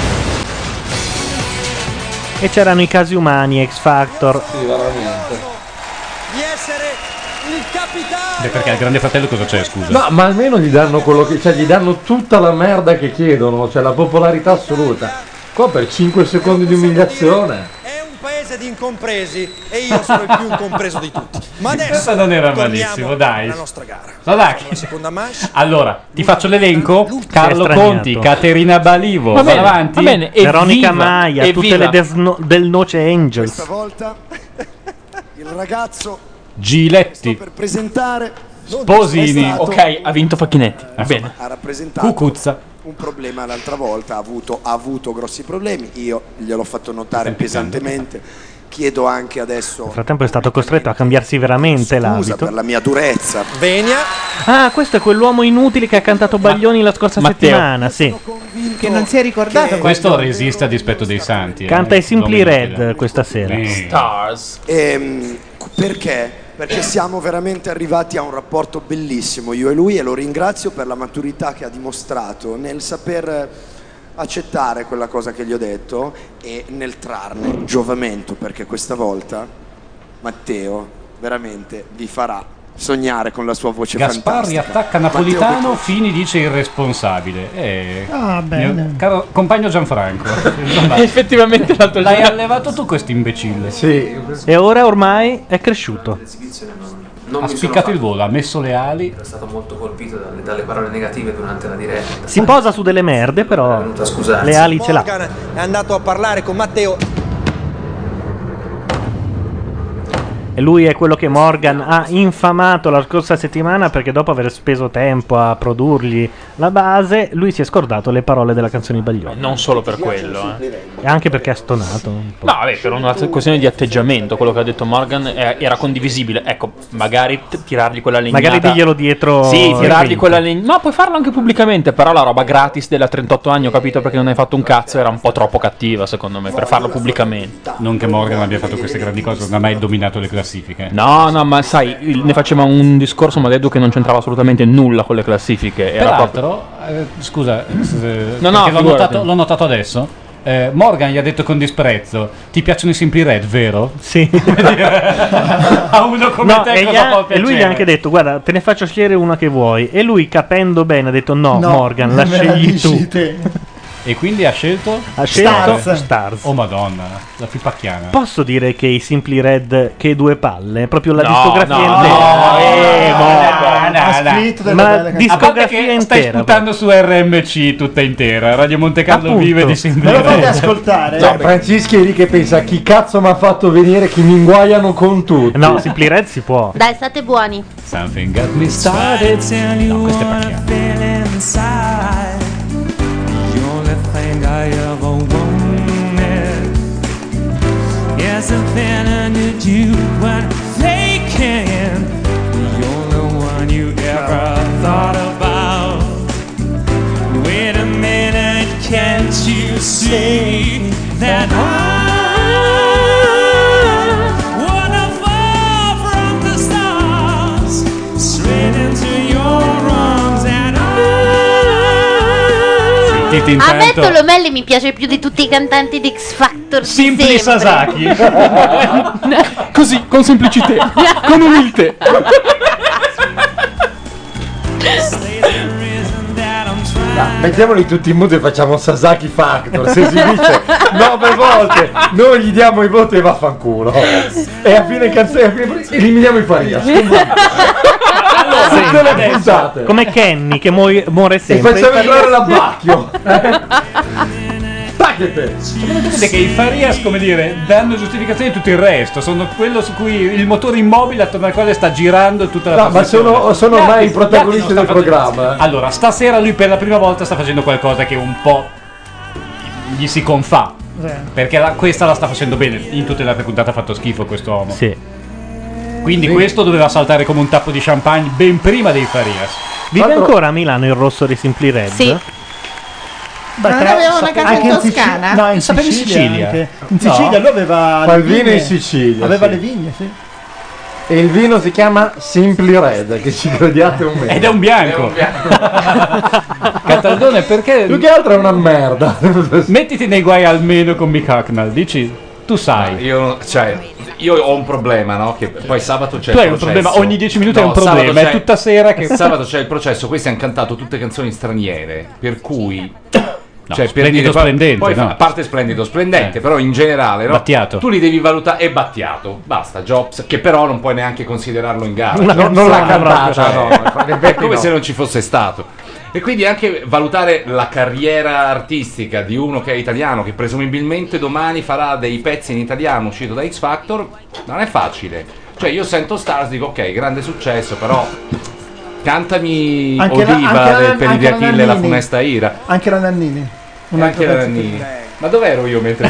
E c'erano i casi umani, X Factor. Sì, veramente. Di essere il capitano. Beh, perché al Grande Fratello cosa c'è, scusa? No, ma almeno gli danno quello che. Cioè, gli danno tutta la merda che chiedono, cioè la popolarità assoluta. Qua per 5 secondi di umiliazione. È un paese di incompresi e io sono il più incompreso di tutti. Ma adesso Questa non era torniamo malissimo, dai. alla nostra gara. Sadaki. La seconda manche. Allora, ti faccio l'elenco. Carlo straniato. Conti, Caterina Balivo. Va bene, avanti. va bene. Veronica Evviva, Maia, tutte evviva. le del Noce Angels. Questa volta il ragazzo Giletti. per presentare Sposini. è stato- Ok, ha vinto Facchinetti. Va bene. ha rappresentato Cucuzza. un problema l'altra volta, ha avuto grossi problemi, io gliel'ho fatto notare pesantemente, chiedo anche adesso Nel frattempo è stato costretto a cambiarsi veramente scusa l'abito. per la mia durezza. Venia. Ah, questo è quell'uomo inutile che ha cantato Baglioni la scorsa Matteo. settimana, sì. che non si è ricordato. Questo resiste a dispetto dei santi. Canta i Simply Non Red inutile. questa sera. Stars. Perché? Perché siamo veramente arrivati a un rapporto bellissimo io e lui, e lo ringrazio per la maturità che ha dimostrato nel saper accettare quella cosa che gli ho detto e nel trarne giovamento, perché questa volta Matteo veramente vi farà sognare con la sua voce Gasparri fantastica. attacca Matteo, Napolitano, che- Fini dice irresponsabile. Ah, bene. Mio caro compagno Gianfranco. Insomma, Effettivamente l'altro l'hai giorno. allevato tu questo imbecille. Sì. E ora ormai è cresciuto. Non Ha mi spiccato sono il volo, ha messo le ali. Ero stato molto colpito dalle parole negative durante la diretta. Si posa su delle merde, però venuto a scusarsi. le ali ce l'ha. Morgan è andato a parlare con Matteo. E lui è quello che Morgan ha infamato la scorsa settimana perché dopo aver speso tempo a produrgli la base, lui si è scordato le parole della canzone di Baglioni. Non solo per quello, E anche perché ha stonato un po'. No, vabbè, per una questione di atteggiamento, quello che ha detto Morgan era condivisibile. Ecco, magari tirargli quella legnata. Magari diglielo dietro. Sì, tirargli requinto. quella legnata. No, puoi farlo anche pubblicamente, però la roba gratis della 38 anni, ho capito perché non hai fatto un cazzo, era un po' troppo cattiva, secondo me, per farlo pubblicamente. Non che Morgan abbia fatto queste grandi cose, non ha mai dominato le classifiche. No, ma sai, ne faceva un discorso, ma ha detto che non c'entrava assolutamente nulla con le classifiche. Era Peraltro, scusa, No, perché figurati. l'ho notato adesso. Morgan gli ha detto con disprezzo: ti piacciono i Simply Red, vero? Sì. A uno come No, te e, cosa può e lui gli ha anche detto: guarda, te ne faccio scegliere una che vuoi. E lui, capendo bene, ha detto: no, Morgan, la me scegli tu. dici te. E quindi ha scelto? Stars. Oh madonna, la più pacchiana. Posso dire che i Simply Red che due palle? Proprio la No, discografia no, intera. Ma discografia che stai intera. sputando su RMC tutta intera. Radio Monte Carlo Appunto. vive di Simply Me lo fate Red. ascoltare? No, Francischi è lì che pensa chi cazzo mi ha fatto venire, che mi inguaiano con tutti. No, Simply Red si può. Dai, state buoni. Something got me started. No, questa è pacchiana. inside. The only thing I ever wanted is a man I need you when they can. The only one you ever thought about. Wait a minute, can't you see that I wanna fall from the stars straight into your arms and A me Tolomelli mi piace più di tutti i cantanti di X Factor. Simply sempre. Sasaki. Così, con semplicità, con umiltà. Mettiamoli tutti in muto e facciamo Sasaki Factor. Se si dice 9 volte, noi gli diamo i voti e vaffanculo. E a fine canzone eliminiamo i Farias. Tutte le puntate. Come Kenny che muore E sempre. facciamo entrare l'abbacchio. Tacchete. Vedete che i Farias, come dire, danno giustificazione di tutto il resto. Sono quello su cui il motore immobile attorno al quale sta girando tutta la No, ma trasmissione. sono ormai i Gli protagonisti altri non del stanno programma. Allora, stasera lui per la prima volta sta facendo qualcosa che un po' gli si confà. Perché questa la sta facendo bene. In tutte le altre puntate ha fatto schifo quest'uomo. Sì. Quindi questo doveva saltare come un tappo di champagne ben prima dei Farias. Vive ancora a Milano il rosso dei Simply Red? Sì. Beh, Ma non tra- aveva una casa anche in Sicilia- Toscana? No, in Sapeva in Sicilia. Sicilia. Anche. In Sicilia lui aveva Fa le il vino vigne. in Sicilia, Aveva sì. le vigne, sì. E il vino si chiama Simply Red, che ci crediate o meno. Ed è un bianco. Cataldone, perché Più che altro è una merda. mettiti nei guai almeno con Mick Hucknall. Dici, tu sai. Io ho un problema, no? Che poi sabato c'è Tu il hai un processo. problema, ogni 10 minuti hai un sabato problema, è c'è- tutta sera che- Sabato c'è il processo, questi hanno cantato tutte canzoni straniere, per cui... per splendido, poi- splendente, poi, no. a parte splendido, splendente, però in generale, no? Battiato. Tu li devi valutare, è Battiato, basta, Jobs, che però non puoi neanche considerarlo in gara. Una non l'ha canzone cantata, proprio, no, è come se non ci fosse stato. E quindi anche valutare la carriera artistica di uno che è italiano, che presumibilmente domani farà dei pezzi in italiano uscito da X Factor, non è facile. Cioè io sento Stars, dico ok, grande successo, però cantami Anche la- Odiva anche la- del per i anche la Achille e la Nannini. funesta ira. Anche la Nannini. E anche la Nannini. Ma dov'ero io mentre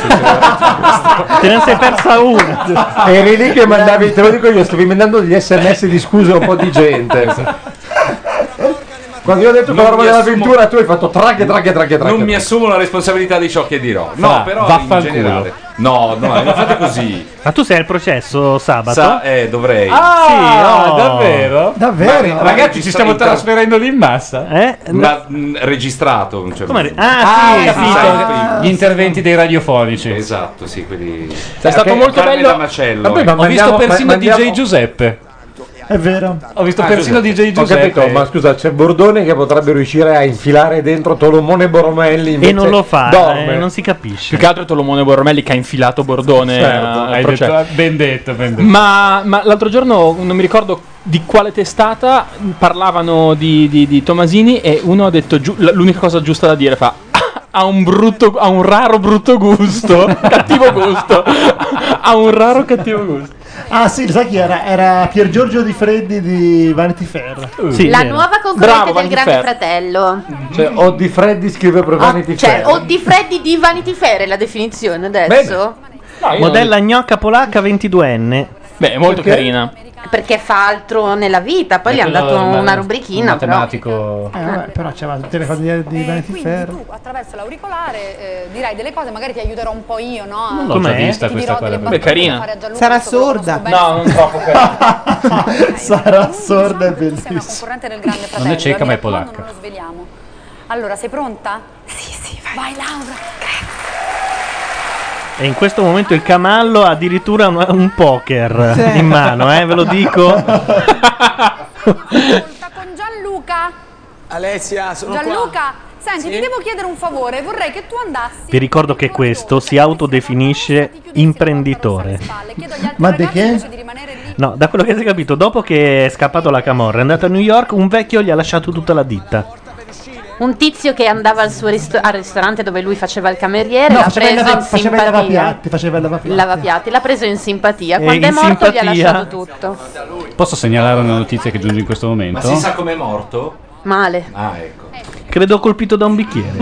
Te ne sei persa una. Eri lì che mandavi, te lo dico io, stavi mandando degli sms di scuse a un po' di gente. Quando io ho detto quella roba dell'avventura, tu hai fatto tracche. Non mi assumo la responsabilità di ciò che dirò. No, Fra, però in vaffanculo. generale. No, non fate così. Ma tu sei al processo sabato? Dovrei. Ah, oh. davvero? Davvero? Ma- Ragazzi, ci stiamo trasferendo lì in massa. Ma registrato. Cioè, Come Ah, sì, capito. sì. Gli interventi dei radiofonici. Esatto, sì, quelli. È stato molto Carne bello. da macello. Vabbè, ho visto persino DJ Giuseppe. È vero. Ho visto persino DJ Ho Giuseppe. capito, ma scusa, c'è Bordone che potrebbe riuscire a infilare dentro Tolomone Boromelli, invece E non lo fa, dorme. non si capisce. Più che altro è Tolomone Borromelli che ha infilato Bordone Certo, al hai processo. detto, ben detto, ben detto. Ma l'altro giorno non mi ricordo di quale testata parlavano di Tomasini e uno ha detto l'unica cosa giusta da dire fa ha un raro brutto gusto, cattivo gusto. Ha un raro cattivo gusto. Ah sì, sai chi era? Era Pier Giorgio Di Freddi di Vanity Fair. La nuova concorrente Bravo, del Vanity Grande Fair. Fratello. Cioè, o Di Freddi scrive per Vanity Cioè, Fair. o di Freddy di Vanity Fair è la definizione adesso. Modella gnocca polacca 22enne. Beh, è molto carina. Perché fa altro nella vita. Poi gli hanno dato una rubrichina. Però. Matematico. Vabbè, però c'era tutte le cose di Vanity Fair. Tu attraverso l'auricolare dirai delle cose, magari ti aiuterò un po' io, no? Non l'ho già vista Ti questa dirò qua. delle Beh, battute carina. da fare a Gianluca, Sarà visto che lo sorda. conosco bene. No, non troppo carina. Sarà sorda e Sei una bellissima. concorrente del Grande Fratello. Non è cieca, ma è mi raccomando, polacca. Non lo sveliamo. Allora, sei pronta? Sì, vai Laura. E in questo momento il Camallo ha addirittura un poker Sì. in mano, ve lo dico. Con Gianluca. Alessia, sono Gianluca, Senti, ti devo chiedere un favore, vorrei che tu andassi. Vi ricordo che questo si autodefinisce imprenditore. Ma di che? No, da quello che si è capito, dopo che è scappato la camorra, è andato a New York, un vecchio gli ha lasciato tutta la ditta. Un tizio che andava al suo al ristorante dove lui faceva il cameriere, No, l'ha faceva il preso in faceva il simpatia. lavapiatti, faceva il lavapiatti. Il lavapiatti, l'ha preso in simpatia. Quando in è morto gli ha simpatia? lasciato tutto. Posso segnalare una notizia che giunge in questo momento? Ma si sa com'è morto? Male. Ah, ecco. Credo colpito da un bicchiere.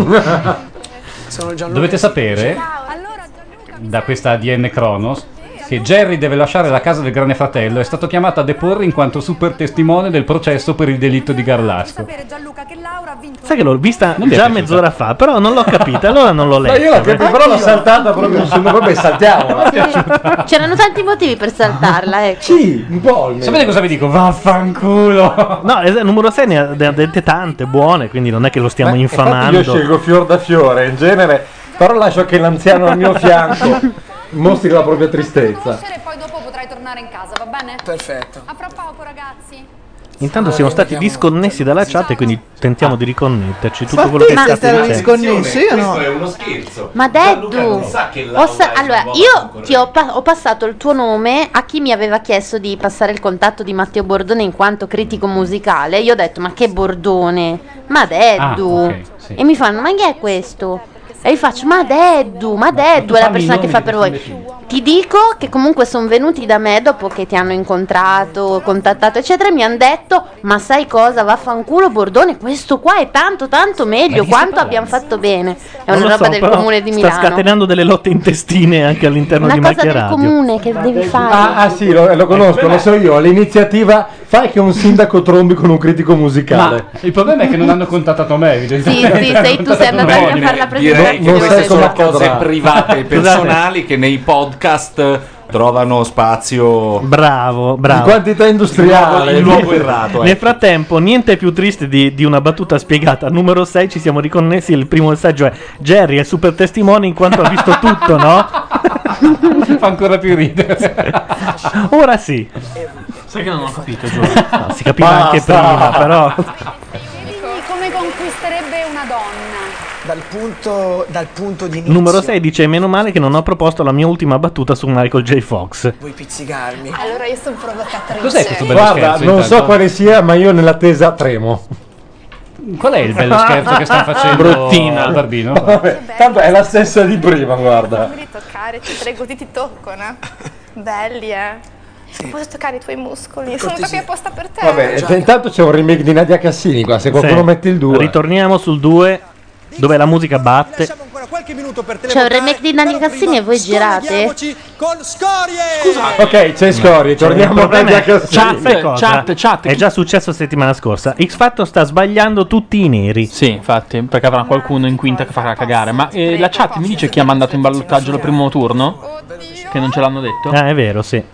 Dovete sapere, da questa ADN Kronos, che Jerry deve lasciare la casa del Grande Fratello. È stato chiamato a deporre in quanto super testimone del processo per il delitto di Garlasco. Sai che l'ho vista Non mi è già piaciuta. mezz'ora fa, però non l'ho capita, allora non l'ho letta. io l'ho capito, però l'ho saltata proprio su. Vabbè, saltiamola. C'erano tanti motivi per saltarla, ecco. Sì, un po'. almeno. Sapete cosa vi dico? Vaffanculo. No, il numero 6 ne ha dette tante buone, quindi non è che lo stiamo Infatti infamando. io scelgo fior da fiore in genere, però lascio che l'anziano al mio fianco mostri la propria tristezza. E poi dopo potrai tornare in casa, va bene? Perfetto. A fra poco, ragazzi. Intanto siamo stati disconnessi dalla chat e quindi tentiamo di riconnetterci. Tutto Ma quello che te state stavi dicendo. disconnesso, io no. Questo è uno scherzo. Ma Deddu, allora io ti ho passato il tuo nome a chi mi aveva chiesto di passare il contatto di Matteo Bordone in quanto critico musicale. Io ho detto ma che Bordone? Ma Deddu. Ah, ok, sì. E mi fanno ma chi è questo? E io faccio ma Deddu è la persona che fa per voi. Ti dico che comunque sono venuti da me dopo che ti hanno incontrato, contattato eccetera, e mi hanno detto ma sai cosa, vaffanculo Bordone, questo qua è tanto meglio, quanto abbiamo fatto bene. È Non una lo roba so, del però comune di sta Milano. scatenando delle lotte intestine anche all'interno Una di cosa Macchia del Radio. comune che devi fare. Ah sì, lo conosco, lo so io. L'iniziativa fai che un sindaco trombi con un critico musicale. Il problema è che non hanno contattato me, evidentemente. Sì, sei tu, sei andato anche a fare la Direi che Non queste sai come sono cose accadrà. private e personali che nei podcast trovano spazio. Bravo. Di quantità industriale. Il luogo errato. Nel frattempo, niente più triste di una battuta spiegata. Numero 6 ci siamo riconnessi. Il primo messaggio è: Jerry è super testimone in quanto ha visto tutto, no? Fa ancora più ridere. Ora sì. Sai che non ho capito, giuro. No, si capiva anche prima, però. Chiedimi come conquisterebbe una donna. Dal punto di inizio. Numero 6 dice: meno male che non ho proposto la mia ultima battuta su Michael J. Fox. Vuoi pizzicarmi? Allora io sono provocatrice. Cos'è questo bello Guarda, scherzo? non intanto? so quale sia, ma io nell'attesa tremo. Qual è il bello scherzo che sta facendo Bruttina. il Barbino? Vabbè, tanto è la stessa di prima, guarda. Non mi toccare, ti prego, ti tocco, no? Belli, Posso toccare i tuoi muscoli? Sono proprio apposta per te. Vabbè, intanto c'è un remake di Nadia Cassini qua, se qualcuno Sì. mette il 2. Ritorniamo sul 2, dove la musica batte. C'è un remake di Nadia Cassini e voi girate? Con scorie. Ok, c'è Scorie, torniamo a Nadia Cassini. Sai cosa? Chat. È già successo settimana scorsa. X Factor sta sbagliando tutti i neri. Sì, infatti, perché avrà qualcuno in quinta che farà cagare. Ma la chat mi dice chi ha mandato in ballottaggio al primo turno? Che non ce l'hanno detto? Ah, è vero, sì.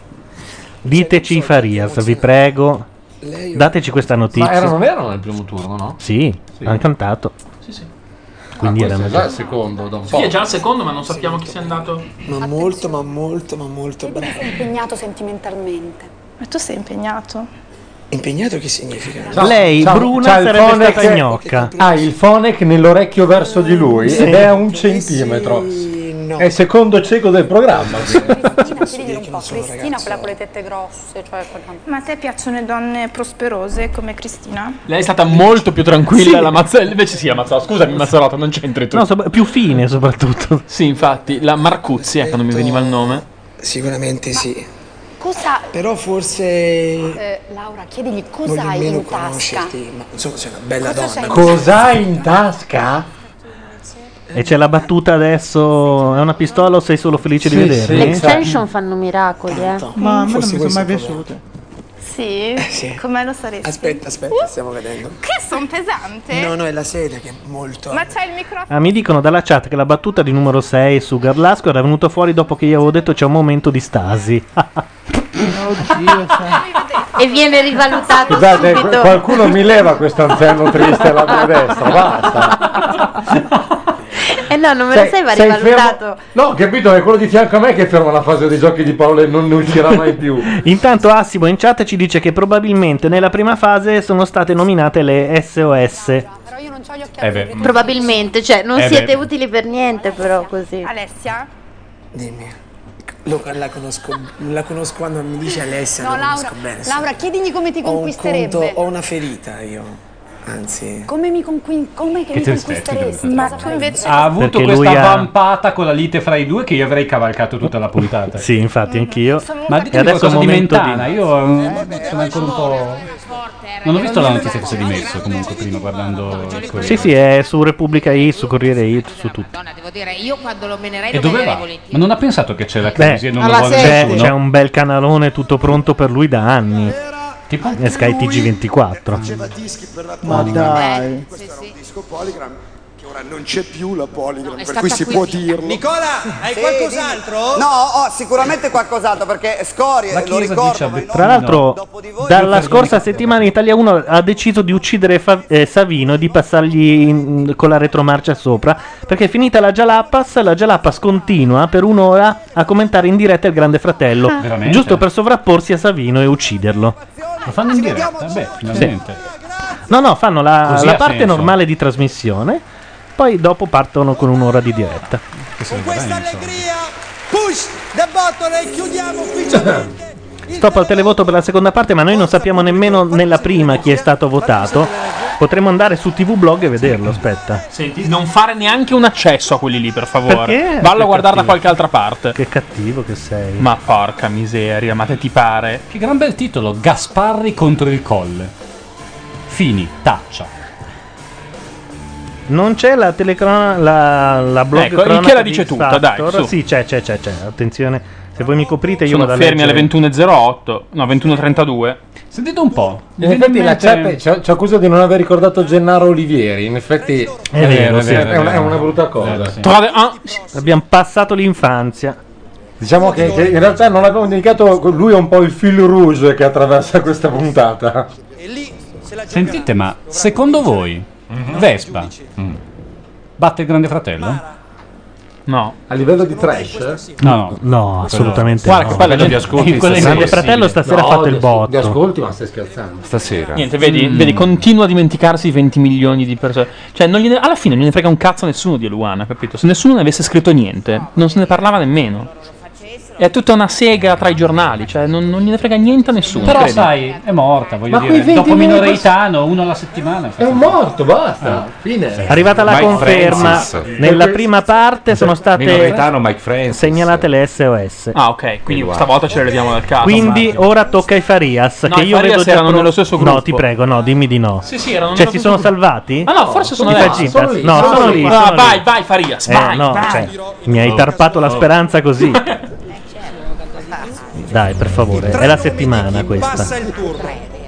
Diteci Farias, vi prego. Dateci questa notizia. Ma non erano nel primo turno, no? Sì, hanno cantato. Sì. Quindi erano già già. il secondo, da un Sì, po'. è già il secondo, ma non sappiamo chi sia andato. Ma molto bravo. Sei impegnato sentimentalmente. Ma tu sei impegnato? Impegnato che significa? Lei, Bruna, il sarebbe phonic- stata gnocca. Ha il phonic nell'orecchio verso di lui Sì. ed è a 1 centimetro. È il secondo cieco del programma. Chiedili un po', Cristina, quella con le tette grosse, cioè Ma a te piacciono le donne prosperose come Cristina? Lei è stata molto più tranquilla, la Mazzarotta. Invece sì, la Mazzarotta. Scusami, Mazzarotta, non c'entri tu. No, più fine soprattutto. Sì, infatti, la Marcuzzi, ecco, non mi veniva il nome. Sicuramente sì. cosa... Però forse Laura, chiedigli cosa voglio hai almeno in tasca. conoscerti, ma insomma sei una bella Cosa donna. c'hai in Cos'hai in tasca? E c'è la battuta adesso: è una pistola o sei solo felice di Sì, vedermi? Le extension fanno miracoli, Ma a me non Forse mi sono questo mai è il piaciute. Sì? Sì. Come lo saresti? Aspetta, stiamo vedendo. Che son pesante? No, è la sedia che è molto. Ma c'è il microfono? Ah, mi dicono dalla chat che la battuta di numero 6 su Garlasco era venuta fuori dopo che io avevo detto c'è un momento di stasi. Oddio, E viene rivalutato Scusate, subito. qualcuno mi leva questo anziano triste alla mia destra, basta. Eh no, non me lo sai, va sei rivalutato. No, capito, è quello di fianco a me che ferma la fase dei giochi di Paolo e non ne uscirà mai più. Intanto Assimo in chat ci dice che probabilmente nella prima fase sono state nominate le SOS. io non ho gli occhiali. beh. Probabilmente, cioè, non Eh siete beh. utili per niente, però così. Alessia? Dimmi. La conosco quando mi dice Alessia, No, la Laura, conosco bene. sì. Laura, chiedigli come ti Ho un conquisterebbe. conto, ho una ferita io. Anzi, Come mi conquisteresti? Ma tu invece Ha avuto Perché lui questa ha- vampata con la lite fra i due che io avrei cavalcato tutta la puntata. Sì, infatti, anch'io. Ma E ditemi adesso è qualcosa di momento Mentana. Io sono ancora un po'. Non ho visto la notizia che si è dimesso comunque prima guardando il Corriere. Sì, sì, è su Repubblica It, su Corriere It, su tutto. Devo dire, io quando lo menerei E lo dove menerei va? volentieri. Ma non ha pensato che c'è la Beh, crisi e non lo vuole nessuno? c'è un bel canalone tutto pronto per lui da anni. Tipo? È Sky TG24. Faceva dischi per la Ma Polygram. dai. Questo era un disco Polygram che ora non c'è più la Polygram, per stata cui si può acquisita. dirlo. Nicola, hai Sì, qualcos'altro? No, ho sicuramente qualcos'altro perché Scorie, La lo Chiesa ricordo. dice ma in Tra l'altro, dalla scorsa settimana Italia 1 ha deciso di uccidere Savino e di passargli con la retromarcia sopra. Perché finita la Jalapas continua per un'ora a commentare in diretta il Grande Fratello. Veramente? Giusto per sovrapporsi a Savino e ucciderlo. Lo fanno in diretta? Beh, finalmente. No, fanno la Così ha parte senso. normale di trasmissione. Poi dopo partono con un'ora di diretta. Con questa allegria, push the button e chiudiamo ufficialmente. Stop al televoto per la seconda parte, ma noi non sappiamo nemmeno nella prima chi è stato votato. Potremmo andare su TV Blog e vederlo, aspetta. Senti, non fare neanche un accesso a quelli lì, per favore. Perché? Vallo Che a guardare da cattivo. qualche altra parte. Che cattivo che sei. Ma porca miseria, ma te ti pare? Che gran bel titolo, Gasparri contro il Colle. Fini, taccia. Non c'è la la blog Ecco, il cronaca che la di dice X tutta, dai, Factor. su. Sì, c'è. Attenzione, se voi mi coprite io Sono vado a fermi alle leggere. 21.08, no, 21.32. Sentite un po'. In effetti la chat ci accusa di non aver ricordato Gennaro Olivieri. In effetti È vero, sì. è una brutta cosa. Abbiamo passato l'infanzia. Diciamo che in realtà non abbiamo indicato, lui è un po' il fil rouge che attraversa questa puntata. Sentite, ma secondo voi Vespa batte il Grande Fratello? No. A livello di trash? No, assolutamente Guarda no. che poi la gente ascolti Il Grande Fratello stasera ha fatto il botto. Di ascolti, ma stai scherzando? Stasera. Niente, vedi, continua a dimenticarsi i 20 milioni di persone. Cioè, alla fine non gliene frega un cazzo a nessuno di Eluana, capito? Se nessuno ne avesse scritto niente, non se ne parlava nemmeno. È tutta una sega tra i giornali, cioè non gliene frega niente a nessuno. Però credi? sai, è morta, voglio Ma quei dire. 20 Dopo milioni Minoreitano, uno alla settimana. È un morto, basta. Fine. È arrivata la Mike conferma. Francis. Nella prima parte sono state Minoreitano, Mike Francis. segnalate le SOS. Ah, ok, quindi stavolta ce le leviamo dal caso. Quindi ora tocca ai Farias. No, che i io Farias vedo già erano nello stesso gruppo. No, ti prego, no, dimmi di no. Sì, erano Cioè, nello si stesso sono gruppo. salvati? Ma no, forse sono I là. Fagitas? Sono lì, No, sono lì. Ah, sono vai, lì. vai, Farias, vai, no, vai. cioè, mi hai tarpato la speranza così. Dai, per favore, è la settimana questa. Passa il turno.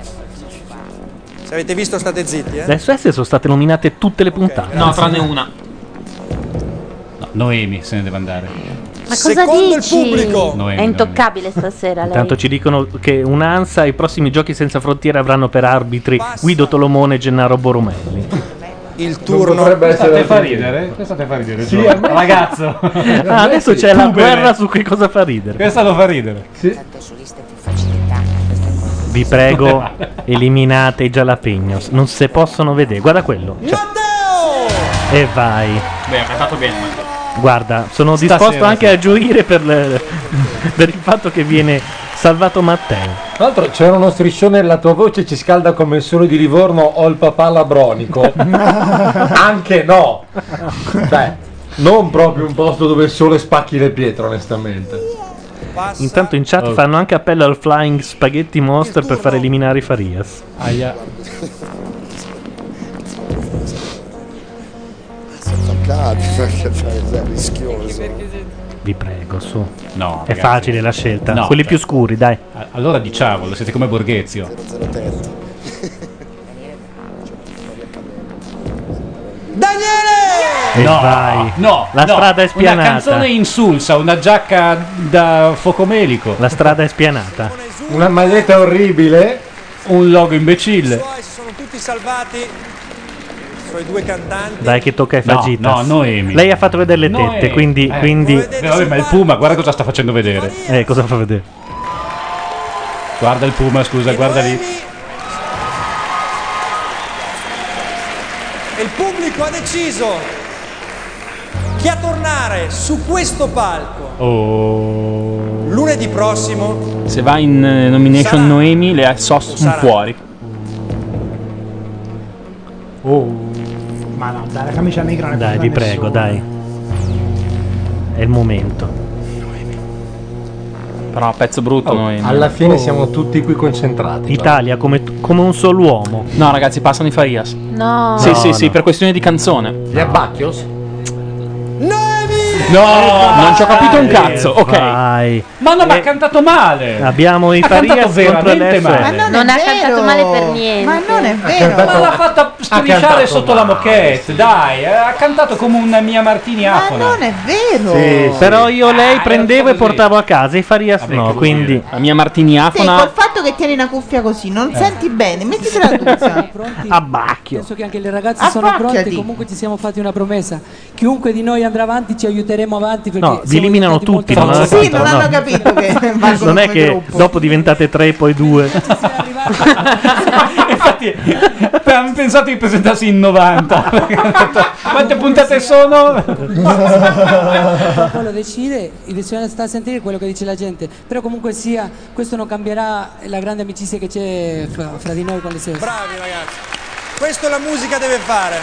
Se avete visto state zitti, Le SOS sono state nominate tutte le puntate. No, tranne una. No, Noemi se ne deve andare. Ma cosa Secondo il dici? pubblico. È intoccabile stasera lei. Intanto ci dicono che un'ANSA i prossimi giochi senza frontiere avranno per arbitri Guido Tolomone e Gennaro Boromelli. Il turno potrebbe essere Questa te fa ridere? Questa te fa ridere, Sì, Gio? a me- Ragazzo. Ah, adesso c'è la Pubere. guerra su che cosa fa ridere. Questa lo fa ridere. Vi prego, eliminate i jalapenos. Non si possono vedere. Guarda quello. Cioè. E vai. Beh, ha cantato bene. Guarda, sono Stasera, disposto anche sì. a gioire per il fatto che viene salvato Matteo. Tra l'altro c'era uno striscione, la tua voce ci scalda come il sole di Livorno o il papà labronico. Anche no. Cioè, non proprio un posto dove il sole spacchi le pietre, onestamente. Intanto in chat fanno anche appello al Flying Spaghetti Monster per far eliminare i Farias. Aia. Attaccati perché è rischioso. Vi prego, su. No, È ragazzi. facile la scelta. No, Quelli cioè- più scuri, dai. Allora diciamolo, siete come Borghezio. E No, vai. no, La no. strada è spianata. Una canzone insulsa, una giacca da focomelico. La strada è spianata. Una maglietta orribile. Un logo imbecille. Si sono tutti salvati. I suoi due cantanti. Dai che tocca ai No, Fagitas. no, Noemi. Lei ha fatto vedere le tette, Noemi. quindi... Vabbè, ma il Puma, guarda cosa sta facendo vedere. Cosa fa vedere? Guarda il Puma, scusa, guarda lì. e il pubblico ha deciso che a tornare su questo palco lunedì prossimo Se va in nomination Noemi, le SOS sono fuori. Ma no, dai, la camicia negra non è Dai, per vi nessuno. prego, dai. È il momento. Però pezzo brutto Noemi. Alla fine siamo tutti qui concentrati. Italia come un solo uomo. No, ragazzi, passano i Farias. No. Sì, per questione di canzone. Gli Abbacchios? No, non ci ho capito un cazzo. Ok. Vai. Ma non ha cantato male. Abbiamo i Ha cantato Farias contro veramente l'SOS. male. Non ha cantato male per niente. Ma non è vero. Ma l'ha fatta strisciare cantato sotto la moquette, dai, ha cantato come una Mia Martini Ma afona. non è vero. Però io lei prendevo e portavo a casa, i Farias no, quindi la mia Martini Te, afona. col fatto che tieni una cuffia così, non senti bene, mettitela la cuffia. Abbacchio. Penso che anche le ragazze sono pronte, comunque ci siamo fatti una promessa. Chiunque di noi andrà avanti ci aiuteremo avanti perché No, vi eliminano tutti, non hanno Sì, capito, non no. hanno capito che valgono Non è come che gruppo. dopo diventate 3 poi 2. Infatti, abbiamo pensato di presentarsi in 90. Quante puntate sono? poi lo decide e bisogna stare a sentire quello che dice la gente. Però comunque sia, questo non cambierà la grande amicizia che c'è fra di noi con le SOS. bravi ragazzi, questo la musica deve fare.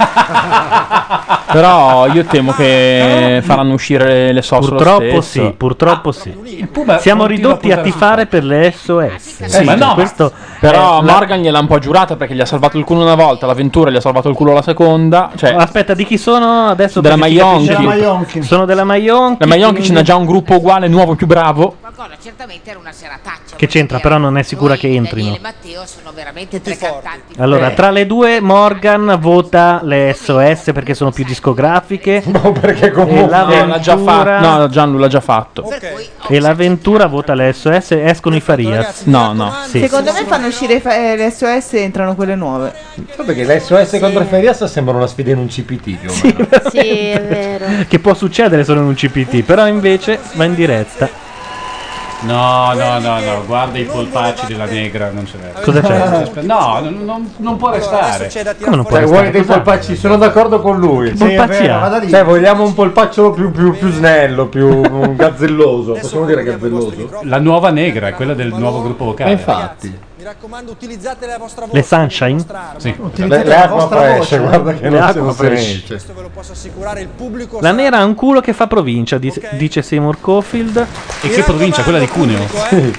Però io temo che faranno uscire le SOS lo Purtroppo stesso. sì, purtroppo sì. Puma Siamo continua ridotti a puntare tifare per le SOS. Sì, ma no, questo, questo però è la- Morgan gliel'ha un po' giurata perché gli ha salvato il culo una volta, l'avventura gli ha salvato il culo la seconda. Cioè, Aspetta, di chi sono adesso? Della perché si capisce- Maionchi. Della Maionchi. Sono della Maionchi. la Maionchi quindi- ce n'ha già un gruppo uguale, nuovo, più bravo. Qualcosa, certamente era una serataccia. Che c'entra, però non è sicura che entrino. Daniele e Matteo sono veramente tre cantanti. Allora, tra le due Morgan vota le SOS perché sono più discografiche. No, perché E comunque l'ha già fatto. l'avventura No, Gianlu l'ha già fatto. e l'avventura vota le SOS, escono i Farias. No, no. Sì. Secondo me fanno uscire le SOS e entrano quelle nuove. perché le SOS contro i Farias sembra una sfida in un CPT più o meno. Sì, è vero. Che può succedere solo in un CPT, però invece va in diretta. No, guarda i polpacci della negra, non ce l'è. Cosa c'è? No, non può restare. Come non può Cioè, vuoi restare? dei polpacci? Sono d'accordo con lui. Che polpacci ha? vada lì. Cioè, vogliamo un polpaccio più snello, più gazzelloso. Possiamo dire gazzelloso? La nuova negra è quella del nuovo gruppo vocale. Infatti. Mi raccomando, utilizzate la vostra voce. Le Sunshine? Sì. Utilizzate Le la acqua vostra fresh, voce. guarda che Le non acqua se ne fresh. esce. Questo ve lo posso assicurare, il pubblico La nera ha un culo che fa provincia, dice Seymour Cofield. E che provincia? Quella di Cuneo. Sì.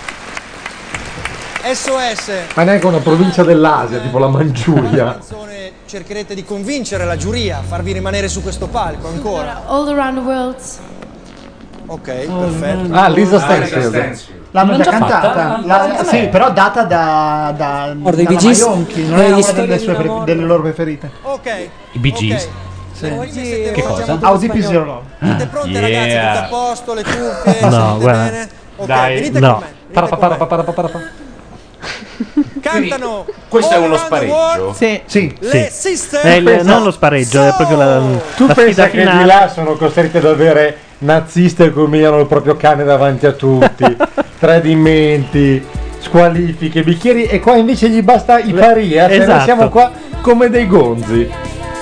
SOS. Ma neanche una provincia dell'Asia, tipo la Mangiuria. Canzone, cercherete di convincere la giuria a farvi rimanere su questo palco ancora. All around the world. Ok, perfetto. Ah, Lisa Stansfield. L'hanno L'hanno già già cantata. fatta? Sì, però data da Or dei dalla Bee Gees? Maionchi, non Degli era una storie delle, di sue un amore. delle loro preferite. Ok. I Bee Gees. Che Che cosa? How Deep Is Your Love? Siete pronte ragazzi? Tutto a posto? Le cuffie? No, Sentite guarda. bene? Ok, Dai, venite no. con me. venite con me. Cantano. Questo è All uno Around the spareggio. World, Sì. Sì. Le Sì. Sister. È non lo spareggio, è proprio la Tu sfida pensa che di finale. là sono costretti ad avere nazisti che umiliano il proprio cane davanti a tutti, tradimenti, squalifiche, bicchieri, e qua invece gli basta i paria, cioè noi Esatto. siamo qua come dei gonzi.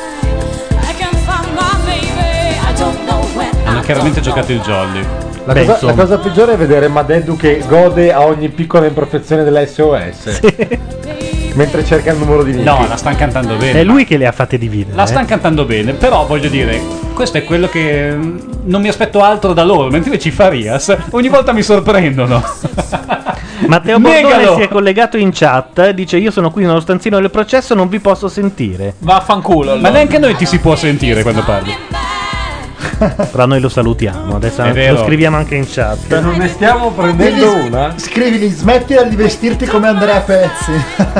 Hanno chiaramente giocato il jolly. La cosa peggiore è vedere Madeddu che gode a ogni piccola imperfezione della SOS. Mentre cerca il numero di Nicky. No, la stanno cantando bene. È lui che le ha fatte dividere. La stanno cantando bene, però voglio dire, questo è quello che non mi aspetto altro da loro, mentre invece i Farias ogni volta mi sorprendono. Matteo Bordone Negalo. si è collegato in chat, dice io sono qui nello stanzino del processo, non vi posso sentire. Vaffanculo. Ma neanche noi ti si può sentire quando parli. Però noi lo salutiamo, adesso È vero. lo scriviamo anche in chat. Non ne stiamo prendendo una? Scrivili, smettila di vestirti come Andrea Pezzi.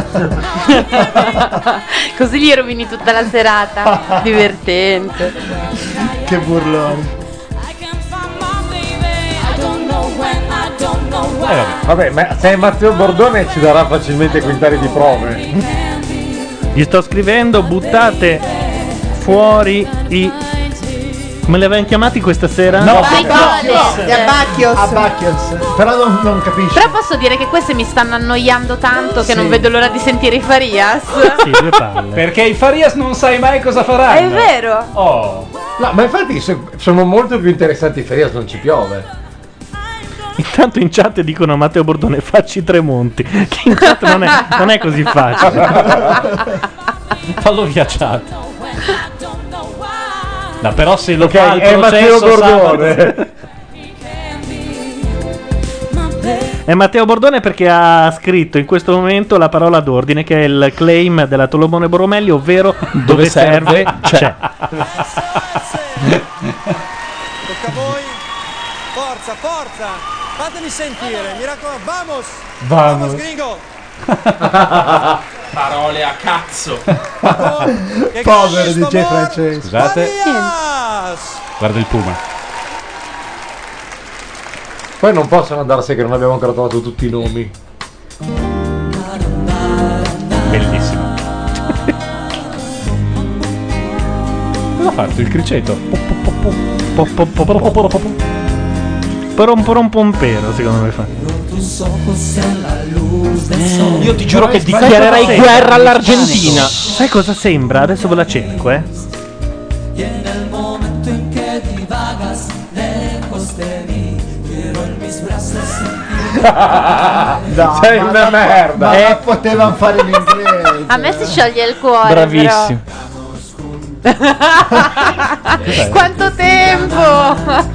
Così gli rovini tutta la serata. Divertente. Che burloni. Vabbè, ma se è Matteo Bordone ci darà facilmente quintali di prove. Gli sto scrivendo, buttate fuori i Come li avevano chiamati questa sera? No, di Abacchios. Però non capisci. Però posso dire che queste mi stanno annoiando tanto che non vedo l'ora di sentire i Farias. Sì, due palle. Perché i Farias non sai mai cosa faranno. È vero. Oh. No, ma infatti sono molto più interessanti i Farias, non ci piove. Intanto in chat dicono a Matteo Bordone facci Tremonti. Che in chat non è così facile. Fallo via chat. No, però se lo Ok, fa il è Matteo processo Bordone. È Matteo Bordone perché ha scritto in questo momento la parola d'ordine che è il claim della Tolomone Boromelli, ovvero dove serve c'è. Tocca a voi. Forza, forza. Fatemi sentire, mi raccomando. Vamos. Vamos. Gringo. Parole a cazzo. Povero DJ Francesco. Scusate. Guarda il puma. Poi non possono andarsene che non abbiamo ancora trovato tutti i nomi. Bellissimo. Cosa ha fatto il criceto? Porom pompero secondo me fa. Io ti giuro che dichiarerei guerra all'Argentina. Sai cosa sembra? Adesso ve la cerco, Y en el momento en que divagas lejos de mí, quiero en mis brazos No, Sei una merda. Ma potevano fare in inglese. A me si scioglie il cuore. Bravissimo. Però. Quanto tempo!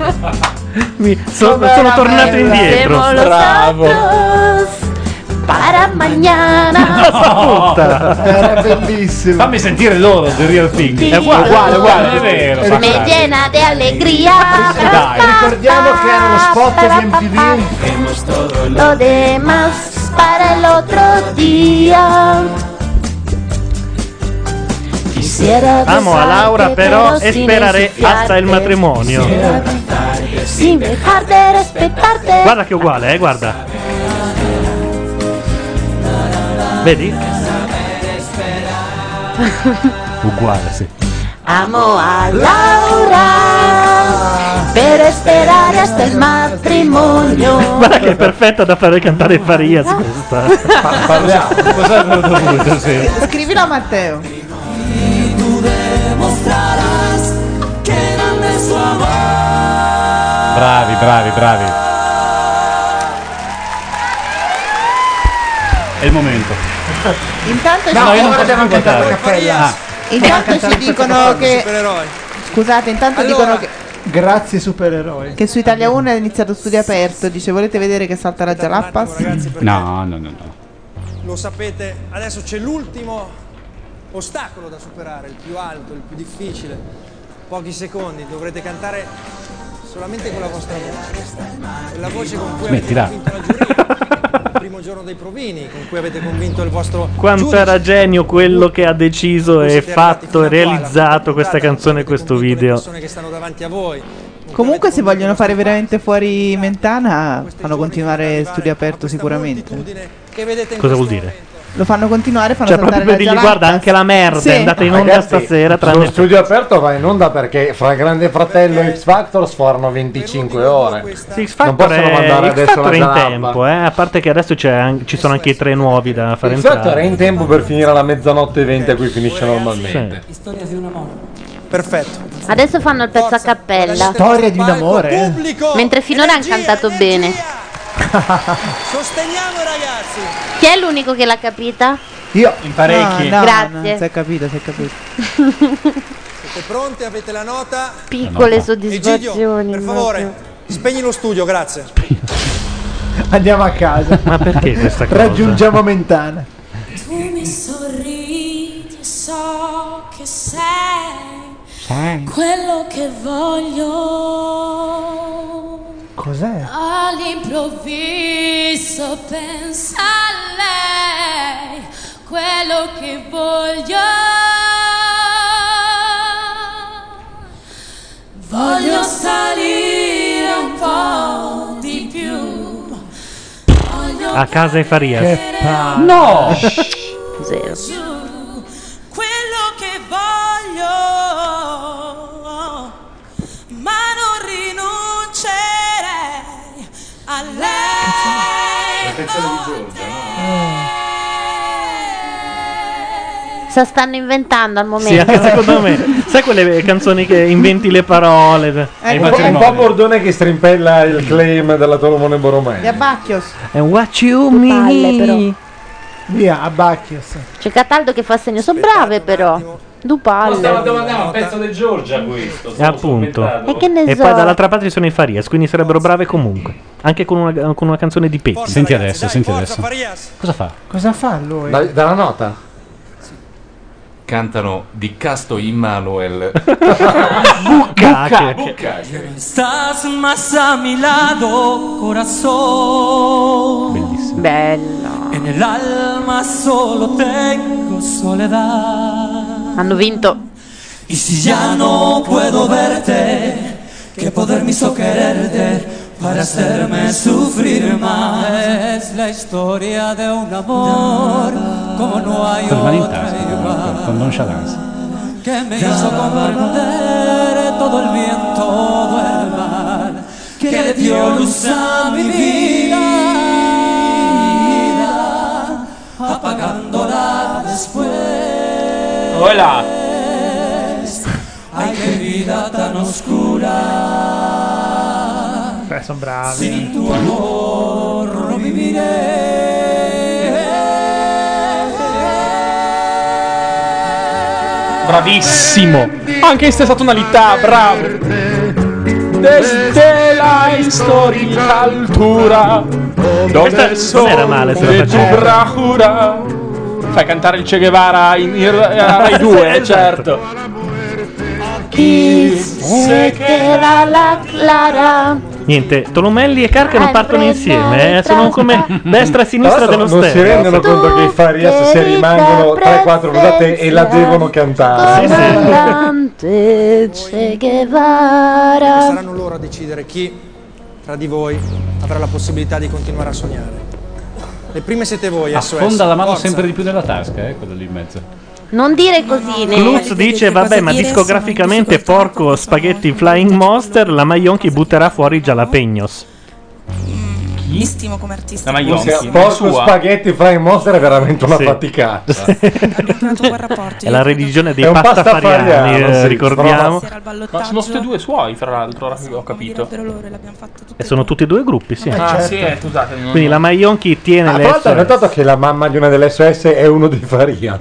Sono tornato indietro. Bravo. Para mañana. Puttana. Era bellissimo. Fammi sentire loro, The Real Thing. È uguale, è vero. Me llena de alegría. Dai. Ricordiamo che era lo spot di MTV. Lo demás para el otro día. Amo a Laura però e sperare hasta il matrimonio. Sin dejar de respetarte. Guarda che è uguale, guarda. Vedi? Uguale, sì. Amo a Laura per esperare hasta il matrimonio. Guarda che è perfetta da fare cantare Farias questa. Parliamo. Cosa hanno dovuto, sì. Scrivilo a Matteo. Bravi. È il momento. Intanto No, ci ora abbiamo cantato Cappella. Intanto ci dicono che scusate, intanto dicono che Grazie supereroi. Che su Italia 1 è iniziato Studio Aperto. Dice volete vedere che salta la Jalappas? No. Lo sapete, adesso c'è l'ultimo ostacolo da superare, il più alto, il più difficile. Pochi secondi, dovrete cantare solamente con la vostra voce. Quella voce con cui avete convinto la giuria, il primo giorno dei provini, con cui avete convinto il vostro Quanto giudice. era genio quello che ha deciso e fatto e realizzato questa canzone e questo video. Persone che stanno davanti a voi. Comunque se vogliono fare veramente fuori Mentana fanno continuare Studio Aperto sicuramente. Cosa vuol dire? Lo fanno continuare, fanno Cioè saltare proprio per la dirgli Jalappas. guarda anche la merda Sì. è andata in onda Ragazzi, stasera Lo tranne Studio Aperto va in onda perché fra Grande Fratello e X Factor sforano 25 ore. Sì, X Non Factor possono è, mandare X adesso Factor la è in Jalappa. tempo, a parte che adesso ci sono anche i 3 nuovi da fare X Factor è entrare. in tempo per finire alla mezzanotte e 20 a cui finisce normalmente. Storia di un amore. Perfetto. Adesso fanno il pezzo a cappella. Storia di un amore. Mentre finora hanno cantato bene. Sosteniamo i ragazzi. Chi è l'unico che l'ha capita? Io. In parecchi. No, Grazie. no, si è capito, si è capito. Siete pronti? Avete la nota? Piccole Egidio, soddisfazioni. per favore, spegni lo studio, grazie. Andiamo a casa. Ma perché questa cosa? Raggiungiamo Mentana. Tu mi sorridi e so che sei quello che voglio. Cos'è? All'improvviso pensa a lei, quello che voglio. Voglio salire un po' di più. Voglio A casa e Farias. Che palle. No! Zero. giù quello che voglio. Se stanno inventando al momento. Sì, anche secondo me. Sai quelle canzoni che inventi le parole? Un po' Bordone che strimpella il claim della Tolomone Borromei. Di Abbacchios. And what you mean? Via, Abbacchios. C'è Cataldo che fa segno. Sono brave però. Due palle. Stiamo domandando un pezzo del Giorgia questo. Appunto. E che ne E so. poi dall'altra parte ci sono i Farias, quindi sarebbero brave comunque. Anche con una canzone di Petti. Senti adesso, senti adesso. Cosa fa? Cosa fa lui? Dalla nota? Cantano di Casto Immanuel. Bucaque. Estás más a mi lado, corazón. Bellissimo. Bello. En el alma solo tengo soledad. Hanno vinto. Y si ya no puedo verte, ¿qué poder me hizo quererte para hacerme sufrir más? Es la historia de un amor como no hay Con le mani in otra tasca, igual, con nonchalance. que me hizo comprender todo el bien, todo el mal, que le dio luz a mi vida, apagándola después. Hola. Ay, qué vida tan oscura. Sono bravi. Sin tu amor no viviré. Bravissimo. Anche in stessa tonalità, bravo. Desde la histórica altura Questa donde non era male se la de tu facevo. brajura. Fai cantare il Che Guevara in Rai 2, certo. Se che la Clara. Niente, Tolomelli e Carcano partono insieme, sono come destra e sinistra dello Non si stereo. rendono conto che i Farias se rimangono 3-4 puntate e la devono cantare. Comandante Che Guevara. Saranno loro a decidere chi tra di voi avrà la possibilità di continuare a sognare. Le prime siete voi, SOS. Affonda la mano Forza. sempre di più nella tasca, quello lì in mezzo. Non dire così, Klutz dice vabbè ma discograficamente porco spaghetti Flying Monster, la Maionchi butterà fuori Jalapeños. Mi stimo come artista. La Maionchi, Porco spaghetti Flying Monster è veramente una Sì. faticata. È la religione dei È un pastafariani, pastafariano, sì, ricordiamo. Ma sono tutti e due suoi, fra l'altro, ora che ho capito. E sono tutti e due gruppi, sì. Ah, sì, scusate. non- Quindi la Maionchi tiene A le volte hai SOS. notato che la mamma di una delle SOS è uno dei Farias.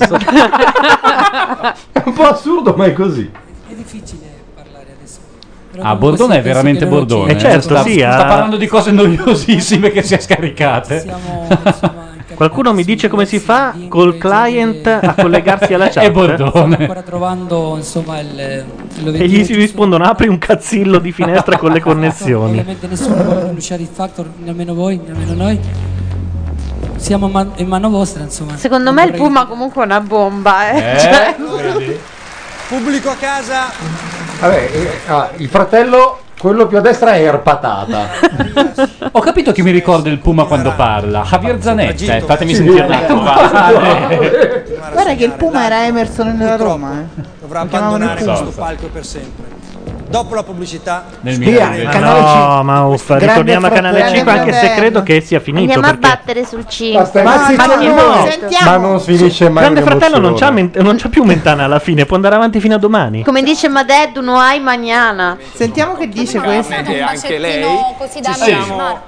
È un po' assurdo, ma è così. È difficile parlare adesso. Però Ah, comunque Bordone sì, è penso veramente che noi Bordone. ci- certo, sta, sì, sta parlando di cose noiosissime che si è scaricate. Qualcuno mi dice come si fa col client a collegarsi alla chat? È Bordone. ancora trovando insomma E gli si rispondono apri un cazzillo di finestra con le connessioni. Ovviamente nessuno vuole rinunciare il Factor, nemmeno voi, nemmeno noi. Siamo in mano vostra, insomma. Secondo me il Puma comunque è una bomba, Cioè- Pubblico a casa. Vabbè, il fratello, quello più a destra è Erpatata. Ho capito che mi ricorda il Puma quando parla. Javier Zanetti, fatemi Sì. sentire un attimo. Guarda che il Puma era Emerson nella Roma. Dovrà Lo chiamavano il abbandonare Puma. questo palco per sempre. Dopo la pubblicità. Nel Via, no, ma uffa, ritorniamo a Canale 5 anche se credo che sia finito. Andiamo a Perché battere sul 5. Basta, ma sì, ma non finisce mai. Grande Fratello non c'ha, un'emozione. non c'ha più Mentana alla fine, può andare avanti fino a domani. Come dice Madeddu, no hai magnana. Sentiamo che dice questo. Anche lei così ci da siamo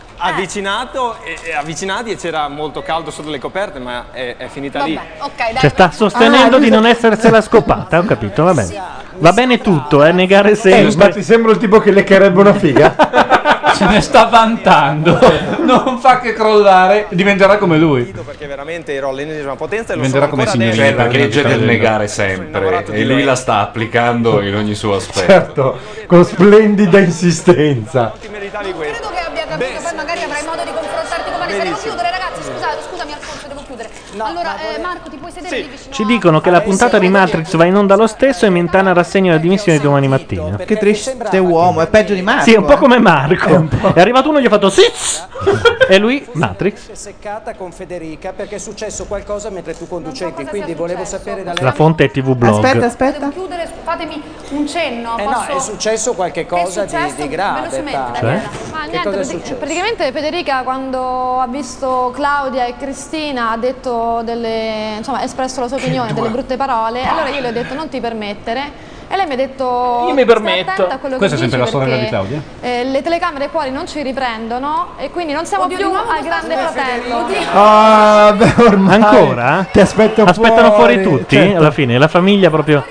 avvicinati e c'era molto caldo sotto le coperte, ma è finita lì. Ok, dai. Cioè sta sostenendo di non essersela scopata, ho capito, va bene. Va bene tutto, negare Ma sempre. ti sembra il tipo che leccherebbe una figa? Se ne sta vantando. Non fa che crollare. Diventerà come lui. Perché veramente ero all'ennesima potenza e lo Diventerà sono come ancora signorina. adesso. Cioè la legge del negare sempre. E lui la sta applicando in ogni suo aspetto. Certo, con splendida insistenza. Meritavi questo. Credo che abbia capito, poi magari avrai modo di confrontarti con Maria. Devo chiudere, ragazzi, scusami Alfonso, devo chiudere. Allora, Marco, ti puoi sedere lì vicino? Ci dicono che la puntata di Matrix va in onda lo stesso e Mentana rassegna le dimissioni domani mattina. Che triste uomo, è peggio di Marco. Sì, è un po' come Marco. È arrivato uno e gli ha fatto Sitz! E lui, Matrix. Seccata con Federica perché è successo qualcosa mentre tu conducevi, quindi volevo sapere da lei. La fonte è TV Blog. Devo chiudere, fatemi un cenno. No, posso... è successo qualche cosa Che è successo? di grave. Velocemente, Paola. Cioè? Daniela. Ma Che niente, cosa è successo? praticamente Federica quando ha visto Claudia e Cristina ha detto insomma, ha espresso la sua opinione, delle brutte parole, allora io le ho detto non ti permettere. E lei mi ha detto Io mi stai permetto. attenta a quello Questa è che sempre la dici sorella di perché, Claudia? le telecamere fuori non ci riprendono e quindi non siamo più al grande fratello. Ah, beh, ormai. Ancora? Ti aspetto Aspettano fuori tutti? certo. Alla fine, la famiglia proprio.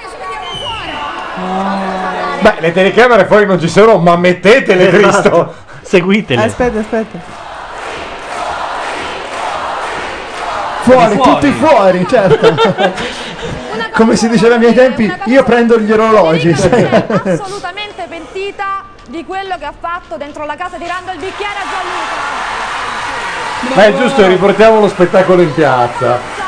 Beh, le telecamere fuori non ci sono, ma mettetele, Cristo. Seguitele. Aspetta. Fuori, tutti fuori, certo. Come si diceva ai miei tempi, io prendo gli orologi. Assolutamente pentita di quello che ha fatto dentro la casa tirando il bicchiere a Gianluca. Ma è giusto, riportiamo lo spettacolo in piazza.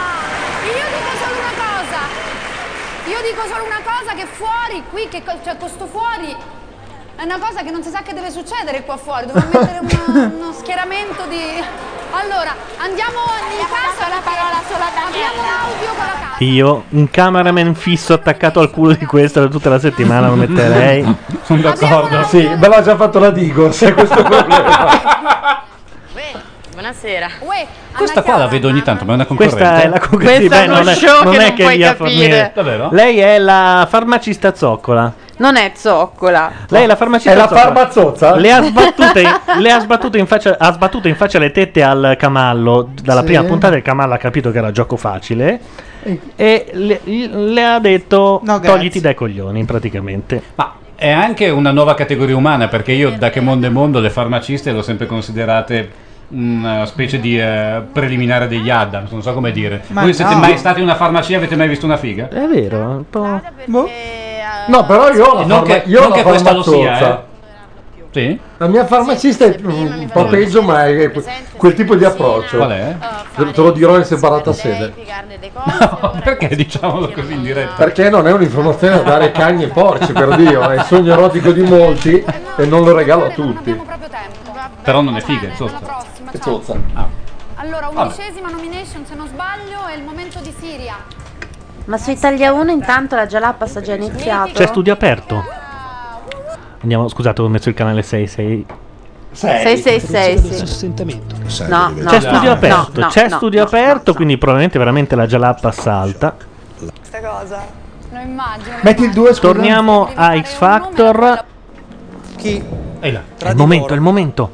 Io dico solo una cosa, che fuori qui, cioè questo fuori è una cosa che non si sa che deve succedere qua fuori, dobbiamo mettere uno schieramento di... Allora, andiamo in casa, la parola sola da abbiamo l'audio con la casa. Io, un cameraman fisso attaccato al culo di questo tutta la settimana lo metterei. Sono d'accordo. Sì, me l'ha già fatto la Digos, è questo problema. Buonasera. Questa qua la vedo ogni tanto, ma è una concorrente. Questa è la concorrenza. Questo è uno show non che è non che puoi via capire. fornire. Davvero? Lei è la farmacista zoccola. Non è zoccola. Lei è la farmacista È la zoccola. farmazozza? Le ha sbattuto in faccia le tette al Camallo. Dalla Sì. prima puntata il Camallo ha capito che era gioco facile. E le ha detto No, grazie. togliti dai coglioni praticamente. Ma è anche una nuova categoria umana, perché io da che mondo è mondo le farmaciste le ho sempre considerate una specie di preliminare degli Addams, non so come dire. Ma Voi siete no. mai stati in una farmacia, avete mai visto una figa? È vero, un po'. No, però io ho la Non che, io ho non la che questa lo sia, farmazozza. Sì? La mia farmacista è un po' peggio, ma è quel tipo di approccio. Qual è? Te lo dirò in separata sede. Perché diciamolo così in diretta? Perché non è un'informazione da dare ai cani e porci, per Dio. È il sogno erotico di molti e non lo regalo a tutti. Però non è figa, è zozza. È zozza. Allora, Vabbè. 11ª nomination se non sbaglio è il momento di Siria. Ma su Italia 1 intanto la Jalapas ha già iniziato. C'è studio aperto. Andiamo, scusate, ho messo il canale 66. 666, sì. No, no, C'è studio no, aperto, no, c'è no, studio no, aperto, quindi probabilmente veramente la Jalappa salta. Questa cosa? Lo immagino. Metti il 2, scusa. Torniamo a X Factor. Chi È il momento, è il momento.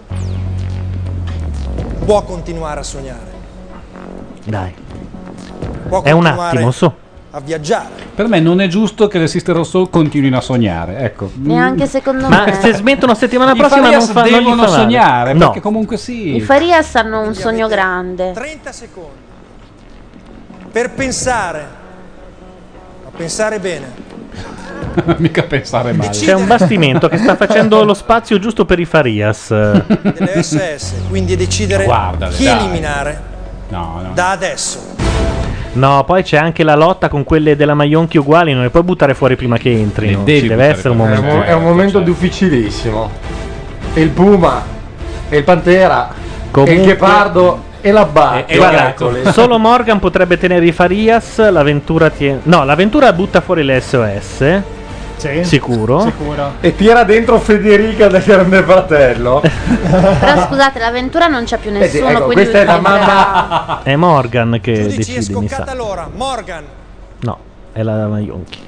può continuare a sognare? Dai. Può È un continuare attimo, su. a viaggiare? Per me non è giusto che le Sister Rosso continuino a sognare, ecco. Neanche secondo Ma me. se smettono settimana I prossima non, Farias non gli devono fa male. sognare, No. perché comunque sì. I Farias hanno un sogno grande. 30 secondi per pensare, ma pensare bene. Mica pensare male. C'è un bastimento che sta facendo lo spazio giusto per i Farias. Delle SS, quindi decidere Guardale, chi dai. eliminare No, no. da adesso. No, poi c'è anche la lotta con quelle della Maionchi uguali, non le puoi buttare fuori prima che entrino. Le devi Ci deve buttare essere un fuori. momento. È un momento difficilissimo. E il Puma, e il Pantera, e Comunque- il Ghepardo, e l'Abbatte. E guarda, solo Morgan potrebbe tenere i Farias, l'avventura tiene... No, l'avventura butta fuori le SOS. Sì. Sicuro. E tira dentro Federica del Grande Fratello. Però scusate, l'avventura non c'è più nessuno, ecco, quindi questa è la entrerà. mamma. È Morgan che Giudici, è decide, mi scoccata sa. l'ora. Morgan, No, è la Maionchi.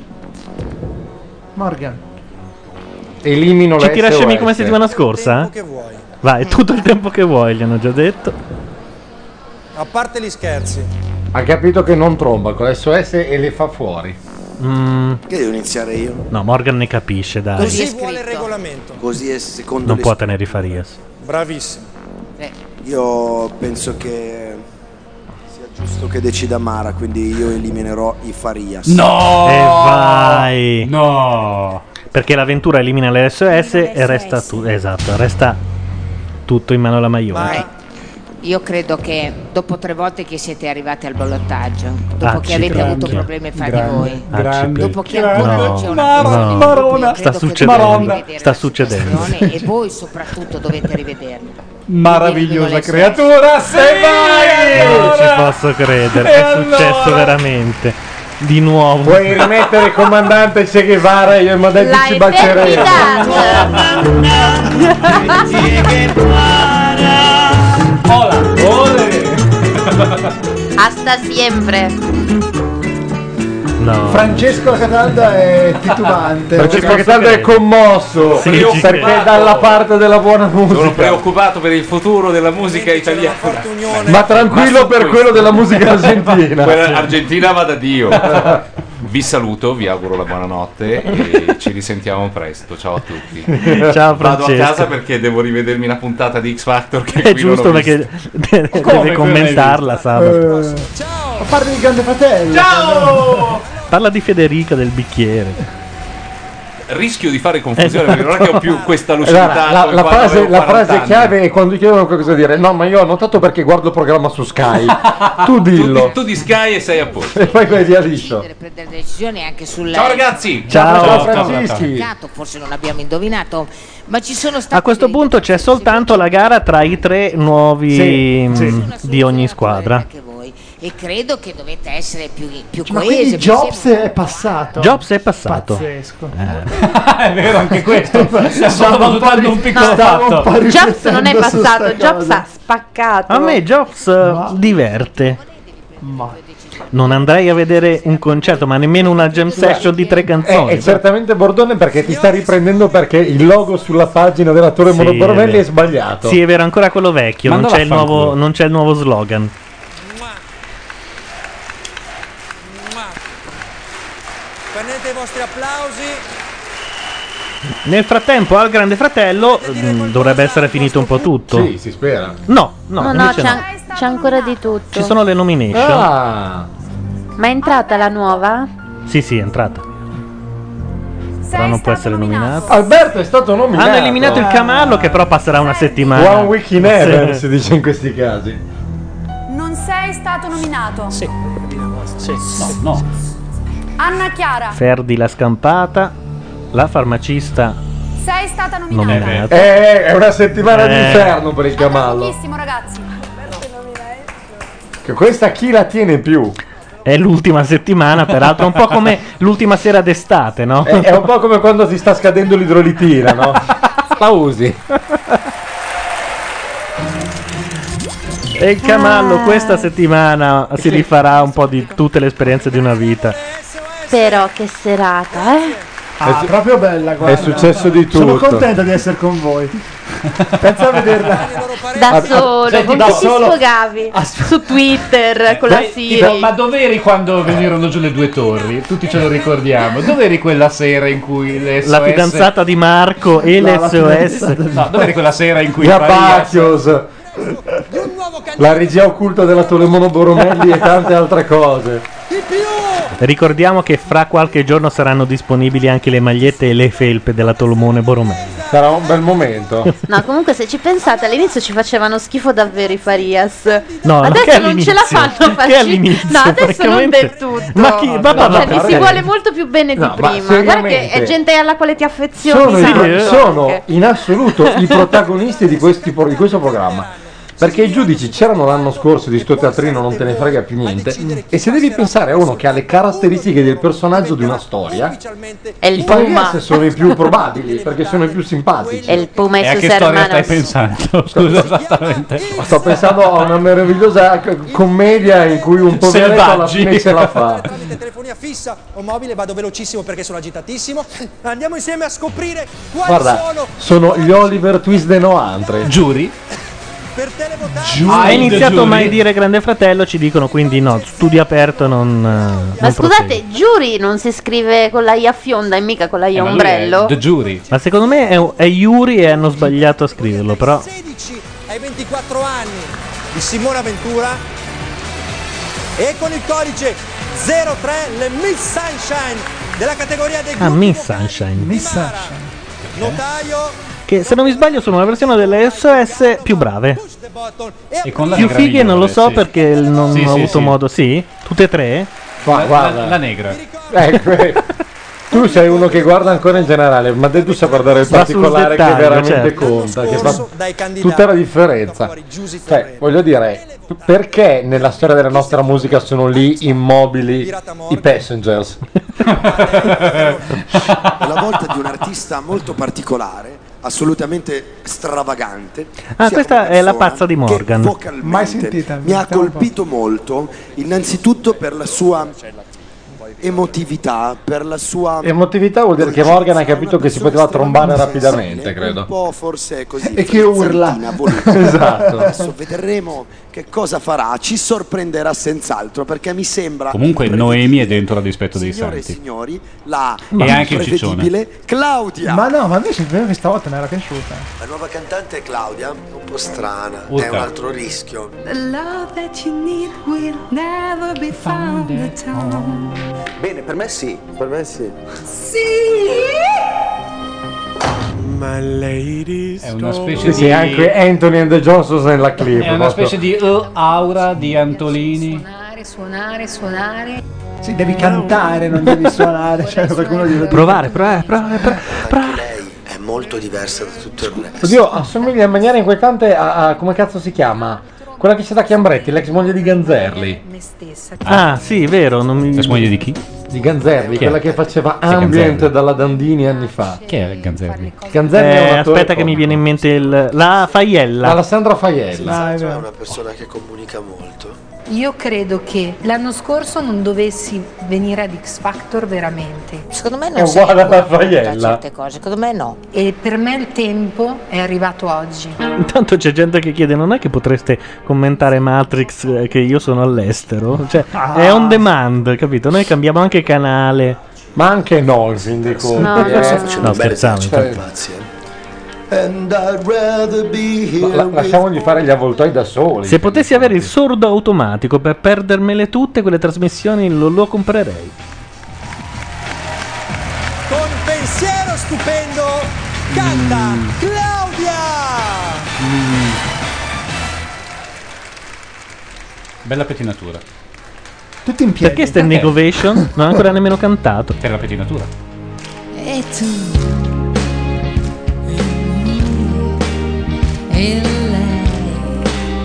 Morgan. Elimino Ci le tira SOS. scemi come settimana scorsa? che vuoi. Vai, tutto il tempo che vuoi, gli hanno già detto. A parte gli scherzi, Ha capito che non tromba con le SOS e le fa fuori. Che devo iniziare io? No, Morgan ne capisce, dai. così vuole il regolamento. Così è secondo Non le può tenere i Farias. Bravissimo. Io penso che sia giusto che decida Mara, quindi io eliminerò i Farias. No! E vai! No! Perché l'avventura elimina le SOS e resta tutto. Esatto, resta tutto in mano alla Maionchi. Io credo che dopo 3 volte che siete arrivati al ballottaggio, dopo che avete grande. avuto problemi fra di Grande. voi, Grande. dopo che ancora No. non c'è una No. questione di Maronna. dubbio, Sta credo che succedendo. dovete rivedere Sta la succedendo. situazione e voi soprattutto dovete rivederla. Meravigliosa creatura, sei vai! Non ci posso credere, E è allora? successo veramente. di nuovo. Puoi rimettere il comandante Che Guevara e io e Madeddu ci baceremo. Hasta siempre. No. Francesco Catalda è titubante. Francesco Catalda è commosso perché è dalla parte della buona musica. Sono preoccupato per il futuro della musica italiana. Ma tranquillo per quello della musica argentina. Quella argentina va da Dio. Vi saluto, vi auguro la buonanotte e ci risentiamo presto. Ciao a tutti. Ciao, Vado a Francesco. casa perché devo rivedermi una puntata di X Factor che È qui non ho giusto visto. perché deve commentarla sabato. A parte di Grande Fratello. Ciao! Parla di Federica del bicchiere. Rischio di fare confusione perché non è che ho più questa lucidità. Guarda, come la quando frase, avevo la 40 frase anni. chiave è quando chiedono cosa dire. No, ma io ho notato perché guardo il programma su Sky. Tu dillo. Tu di Sky e sei a posto. E poi vai via liscio. Prendere decisioni anche sul Ciao ragazzi. Ciao Francischi. Forse non abbiamo indovinato, ma ci sono stati A questo punto c'è soltanto la gara tra i 3 nuovi di ogni squadra. e credo che dovete essere più Ma coesi. quindi Jobs è passato. Jobs è passato. Pazzesco. È vero anche questo. Sto Stavo valutando un piccolo stavo fatto. un po' Jobs non è riflettendo su passato, sta Jobs cosa. ha spaccato. A me Jobs diverte. Non andrei a vedere un concerto, ma nemmeno una jam session di 3 canzoni. È certamente Bordone perché ti sta riprendendo perché il logo sulla pagina della Torre Sì, Monoboromelli è vero. è sbagliato. Sì, è vero, ancora quello vecchio, non Manda c'è, il vaffanculo. nuovo, non c'è il nuovo slogan. Prendete i vostri applausi. Nel frattempo al Grande Fratello dovrebbe essere finito un po' tutto. Sì, si spera. No, no, No, invece no. c'è ancora di tutto. Ci sono le nomination. Ah. Ma è entrata la nuova? Sì, sì, è entrata. Però non può essere nominato. Alberto è stato nominato. Hanno eliminato il Camallo che però passerà una settimana. One week in heaven Sì. si dice in questi casi. Non sei stato nominato. Sì. No. Anna Chiara, Ferdi la scampata, la farmacista sei stata nominata. nominata. È una settimana d'inferno per il Camallo. Pochissimo, ragazzi. Che questa chi la tiene più? È l'ultima settimana, peraltro, un po' come l'ultima sera d'estate, no? È un po' come quando ti sta scadendo l'idrolitina, no? La usi. E il Camallo questa settimana si rifarà un po' di tutte le esperienze di una vita. Però che serata, eh? Ah, proprio bella, guarda. È successo di tutto. Sono contento di essere con voi. Pensa a vederla Da solo, senti, con da chi ti solo- sfogavi? Su Twitter, con la Siri. Ma dove eri quando venirono giù le due torri? Tutti ce lo ricordiamo. Dove eri quella sera in cui le SOS... La fidanzata di Marco e No, le la SOS. No, dove eri quella sera in cui Gabacchios, la regia occulta della Tolemono Boromelli e tante altre cose. Ricordiamo che fra qualche giorno saranno disponibili anche le magliette e le felpe della Tolomone Boromelli. Sarà un bel momento. No, comunque se ci pensate all'inizio ci facevano schifo davvero i Farias. No, adesso che non ce la all'inizio, fanno a che farci. all'inizio, No, adesso non francamente. del tutto. Ma chi- ma Cioè, mi si vabbè. vuole molto più bene di No, ma prima. Guarda che seriamente. è gente alla quale ti affezioni. Sono, tanto sono anche. in assoluto i protagonisti di questo programma. Perché i giudici c'erano l'anno scorso di sto teatrino, non te ne frega più niente. E se devi pensare a uno che ha le caratteristiche del personaggio di una storia, È il i Puma. Farias sono i più probabili perché sono i più simpatici. È il Puma E e a sus che storia hermanos. stai pensando? Scusa, esattamente. Sto pensando a una meravigliosa commedia in cui un poveretto alla Selvaggi. fine ce la fa. Telefonia fissa o mobile, vado velocissimo perché sono agitatissimo. Andiamo insieme a scoprire quali Guarda, sono sono gli Oliver Twist de Noantre. Giuri? per televotarmi. Ha iniziato mai dire Grande Fratello, ci dicono quindi no, studio aperto non. Ma scusate, Giuri non si scrive con la I a fionda e mica con la I a ombrello? The Jury. Ma secondo me è Yuri e hanno sbagliato a scriverlo, però. 16 ai 24 anni di Simona Ventura e con il codice 03 le Miss Sunshine della categoria dei Ah, Miss Sunshine. notaio Che se non mi sbaglio sono una versione delle SOS più brave. E con la Più negra fighe non lo migliore, so sì. perché non Sì, ho sì, avuto sì. modo. Sì? Tutte e tre? La negra. Ecco, tu sei uno che guarda ancora in generale, ma tu sai guardare il Va sul particolare che dettaglio, veramente certo. conta, che fa dai candidati tutta la differenza. Voglio dire, Perché nella storia della nostra musica sono lì immobili i Passengers? È la volta di un artista molto particolare, assolutamente stravagante. Ah, questa è la pazza di Morgan. Mai sentita. Mi ha colpito molto, innanzitutto per la sua emotività, per la sua Emotività vuol dire che Morgan ha capito che si poteva trombare rapidamente, un credo. po' forse così E che urla. Esatto. Adesso vedremo che cosa farà, ci sorprenderà senz'altro, perché mi sembra Comunque Noemi è dentro a dispetto dei signore e santi. signori la E anche il ciccione. imprevedibile Claudia. Ma no, ma invece è vero che stavolta mi era piaciuta. La nuova cantante è Claudia, un po' strana, Urca. è un altro rischio. The love that you need will never be found at home. Bene, per me sì, per me sì. My lady È una specie Sì, di anche Anthony and the Johnsons nella clip. È una proprio. specie di aura di Antolini. Suonare. Sì, devi cantare, non devi suonare. Cioè, qualcuno gli Provare. Lei è molto diversa da tutto il resto. Oddio, assomiglia in maniera inquietante a come cazzo si chiama? Quella che c'è da Chiambretti, l'ex moglie di Ganzerli. Ah, sì, vero. Non mi... L'ex moglie di chi? Di Ganzerli, Chi è? quella che faceva Chi è Ambient Ganzerli? dalla Dandini anni fa. Chi è Ganzerli? Ganzerli è un attore aspetta che mi viene in mente la Faiella. Alessandra Faiella. Senz'altro è una persona che comunica molto. Io credo che l'anno scorso non dovessi venire ad X Factor veramente. Secondo me È uguale alla a Faiella. certe cose, secondo me no. E per me il tempo è arrivato oggi. Intanto c'è gente che chiede: non è che potreste commentare Matrix che io sono all'estero? Cioè, è on demand, capito? Noi cambiamo anche canale. Ma anche no, il sindaco. No, no, scherzavo. And I'd rather be here Lasciamogli fare gli avvoltoi da soli. Se potessi avere il sordo automatico per perdermele tutte quelle trasmissioni, lo comprerei. Con pensiero stupendo canta Claudia. Bella pettinatura. Tutti in piedi. Perché Standing Ovation? Non ha ancora nemmeno cantato. Per la pettinatura. E tu e lei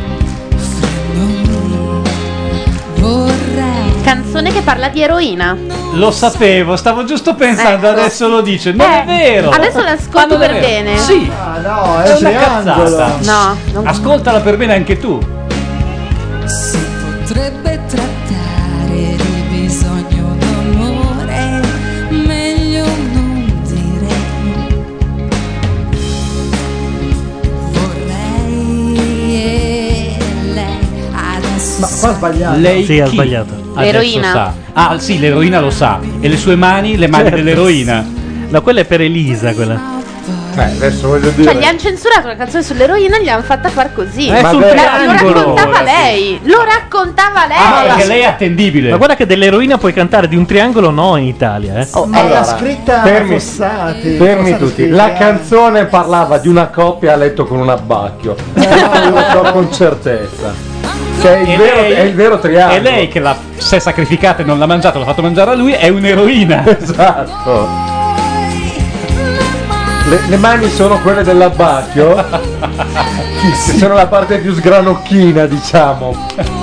vorrei. Canzone che parla di eroina. Lo sapevo, stavo giusto pensando, Ecco. adesso lo dice. Non è vero. Adesso l'ascolto per bene. Sì. Ah, no, È è una triangolo. cazzata. No, non- Ascoltala per bene anche tu. Si potrebbe trattare di bisogno d'amore, meglio non dire. Vorrei e lei adesso. Ma qua ha sbagliato. Lei Sì, ha chi? sbagliato. Adesso L'eroina. sa. Ah, sì, l'eroina lo sa. E le sue mani, le mani Certo. dell'eroina. No, quella è per Elisa, quella. Adesso voglio Cioè, dire. gli hanno censurato una canzone sull'eroina e gli hanno fatta far così. È sul Lo triangolo. raccontava lei. Lo raccontava lei. Ah, perché lei è attendibile. Ma guarda che dell'eroina puoi cantare, di un triangolo no in Italia, eh. Ma Allora, l'ha scritta fermi- Fossati. Fermi Fossati tutti. scritta- La canzone parlava di una coppia a letto con un abbacchio. Lo so con certezza. Cioè, è il vero triangolo. E lei che si è sacrificata e non l'ha mangiato, l'ha fatto mangiare a lui, è un'eroina. Esatto. Le mani sono quelle dell'abbacchio, che sono la parte più sgranocchina, diciamo.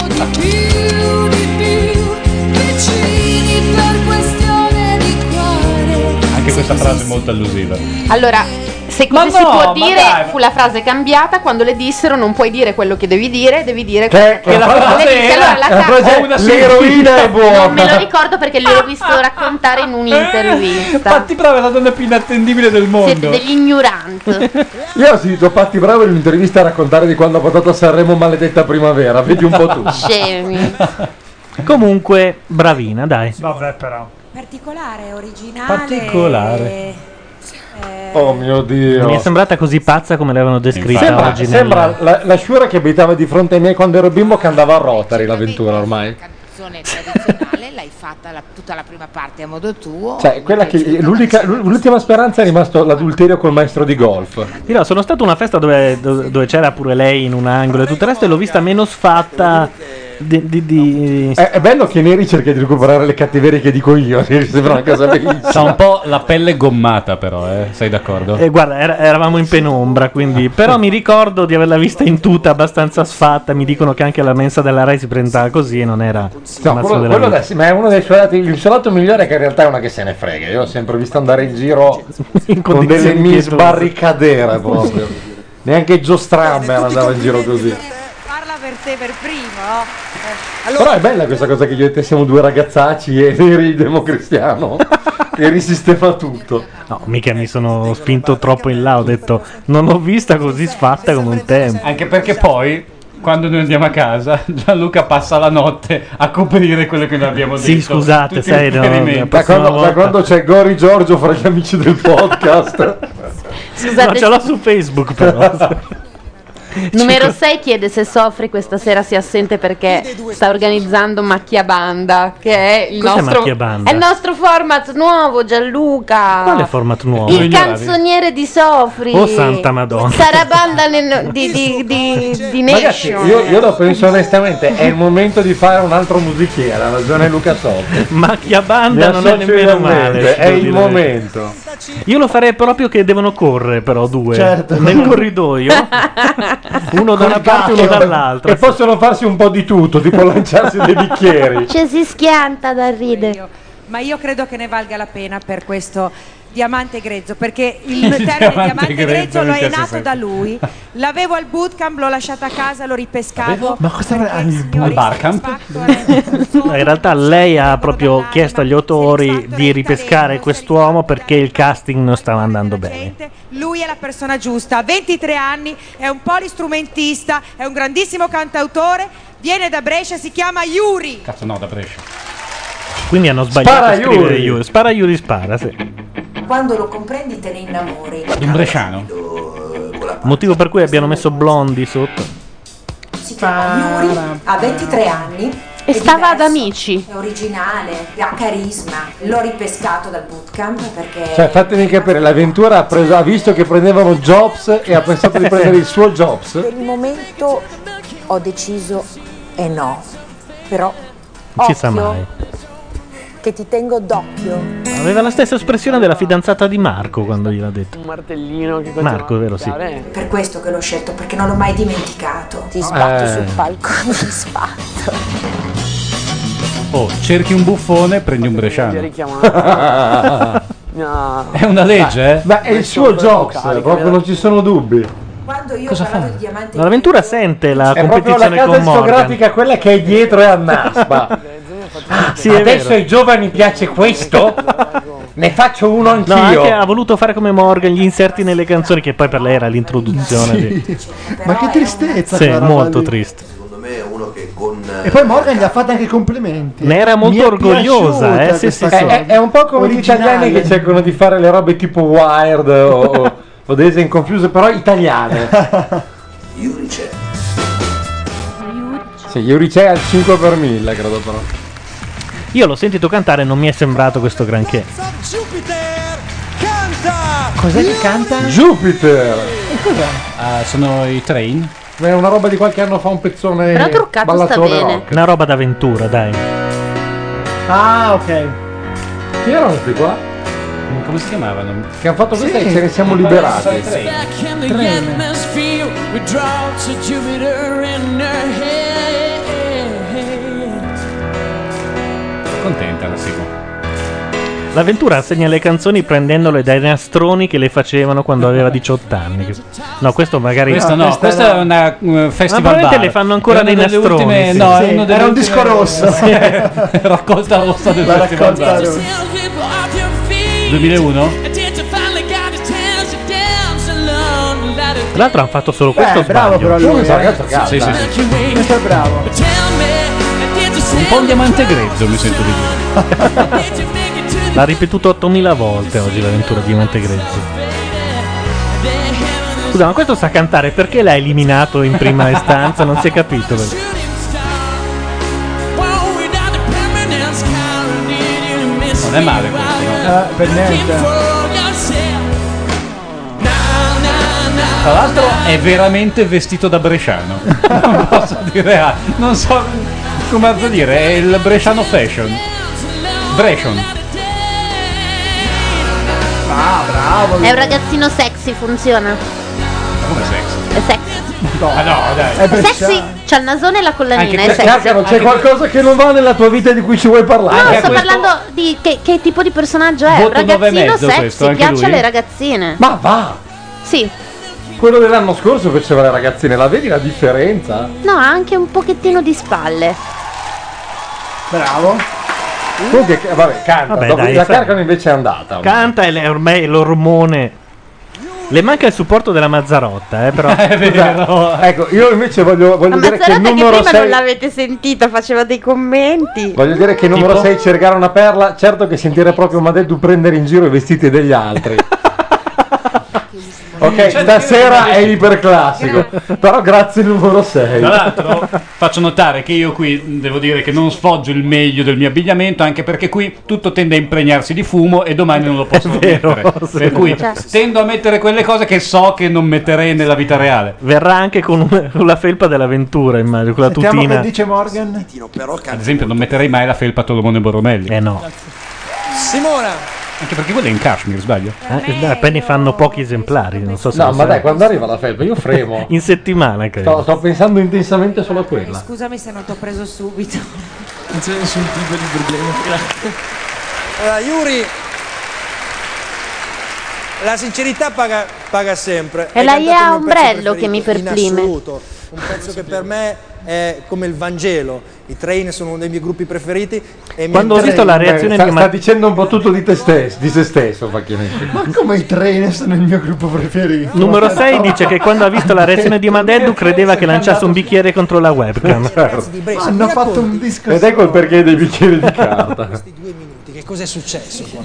Vicini per questione di cuore. Anche questa frase è molto allusiva. Allora, se Ma così si no, può ma dire, dai. fu la frase cambiata quando le dissero non puoi dire quello che devi dire Che quello la che frase le disse. era- Allora, la frase è una l'eroina è buona. Non me lo ricordo perché l'ho visto raccontare in un'intervista. Fatti brava, è la donna più inattendibile del mondo. Siete degli ignoranti. Io ho sentito Patti Bravo in un'intervista a raccontare di quando ha votato a Sanremo Maledetta Primavera, vedi un po' tu. Scemi. Comunque, bravina, dai. Vabbè, però. Particolare, originale. Particolare. Oh mio Dio. Mi è sembrata così pazza come l'avevano descritta Sembra, oggi. sembra la Sciura che abitava di fronte ai miei quando ero bimbo, che andava a Rotary l'avventura ormai. Canzone tradizionale, l'hai fatta tutta la prima parte a modo tuo. Cioè, quella che l'ultima speranza è rimasto l'adulterio col maestro di golf. Dirò, sono stato a una festa dove c'era pure lei in un angolo e tutto il resto, e l'ho vista meno sfatta È bello che Neri cerca di recuperare le cattiverie che dico io. Mi sembra una cosa bellissima. C'ha un po' la pelle gommata, però, sei d'accordo? Guarda, eravamo in penombra, quindi. Però mi ricordo di averla vista in tuta abbastanza sfatta. Mi dicono che anche la mensa della Rai si presentava così e non era. No, quello ma è uno dei suoi lati. Il suo lato migliore è che in realtà è una che se ne frega. Io ho sempre visto andare in giro con delle Miss Barricadere proprio. Neanche Joe Strummer andava in giro così. Parla per te per primo, no? Però è bella questa cosa che io e te siamo due ragazzacci e Neri democristiano e risistema tutto. No, mica mi sono spinto troppo in là. Ho detto, non l'ho vista così sfatta come un tempo. Anche perché poi, quando noi andiamo a casa, Gianluca passa la notte a coprire quello che noi abbiamo detto. Sì, scusate, tutti sai, i riferimenti. Da quando c'è Gori Giorgio fra gli amici del podcast. No, ce l'ho su Facebook però. Numero 6 chiede se Sofri questa sera si assente perché sta organizzando Macchia Banda, che è il Cos'è nostro Macchia Banda? è il nostro format nuovo, Gianluca. Quale format nuovo? Il canzoniere di Sofri. Oh santa madonna. Sarà banda di Ragazzi, Nation. io lo penso onestamente, è il momento di fare un altro musichiere, ha ragione Luca Sofri. Macchia Banda non è nemmeno male. È il momento. Io lo farei proprio che devono correre però due Certo. nel corridoio. Uno da una parte e uno dall'altra. E possono farsi un po' di tutto, tipo lanciarsi dei bicchieri. Ci si schianta da ridere. Ma io credo che ne valga la pena per questo diamante grezzo, perché il termine diamante grezzo lo è nato da lui. L'avevo al bootcamp, l'ho lasciato a casa, l'ho ripescato. Ma cosa al barcamp? No, in realtà lei ha proprio chiesto agli autori di ripescare quest'uomo perché il casting non stava andando bene. Lui è la persona giusta, ha 23 anni, è un polistrumentista, è un grandissimo cantautore, viene da Brescia, si chiama Yuri. Cazzo no, da Brescia. Quindi hanno sbagliato Spara a scrivere Yuri. Yuri. Spara Yuri, spara, sì. Quando lo comprendi te ne innamori. Un bresciano. Motivo per cui abbiano messo Blondi sotto. Si chiama Yuri, ha 23 anni. E stava ad Amici. È originale, ha carisma. L'ho ripescato dal bootcamp perché... Cioè, fatemi capire, l'avventura ha visto che prendevano Jobs e ha pensato di prendere il suo Jobs. Per il momento ho deciso e no. Però Non ci sa mai. che ti tengo d'occhio. Aveva la stessa espressione della fidanzata di Marco quando gliel'ha detto. Un martellino che Marco, vero? Sì. Per questo che l'ho scelto, perché non l'ho mai dimenticato. Ti sbatto sul palco, ti sbatto. Oh, cerchi un buffone, prendi un bresciano. No. È una legge, eh? Ma è il suo Jobs, proprio non ci sono dubbi. Quando io Cosa ho parlato fa? di diamanti L'avventura sente la È proprio la competizione casa con Morgan. discografica quella che è dietro e annaspa. Sì, è Adesso vero. ai giovani piace questo? Ne faccio uno No, anch'io. anche ha voluto fare come Morgan gli inserti nelle canzoni, che poi per lei era l'introduzione. Sì. Ma che tristezza Sì, quella roba molto lì. triste. Secondo me è uno che con... E poi Morgan gli ha fatto anche i complimenti. Ne era molto Mi è orgogliosa, piaciuta sì, questa sì, sì. cosa. È un po' come gli Originale. italiani che cercano di fare le robe tipo Wired o Daisy Confuse, però italiane. Yuri c'è. Sì, Yuri c'è al 5 per 1000, credo però. Io l'ho sentito cantare e non mi è sembrato questo granché. Cos'è che canta? Jupiter! E cos'è? Sono i Train. È una roba di qualche anno fa, un pezzone Però truccato sta ballatone bene. rock. Una roba d'avventura, dai. Ah, ok. Chi erano questi qua? Come si chiamavano? Che hanno fatto questa e ce ne siamo liberati. Back in the atmosphere, we draw to Jupiter in her head. Contenta la sigla. L'avventura assegna le canzoni prendendole dai nastroni che le facevano quando aveva 18 anni. No, questo magari. Questo no, questo è una Ma festival probabilmente bar. le fanno ancora È una dei delle nastroni. ultime- sì. no, Sì. è uno delle Era un ultime- disco rosso. Sì, raccolta rossa del La festival raccolta bar. rossa. 2001? Tra l'altro hanno fatto solo questo. bravo sbaglio. però lui. Ragazzo, cazzo, Sì, sì, sì. Questo è bravo. Un po' un diamante grezzo mi sento di dire. L'ha ripetuto 8000 volte oggi l'avventura di Monte Grezzo. Scusa, ma questo sa cantare, perché l'ha eliminato in prima istanza? Non si è capito. Perché. Non è male questo, no? Per niente. Tra l'altro è veramente vestito da bresciano. Non posso dire, non so, Come a dire, è il bresciano fashion. Brescian. Ah, bravo. È un ragazzino sexy, funziona. Come sexy? È sexy. Ah no, dai. È sexy, c'ha il nasone e la collanina, è sexy. Carcano, c'è qualcosa che non va nella tua vita di cui ci vuoi parlare? No, sto parlando di che tipo di personaggio è. Un Voto ragazzino 9,5 sexy, questo, anche piace lui? alle ragazzine. Ma va! Sì. Quello dell'anno scorso faceva le ragazzine, la vedi la differenza? No, ha anche un pochettino di spalle. Bravo. Comunque, vabbè, canta. Vabbè, Dopo dai, la fai- Carcano invece è andata. Canta e ormai è l'ormone. Le manca il supporto della Mazzarotta, però. È vero. Ecco, io invece voglio Ma dire che il Mazzarotta che numero prima 6 non l'avete sentita, faceva dei commenti. Voglio dire che il numero Tipo? 6 cercare una perla, certo che sentire proprio Madeddu prendere in giro i vestiti degli altri. Ok, stasera è iperclassico. Però grazie il numero 6. Tra l'altro faccio notare che io qui devo dire che non sfoggio il meglio del mio abbigliamento, anche perché qui tutto tende a impregnarsi di fumo e domani non lo posso mettere. sì. Per cui Cioè. tendo a mettere quelle cose che so che non metterei nella vita reale. Verrà anche con la felpa dell'avventura, immagino, con la Sentiamo tutina. che dice Morgan. Ad esempio non metterei mai la felpa Tolomone Borromelli. No. Simona. Anche perché quella è in cashmere, sbaglio? Poi ne fanno pochi esemplari, non so se No, lo ma sai. dai, quando arriva la felpa io fremo. In settimana, credo. Sto pensando intensamente solo a quella. Scusami se non ti ho preso subito. Non c'è nessun tipo di problema. Allora, Yuri, la sincerità paga sempre. È Hai la cantato Ia il mio pezzo Ombrello che mi preferito, in perplime. assoluto. Un pezzo che per me è come il Vangelo. I Train sono uno dei miei gruppi preferiti. E mi Quando ho visto la reazione di sta dicendo un po' tutto di te stesso, di se stesso, Facchinetti. Ma come i Train sono il mio gruppo preferito? Numero 6 dice che quando ha visto la reazione di Madeddu credeva che lanciasse un bicchiere contro la webcam. Ma hanno fatto un disco. Ed ecco il perché dei bicchieri di carta. Questi 2 minuti, che cosa è successo qua?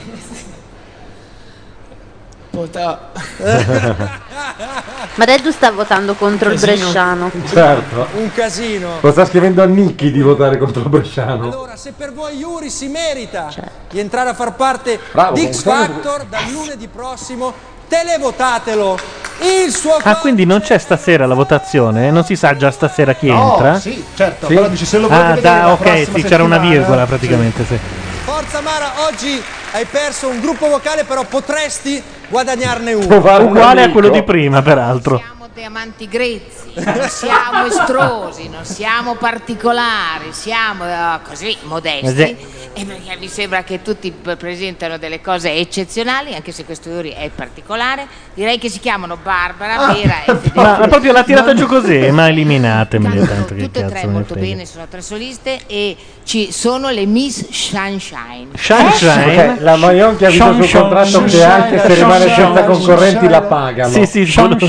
Madeddu sta votando contro il Bresciano. Certo. Un casino. Lo sta scrivendo a Nicchi di votare contro il Bresciano. Allora, se per voi Yuri si merita di entrare a far parte Bravo, di X comunque. Factor dal lunedì prossimo, televotatelo. Il suo Ah, quindi non c'è stasera la votazione? Non si sa già stasera chi entra? Sì, certo, però dice se lo volete Ah, vedere la ok, prossima sì, c'era una settimana. virgola praticamente, sì. Forza Mara, oggi hai perso un gruppo vocale, però potresti guadagnarne uno. Uguale a quello di prima, peraltro. Diamanti grezzi, non siamo estrosi, non siamo particolari, siamo così modesti. E perché mi sembra che tutti presentano delle cose eccezionali, anche se questo Yuri è particolare. Direi che si chiamano Barbara, Vera e Federica. Ma proprio l'ha tirata giù così, ma eliminatemeli tanto che Tutte e cazzo tre me ne molto frega. bene, sono tre soliste e ci sono le Miss Sunshine. Sunshine? Ok, la Maionchi ha visto sul contratto che anche se rimane senza concorrenti la pagano. Sì, sì,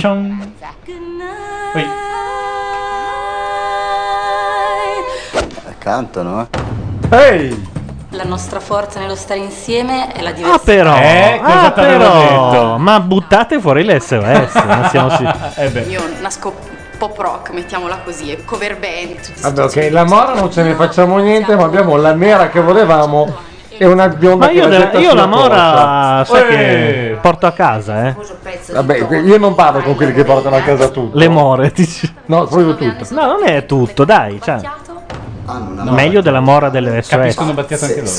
Cantano, Ehi! La nostra forza nello stare insieme è la Ah diversità. però, però, ma buttate fuori l'SOS, non siamo Io nasco pop rock, mettiamola così, e cover band, tutti Vabbè, ok, la Mora non ce ne facciamo niente, ma abbiamo la nera che volevamo e una bionda Ma che la getta io sulla la Mora corsa. sai che porto a casa, Vabbè, io non parlo con quelli che portano a casa tutto. Le more, dici. No, proprio tutto. No, non è tutto, dai, cioè. Meglio della Mora delle SOS. Capiscono battiato anche loro.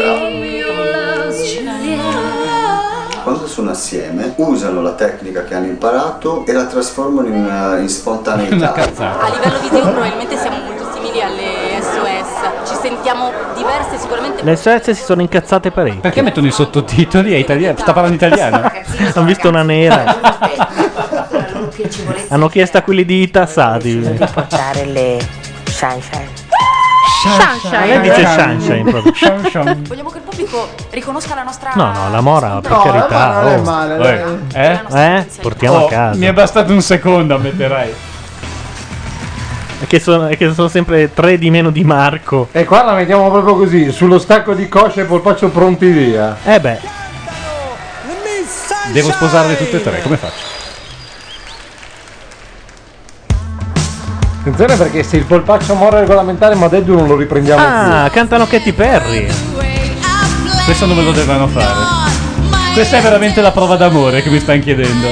Quando sono assieme usano la tecnica che hanno imparato e la trasformano in spontaneità. A livello video probabilmente siamo molto simili alle SOS, ci sentiamo diverse sicuramente. Le SOS si sono incazzate parecchio. Perché mettono i sottotitoli? È italiano, sta parlando italiano? Hanno visto una nera. Hanno chiesto a quelli di Itassati. Portare le Sunshine. Lei dice Sunshine proprio. Vogliamo che il pubblico riconosca la nostra. No, no, la Mora, per carità. non è male, dai. Portiamo a casa. Mi è bastato un secondo, ammetterai. È che sono sempre 3 di meno di Marco. E qua la mettiamo proprio così, sullo stacco di coscia e polpaccio pronti via. Beh. Devo sposarle tutte e tre, come faccio? Attenzione perché se il polpaccio muore regolamentare Madeddu non lo riprendiamo Ah, cantano Katy Perry. Questo non me lo dovevano fare. Questa è veramente la prova d'amore che mi stanno chiedendo.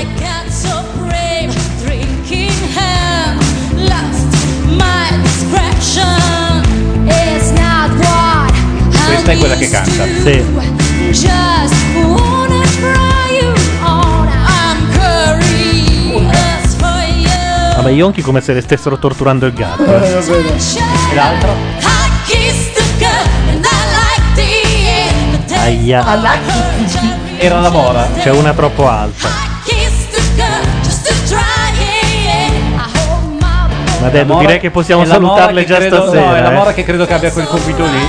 Questa è quella che canta. Sì. Just wanna try you on. I'm curious for you. Vabbè, gli onchi come se le stessero torturando il gatto. E l'altro? I kissed a girl and I liked it. Aia. Era la mora. C'è una troppo alta. Kissed a girl just to try it. I hold my Ma Dedo, direi che possiamo è la mora salutarle che già credo- stasera. No, è la mora che credo che abbia quel compito lì.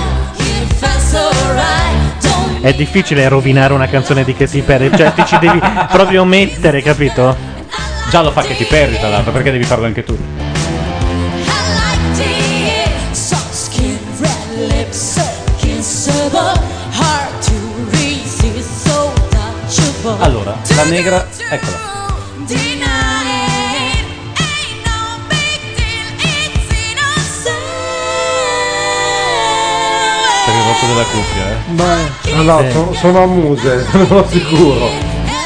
È difficile rovinare una canzone di Katy Perry, cioè ti ci devi proprio mettere, capito? Già lo fa Katy Perry, tra l'altro, perché devi farlo anche tu? soft skin, red lips, so kissable, hard to resist, so touchable. Allora, la negra, eccola. Deny it, ain't no big deal, it's innocent. Per il rotto della cuffia, Ma no, sono a muse, sono sicuro.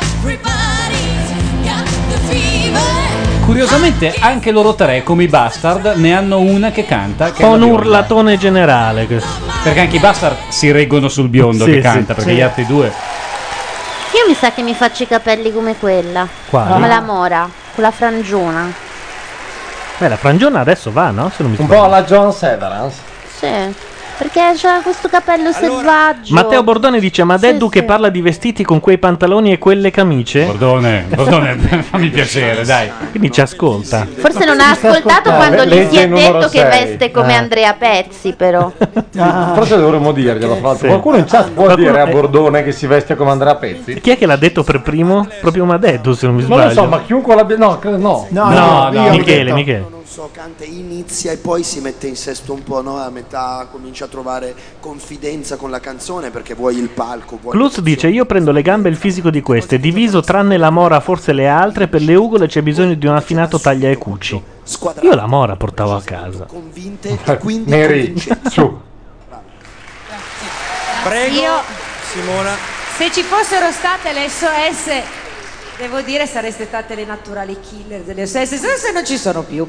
Curiosamente anche loro tre, come i Bastard, ne hanno una che canta. Che è Un la bionda. urlatone generale. Perché anche i Bastard si reggono sul biondo Sì, che sì. canta, perché Sì. gli altri due. Io mi sa che mi faccio i capelli come quella. Quali? Come la mora, con la frangiona. Beh, la frangiona adesso va, no? Se non mi Un sbaglio. po' alla John Severance. Sì. Perché c'ha questo capello selvaggio. Matteo Bordone dice: ma Deddu che parla di vestiti con quei pantaloni e quelle camicie? Bordone, fammi piacere, dai. Quindi ci ascolta. Forse non ha ascoltato quando gli si è detto che veste come Ah. Andrea Pezzi, però. Forse dovremmo dirglielo. fra l'altro. Sì. Qualcuno in chat può Qualcuno- dire a Bordone che si veste come Andrea Pezzi? Chi è che l'ha detto per primo? Proprio Madeddu, se non mi Non sbaglio. lo so, ma chiunque l'abbia. No, credo no. No, io Michele, ho detto- Michele. Non so, canta, inizia e poi si mette in sesto un po', no? A metà comincia a trovare confidenza con la canzone perché vuoi il palco, vuoi Cluz dice: io prendo le gambe e il fisico di queste, diviso tranne la mora, forse le altre, per le ugole c'è bisogno di un affinato taglia e cuci. Io la mora portavo a casa. convinte e quindi Neri, convincenti. su. Prego, Io, Simona. se ci fossero state le SOS, devo dire sareste state le naturali killer delle SOS, se non ci sono più.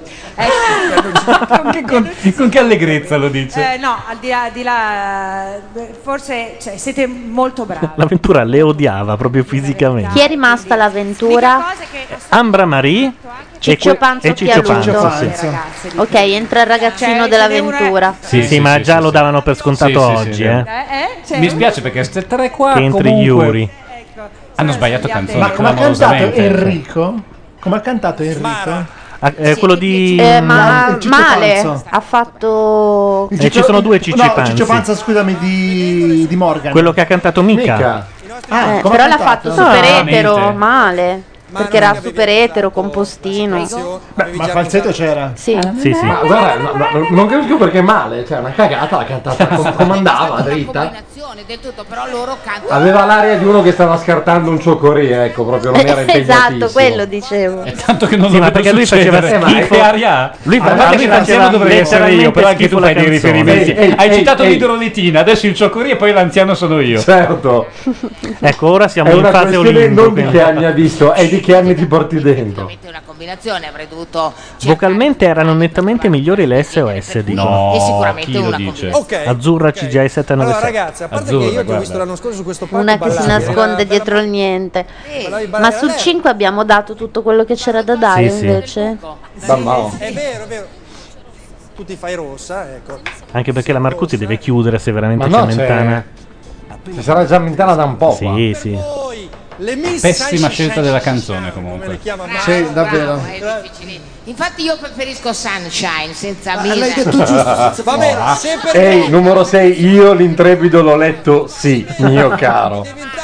Con che allegrezza lo dice? No, al di là, forse cioè, siete molto bravi. L'avventura le odiava proprio fisicamente. Chi è rimasta all'avventura? Ambra Marie Ciccio Panzo e Ciccio Pialuto. Panzo, sì. Ok, entra il ragazzino dell'avventura. Sì, ma già lo davano per scontato oggi, eh. Mi spiace perché queste tre qua Che entri comunque Yuri. hanno sbagliato canzone. Ma come ha cantato clamorosamente. Enrico? Come ha cantato Enrico? Quello di Ma Ciccio male, Panzo. ha fatto. ci sono due Cicci No, Panzi. Ciccio Panza, scusami, di Morgan. Quello che ha cantato Mica. Ah, come Però ha l'ha cantato? fatto super veramente. etero, male. Perché era super etero, compostino. Beh, ma il falsetto c'era? Sì. Sì, sì. Ma guarda, non capisco perché è male, cioè una cagata, l'ha cantata come andava, dritta. del tutto, però loro cantano. Aveva l'aria di uno che stava scartando un cioccoria, ecco, proprio non era impegnatissimo. Esatto, quello dicevo. Tanto che non Sì, lo ma vedo perché lui faceva succedere. schifo. Che aria ha? Lui Ma guarda che l'anziano dovrei essere io, però anche tu fai dei riferimenti. Hai citato l'idroletina, adesso il cioccoria e poi l'anziano sono io. Certo. Ecco, ora siamo È in una fase questione olimpica. non di che anni ha visto, è di che anni ti porti dentro. Una combinazione avrei dovuto Vocalmente erano nettamente migliori le SOS, dicono. e sicuramente chi lo una dice? Ok. Azzurra CGI 797. Allora ragazzi, a parte che io ti ho visto l'anno scorso su questo palco Una che si ballare, nasconde era dietro il niente. Ballavi Ma ballare sul lei. 5 abbiamo dato tutto quello che c'era da dare Sì, sì. invece. È vero, è vero. Tu ti fai rossa, ecco. Anche perché la Marcuzzi deve chiudere se veramente Ma no, c'è Mentana. Ci sarà già Mentana da un po'. Sì, sì. Le Miss Pessima Sunshine, scelta della canzone comunque. come le chiama Sì, davvero. è difficile. Infatti io preferisco Sunshine senza L'hai Mina. detto giusto. Va bene, se per Ehi, numero 6, io l'intrepido l'ho letto, sì, mio caro.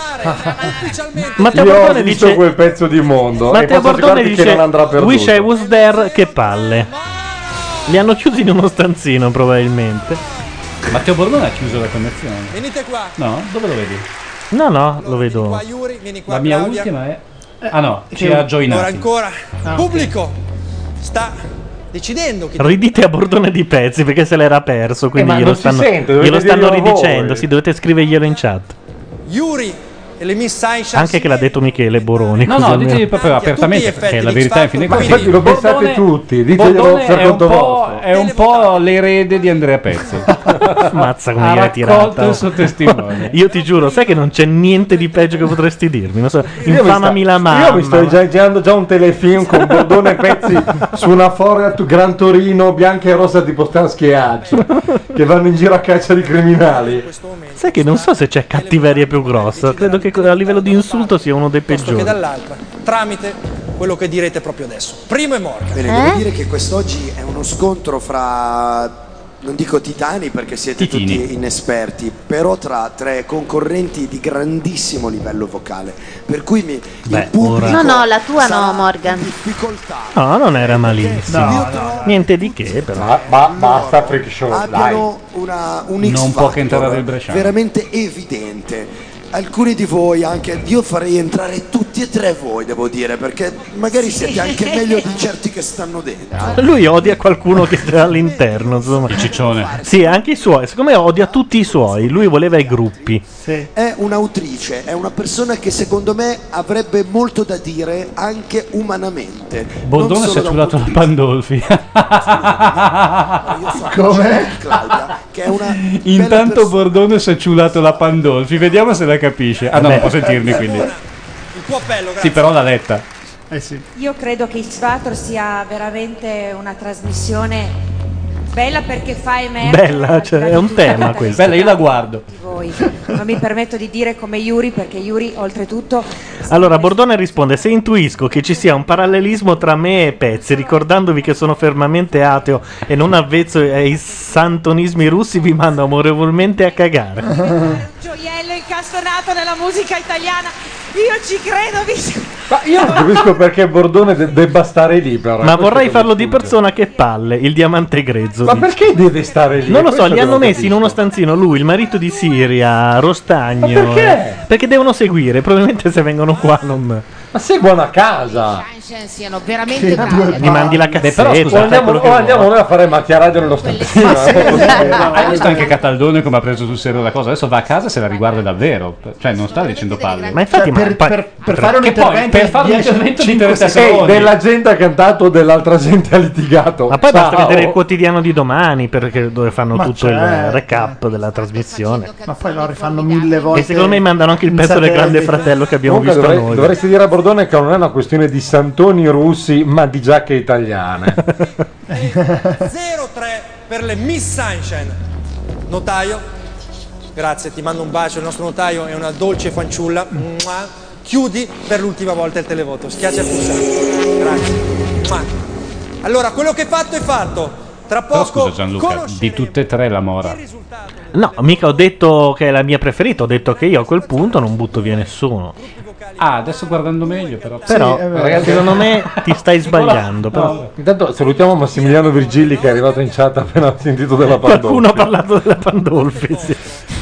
Matteo Io ho Bordone visto dice quel pezzo di mondo e Matteo posso Bordone assicurarti che dice non andrà perduto. Wish I was there, che palle. Li hanno chiusi in uno stanzino probabilmente. Matteo Bordone ha chiuso la connessione. Venite qua. No? Dove lo vedi? No, no, lo vedo. Qua Yuri, vieni qua La mia Claudia. ultima è... Ah no, ci ha Ora joinato. ancora. Pubblico sta decidendo chi Ridite a Bordone di pezzi perché se l'era perso, quindi ma glielo non si stanno, sente, dovete glielo stanno dirlo ridicendo. voi. Sì, dovete scriverglielo in chat. Yuri e le Miss Sunshine. Anche che l'ha detto Michele Boroni. No, così no, almeno- diteli proprio apertamente, perché la verità è in fin dei Ma conti. infatti lo pensate tutti, diteglielo Bordone per è un conto po', vostro. è un po' l'erede di Andrea Pezzi. Mazza come Ha gli hai raccolto tirata. il suo testimone. Io ti giuro, sai che non c'è niente di peggio che potresti dirmi. Non so, Io infamami la mamma. Io mi sto girando già un telefilm con Bordone e Pezzi su una Fiat Gran Torino bianca e rossa tipo Stansky e Hutch, che vanno in giro a caccia di criminali. Sai che non so se c'è cattiveria più grossa. Credo che a livello di insulto sia uno dei piuttosto peggiori. che dall'altra, tramite quello che direte proprio adesso. Primo è Morgan. Bene, devo dire che quest'oggi è uno scontro fra, non dico titani perché siete tutti inesperti, però tra tre concorrenti di grandissimo livello vocale. Per cui il pubblico No, la tua no, Morgan. No, non era malissimo. Niente di che, però. Ma basta freak show, abbiano un X Non può che entrare Factor il Bresciano. veramente evidente. Alcuni di voi anche, io farei entrare tutti e tre voi, devo dire, perché magari siete anche meglio di certi che stanno dentro. Lui odia qualcuno che sta all'interno, insomma. Il ciccione. Sì, anche i suoi. Secondo me odia tutti i suoi. Lui voleva i gruppi. È un'autrice, è una persona che secondo me avrebbe molto da dire anche umanamente. Bordone Non si è solo da un ciulato la Pandolfi. Come? Claudia, che è una Intanto Bordone si è ciulato la Pandolfi. Vediamo se la capisce. Ah no, non può sentirmi quindi. Il tuo appello, grazie. Sì, però l'ha letta. Io credo che X Factor sia veramente una trasmissione bella perché fa emergere Bella, cioè, è un tema questo. Bella, io la guardo. voi. Non mi permetto di dire come Yuri perché Yuri oltretutto Allora, Bordone risponde: se intuisco che ci sia un parallelismo tra me e Pezzi, ricordandovi che sono fermamente ateo e non avvezzo ai santonismi russi, vi mando amorevolmente a cagare. gioiello incastonato nella musica italiana. Io ci credo, Ma io non capisco perché Bordone debba stare lì, però. Ma Questo vorrei che farlo mi di sfugge. persona, che palle, il diamante grezzo. Ma dice. perché deve stare lì? Non lo so, Questo li che hanno non messi capisco. in uno stanzino, lui, il marito di Siria, Rostagno. Ma perché? Perché devono seguire, probabilmente se vengono qua non... Ma seguono a casa. Siano veramente bravi. Gli mandi la cassetta. Però scusa, andiamo noi a fare macchia radio nello stanzino. Hai visto anche Cataldone come ha preso sul serio la cosa? Adesso va a casa e se la riguarda davvero. Cioè, non sta dicendo palle. Ma infatti, per fare un Che poi, intervento per fare un 10, intervento di 5 30 secondi. secondi. Della gente ha cantato, dell'altra gente ha litigato. Ma poi basta Ciao. vedere il quotidiano di domani, perché dove fanno Ma tutto il certo. recap della trasmissione. Ma poi lo rifanno 1000 volte. E secondo me mandano anche il in pezzo del satellite. Grande Fratello che abbiamo Comunque visto noi. dovresti dire a Bordone che non è una questione di santoni russi, ma di giacche italiane. 0-3 per le Miss Sunshine. Notaio, grazie, ti mando un bacio, il nostro notaio è una dolce fanciulla. Mua. Chiudi per l'ultima volta il televoto, schiaccia il pulsante. Grazie. Mua. Allora, quello che è fatto è fatto. Tra Però poco scusa Gianluca, di tutte e tre la Mora. No, mica ho detto che è la mia preferita, ho detto che io a quel punto non butto via nessuno. Ah, adesso guardando meglio però. Però, è vero. ragazzi, secondo me ti stai sbagliando. Però. Intanto salutiamo Massimiliano Virgilli che è arrivato in chat appena ha sentito della Qualcuno ha Pandolfi. parlato della Pandolfi, sì.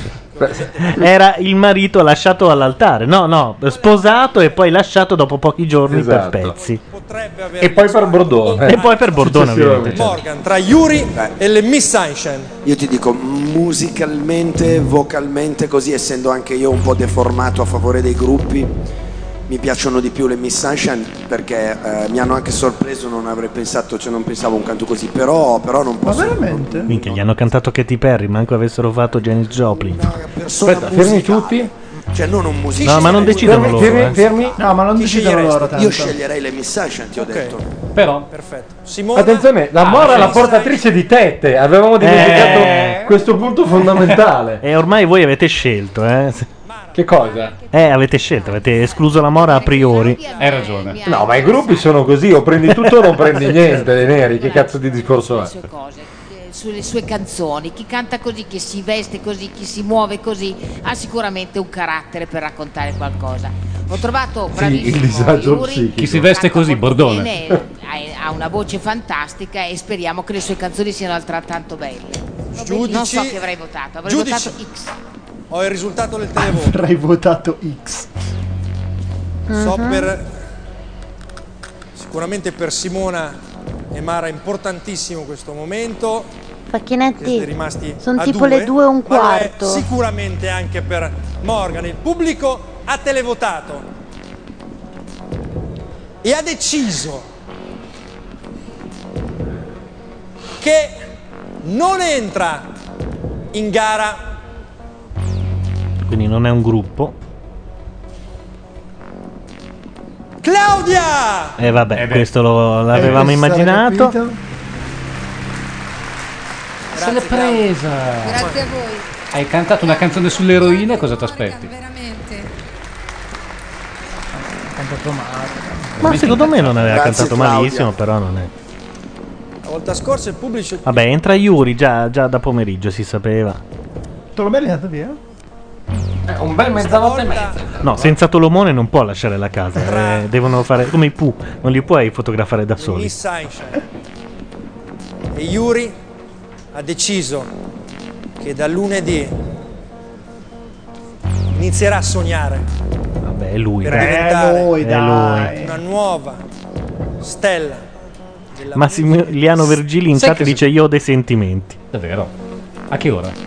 Era il marito lasciato all'altare, no, sposato e poi lasciato dopo pochi giorni Esatto. per pezzi. E poi per Bordone. E poi per Bordone, ovviamente. certo. Morgan, tra Yuri e le Miss Sunshine. Io ti dico, musicalmente, vocalmente, così essendo anche io un po' deformato a favore dei gruppi, mi piacciono di più le Miss Sunshine perché mi hanno anche sorpreso, non avrei pensato, cioè non pensavo a un canto così, però non Ma posso. veramente? Minchia, gli hanno cantato Katy Perry, manco avessero fatto Janis Joplin. Persona Aspetta, fermi musicale. tutti. Cioè non un musicista. No, ma non decidono loro. Fermi. No, ma non Chi decidono sceglieresti? loro tanto. Io sceglierei le Miss Sunshine, ti ho detto. Però Perfetto. Simona, Attenzione, la Mora è la portatrice di tette. Avevamo dimenticato questo punto fondamentale. E ormai voi avete scelto, Che cosa? avete scelto, avete escluso la Mora a priori. hai ragione. No, ma i gruppi sono così, o prendi tutto o non prendi niente dei neri. Che cazzo di discorso le è? sue cose, sulle sue canzoni. Chi canta così, chi si veste così, chi si muove così, ha sicuramente un carattere per raccontare qualcosa. Ho trovato bravissimo il disagio Yuri, psichico. Chi si veste canta così, molto Bordone. bene, ha una voce fantastica e speriamo che le sue canzoni siano altrettanto belle. Giudici. Non so che avrei votato, avrei Giudici. votato X. ho il risultato del televoto. Avrei votato X. So sicuramente per Simona e Mara è importantissimo questo momento. Siete Facchinetti, rimasti sono a tipo due, le 2:15. ma lo è sicuramente anche per Morgan. Il pubblico ha televotato e ha deciso che non entra in gara. Quindi non è un gruppo. Claudia! E vabbè, questo l'avevamo immaginato. Se l'è presa. Grazie a voi. Hai cantato una canzone sull'eroina, cosa ti aspetti? Veramente. Cantato male. Ma secondo me non aveva Grazie, cantato Claudia. malissimo, però non è. La volta scorsa il pubblico... Vabbè, entra Yuri già da pomeriggio, si sapeva. Tolomelli è andato via? Un bel mezzanotte e mezza. No, senza Tolomone non può lasciare la casa. Devono fare come i Pooh, non li puoi fotografare da soli. Miss Sunshine. E Yuri ha deciso che da lunedì inizierà a sognare Vabbè, è lui. per diventare lui, È dai. una nuova stella della Massimiliano Vergili in Sai chat che- dice io ho dei sentimenti. Davvero? A che ora?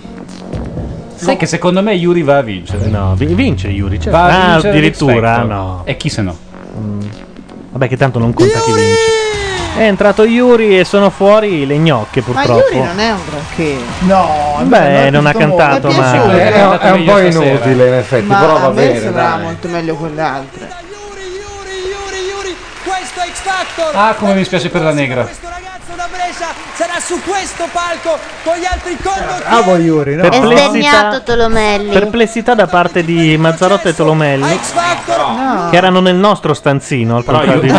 Sai che secondo me Yuri va a vincere. No, vince Yuri. Cioè. Va a vincere Addirittura l'X Factor. no. E chi se no? Vabbè, che tanto non conta chi vince. È entrato Yuri e sono fuori le gnocche Ma purtroppo. Yuri non è un granché. No, Beh, non ha tutto cantato, Mi è ma piaciuto. È un po' inutile in effetti, Ma però a va me bene, sembrava dai. molto meglio quelle altre. Yuri, questo X Factor. Ah, come mi spiace per la negra. Questo ragazzo da Brescia sarà su questo palco con gli altri condottieri. Bravo Yuri, no? È sdegnato Tolomelli. perplessità da parte di Mazzarotta e Tolomelli, X Factor. che erano nel nostro stanzino al Però contrario di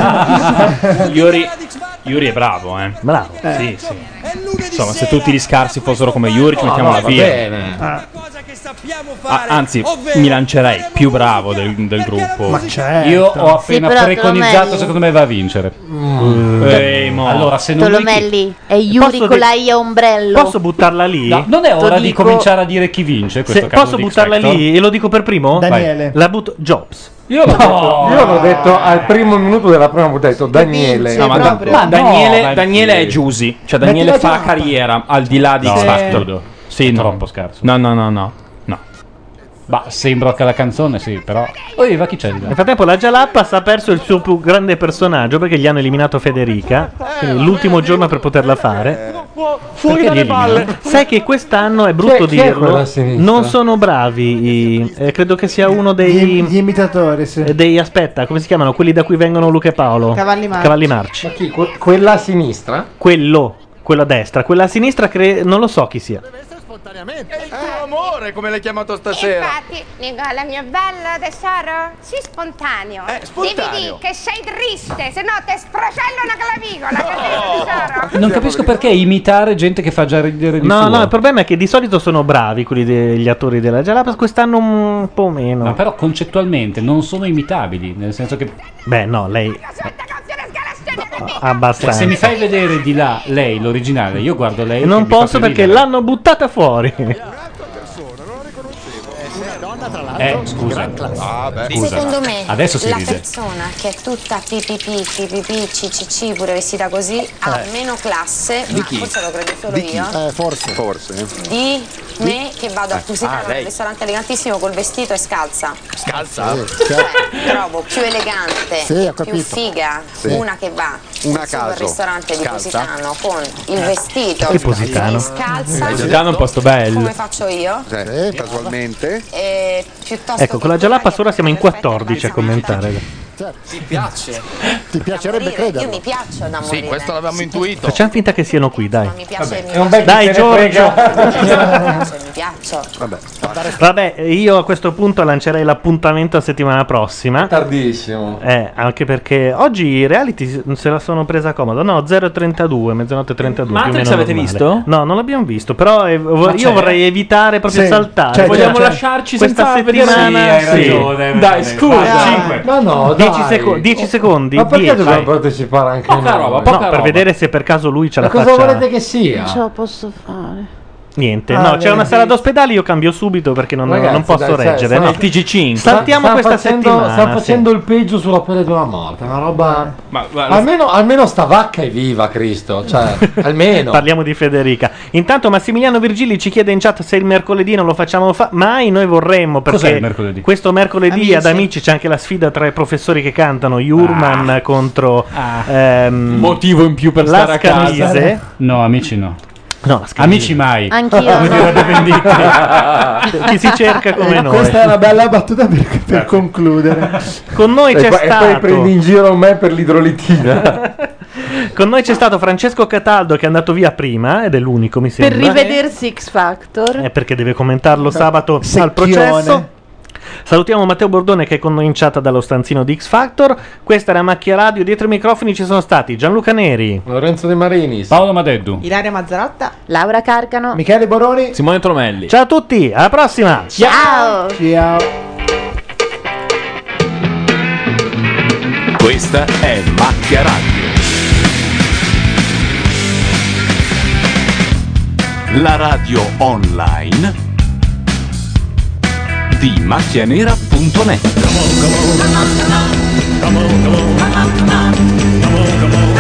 Bordone. Yuri è bravo, eh. Bravo. Sì, sì. Insomma, se tutti gli scarsi fossero come Yuri, ci mettiamo la va via. bene. Anzi, mi lancerei più bravo del gruppo. Ma certo. Io ho appena Sì, però preconizzato, Tolomelli- secondo me va a vincere. Ehi, mo. Allora, se non lui chi- Tolomelli è Yuri Posso con di- la I a ombrello. Posso buttarla lì? No, non è Lo ora di dico- cominciare a dire chi vince questo Se caso posso di X buttarla Factor? lì e lo dico per primo? Daniele. La butto Jobs. Io Io l'ho detto al primo minuto della prima puntata, ho detto Daniele. Sì, No, ma, proprio. Ma no, Daniele, ma- Daniele è Giusy. Cioè, Daniele Metti la fa giappa. carriera al di là di No, X è Factor. stupido. Sì, È no. troppo scarso. No, no, no, no. No. Bah, se imbrocca la canzone, sì, però. Va chi c'è di là? Nel frattempo la Jalapas ha perso il suo più grande personaggio perché gli hanno eliminato Federica. Quindi l'ultimo giorno per poterla fare. Fuori dalle balle. Sai che quest'anno è brutto Chi è quello dirlo. a sinistra? Non sono bravi. Credo che sia uno Gli dei. imitatori, sì. Aspetta, come si chiamano? Quelli da cui vengono Luca e Paolo? Cavalli Marci. Cavalli Marci. Ma chi? Quella a sinistra? Quello a destra. Quella a sinistra non lo so chi sia. È il tuo amore, come l'hai chiamato stasera? Infatti, Nicola, mio bello tesoro, sii spontaneo. spontaneo. Devi dire che sei triste, se no te sfracello una clavicola, capito tesoro? Non capisco perché imitare gente che fa già ridere di No, suo. no, il problema è che di solito sono bravi quelli degli attori della Jalapas, quest'anno un po' meno. Ma però concettualmente non sono imitabili, nel senso che Beh, no, lei cioè, abbastanza. se mi fai vedere di là lei, l'originale, io guardo lei. Non che mi fa posso più perché ridere. l'hanno buttata fuori. Scusa. Scusa. Secondo me Adesso si la ride. persona che è tutta pipipì, CCC, pure vestita così, ha meno classe, ma forse lo credo solo io, Forse. di me che vado a visitare un lei. ristorante elegantissimo col vestito e scalza. Scalza? Trovo più elegante, Sì, ho più capito. figa, Sì. una che va Una a al super caso. ristorante di Scalza? Positano con il vestito Che Positano? e scalza, Positano è un posto bello. come faccio io, Sì, casualmente. e piuttosto Ecco, con la Jalapas ora siamo in 14 a commentare. Ti piace? Ti piacerebbe crederlo? Io mi piaccio da morire. Sì, questo l'avevamo intuito. Facciamo finta che siano qui, dai. Mi piace, È un bel Dai, Giorgio. mi piaccio. Vabbè, io a questo punto lancerei l'appuntamento a settimana prossima. Tardissimo. Anche perché oggi i reality se la sono presa comoda. No, 0:32, mezzanotte 32. più o Matrix meno avete normale. visto? No, non l'abbiamo visto. Però io c'è? vorrei evitare proprio Sì, saltare. c'è, Vogliamo c'è. lasciarci Questa senza vedere? settimana. Sì, hai ragione. Dai, scusa. 5. Ma no, 10 dai. secondi. Ma perché 10. dobbiamo partecipare anche Poca noi? roba, No, poca per roba. vedere se per caso lui ce Ma la cosa faccia. volete che sia? Non ce la posso fare. Niente, no, c'è una sala d'ospedali, io cambio subito perché non posso reggere. No. TG5. Saltiamo questa settimana. Sta facendo il peggio sulla pelle di una morta, una roba. Almeno sta vacca è viva, Cristo. Cioè, almeno. Parliamo di Federica. Intanto Massimiliano Virgili ci chiede in chat se il mercoledì non lo facciamo mai. Noi vorremmo, perché Cos'è il mercoledì? questo mercoledì ad Amici c'è anche la sfida tra i professori che cantano Jurman contro motivo in più per stare a casa. No, Amici no. No, Amici mai. Anch'io Come no. direbbe Venditti. Chi si cerca come noi. Questa è una bella battuta per concludere. Con noi c'è stato. E poi prendi in giro me per l'idrolitina. Con noi c'è stato Francesco Cataldo che è andato via prima ed è l'unico, mi Per sembra. rivedersi X Factor. Perché deve commentarlo sabato al processo. Salutiamo Matteo Bordone che è con noi in chat dallo stanzino di X Factor. Questa era Macchia Radio. Dietro i microfoni ci sono stati Gianluca Neri, Lorenzo De Marinis, Paolo Madeddu, Ilaria Mazzarotta, Laura Carcano, Michele Boroni, Simone Tromelli. ciao a tutti, alla prossima. Ciao. Ciao. Questa è Macchia Radio, la radio online di macchianera.net.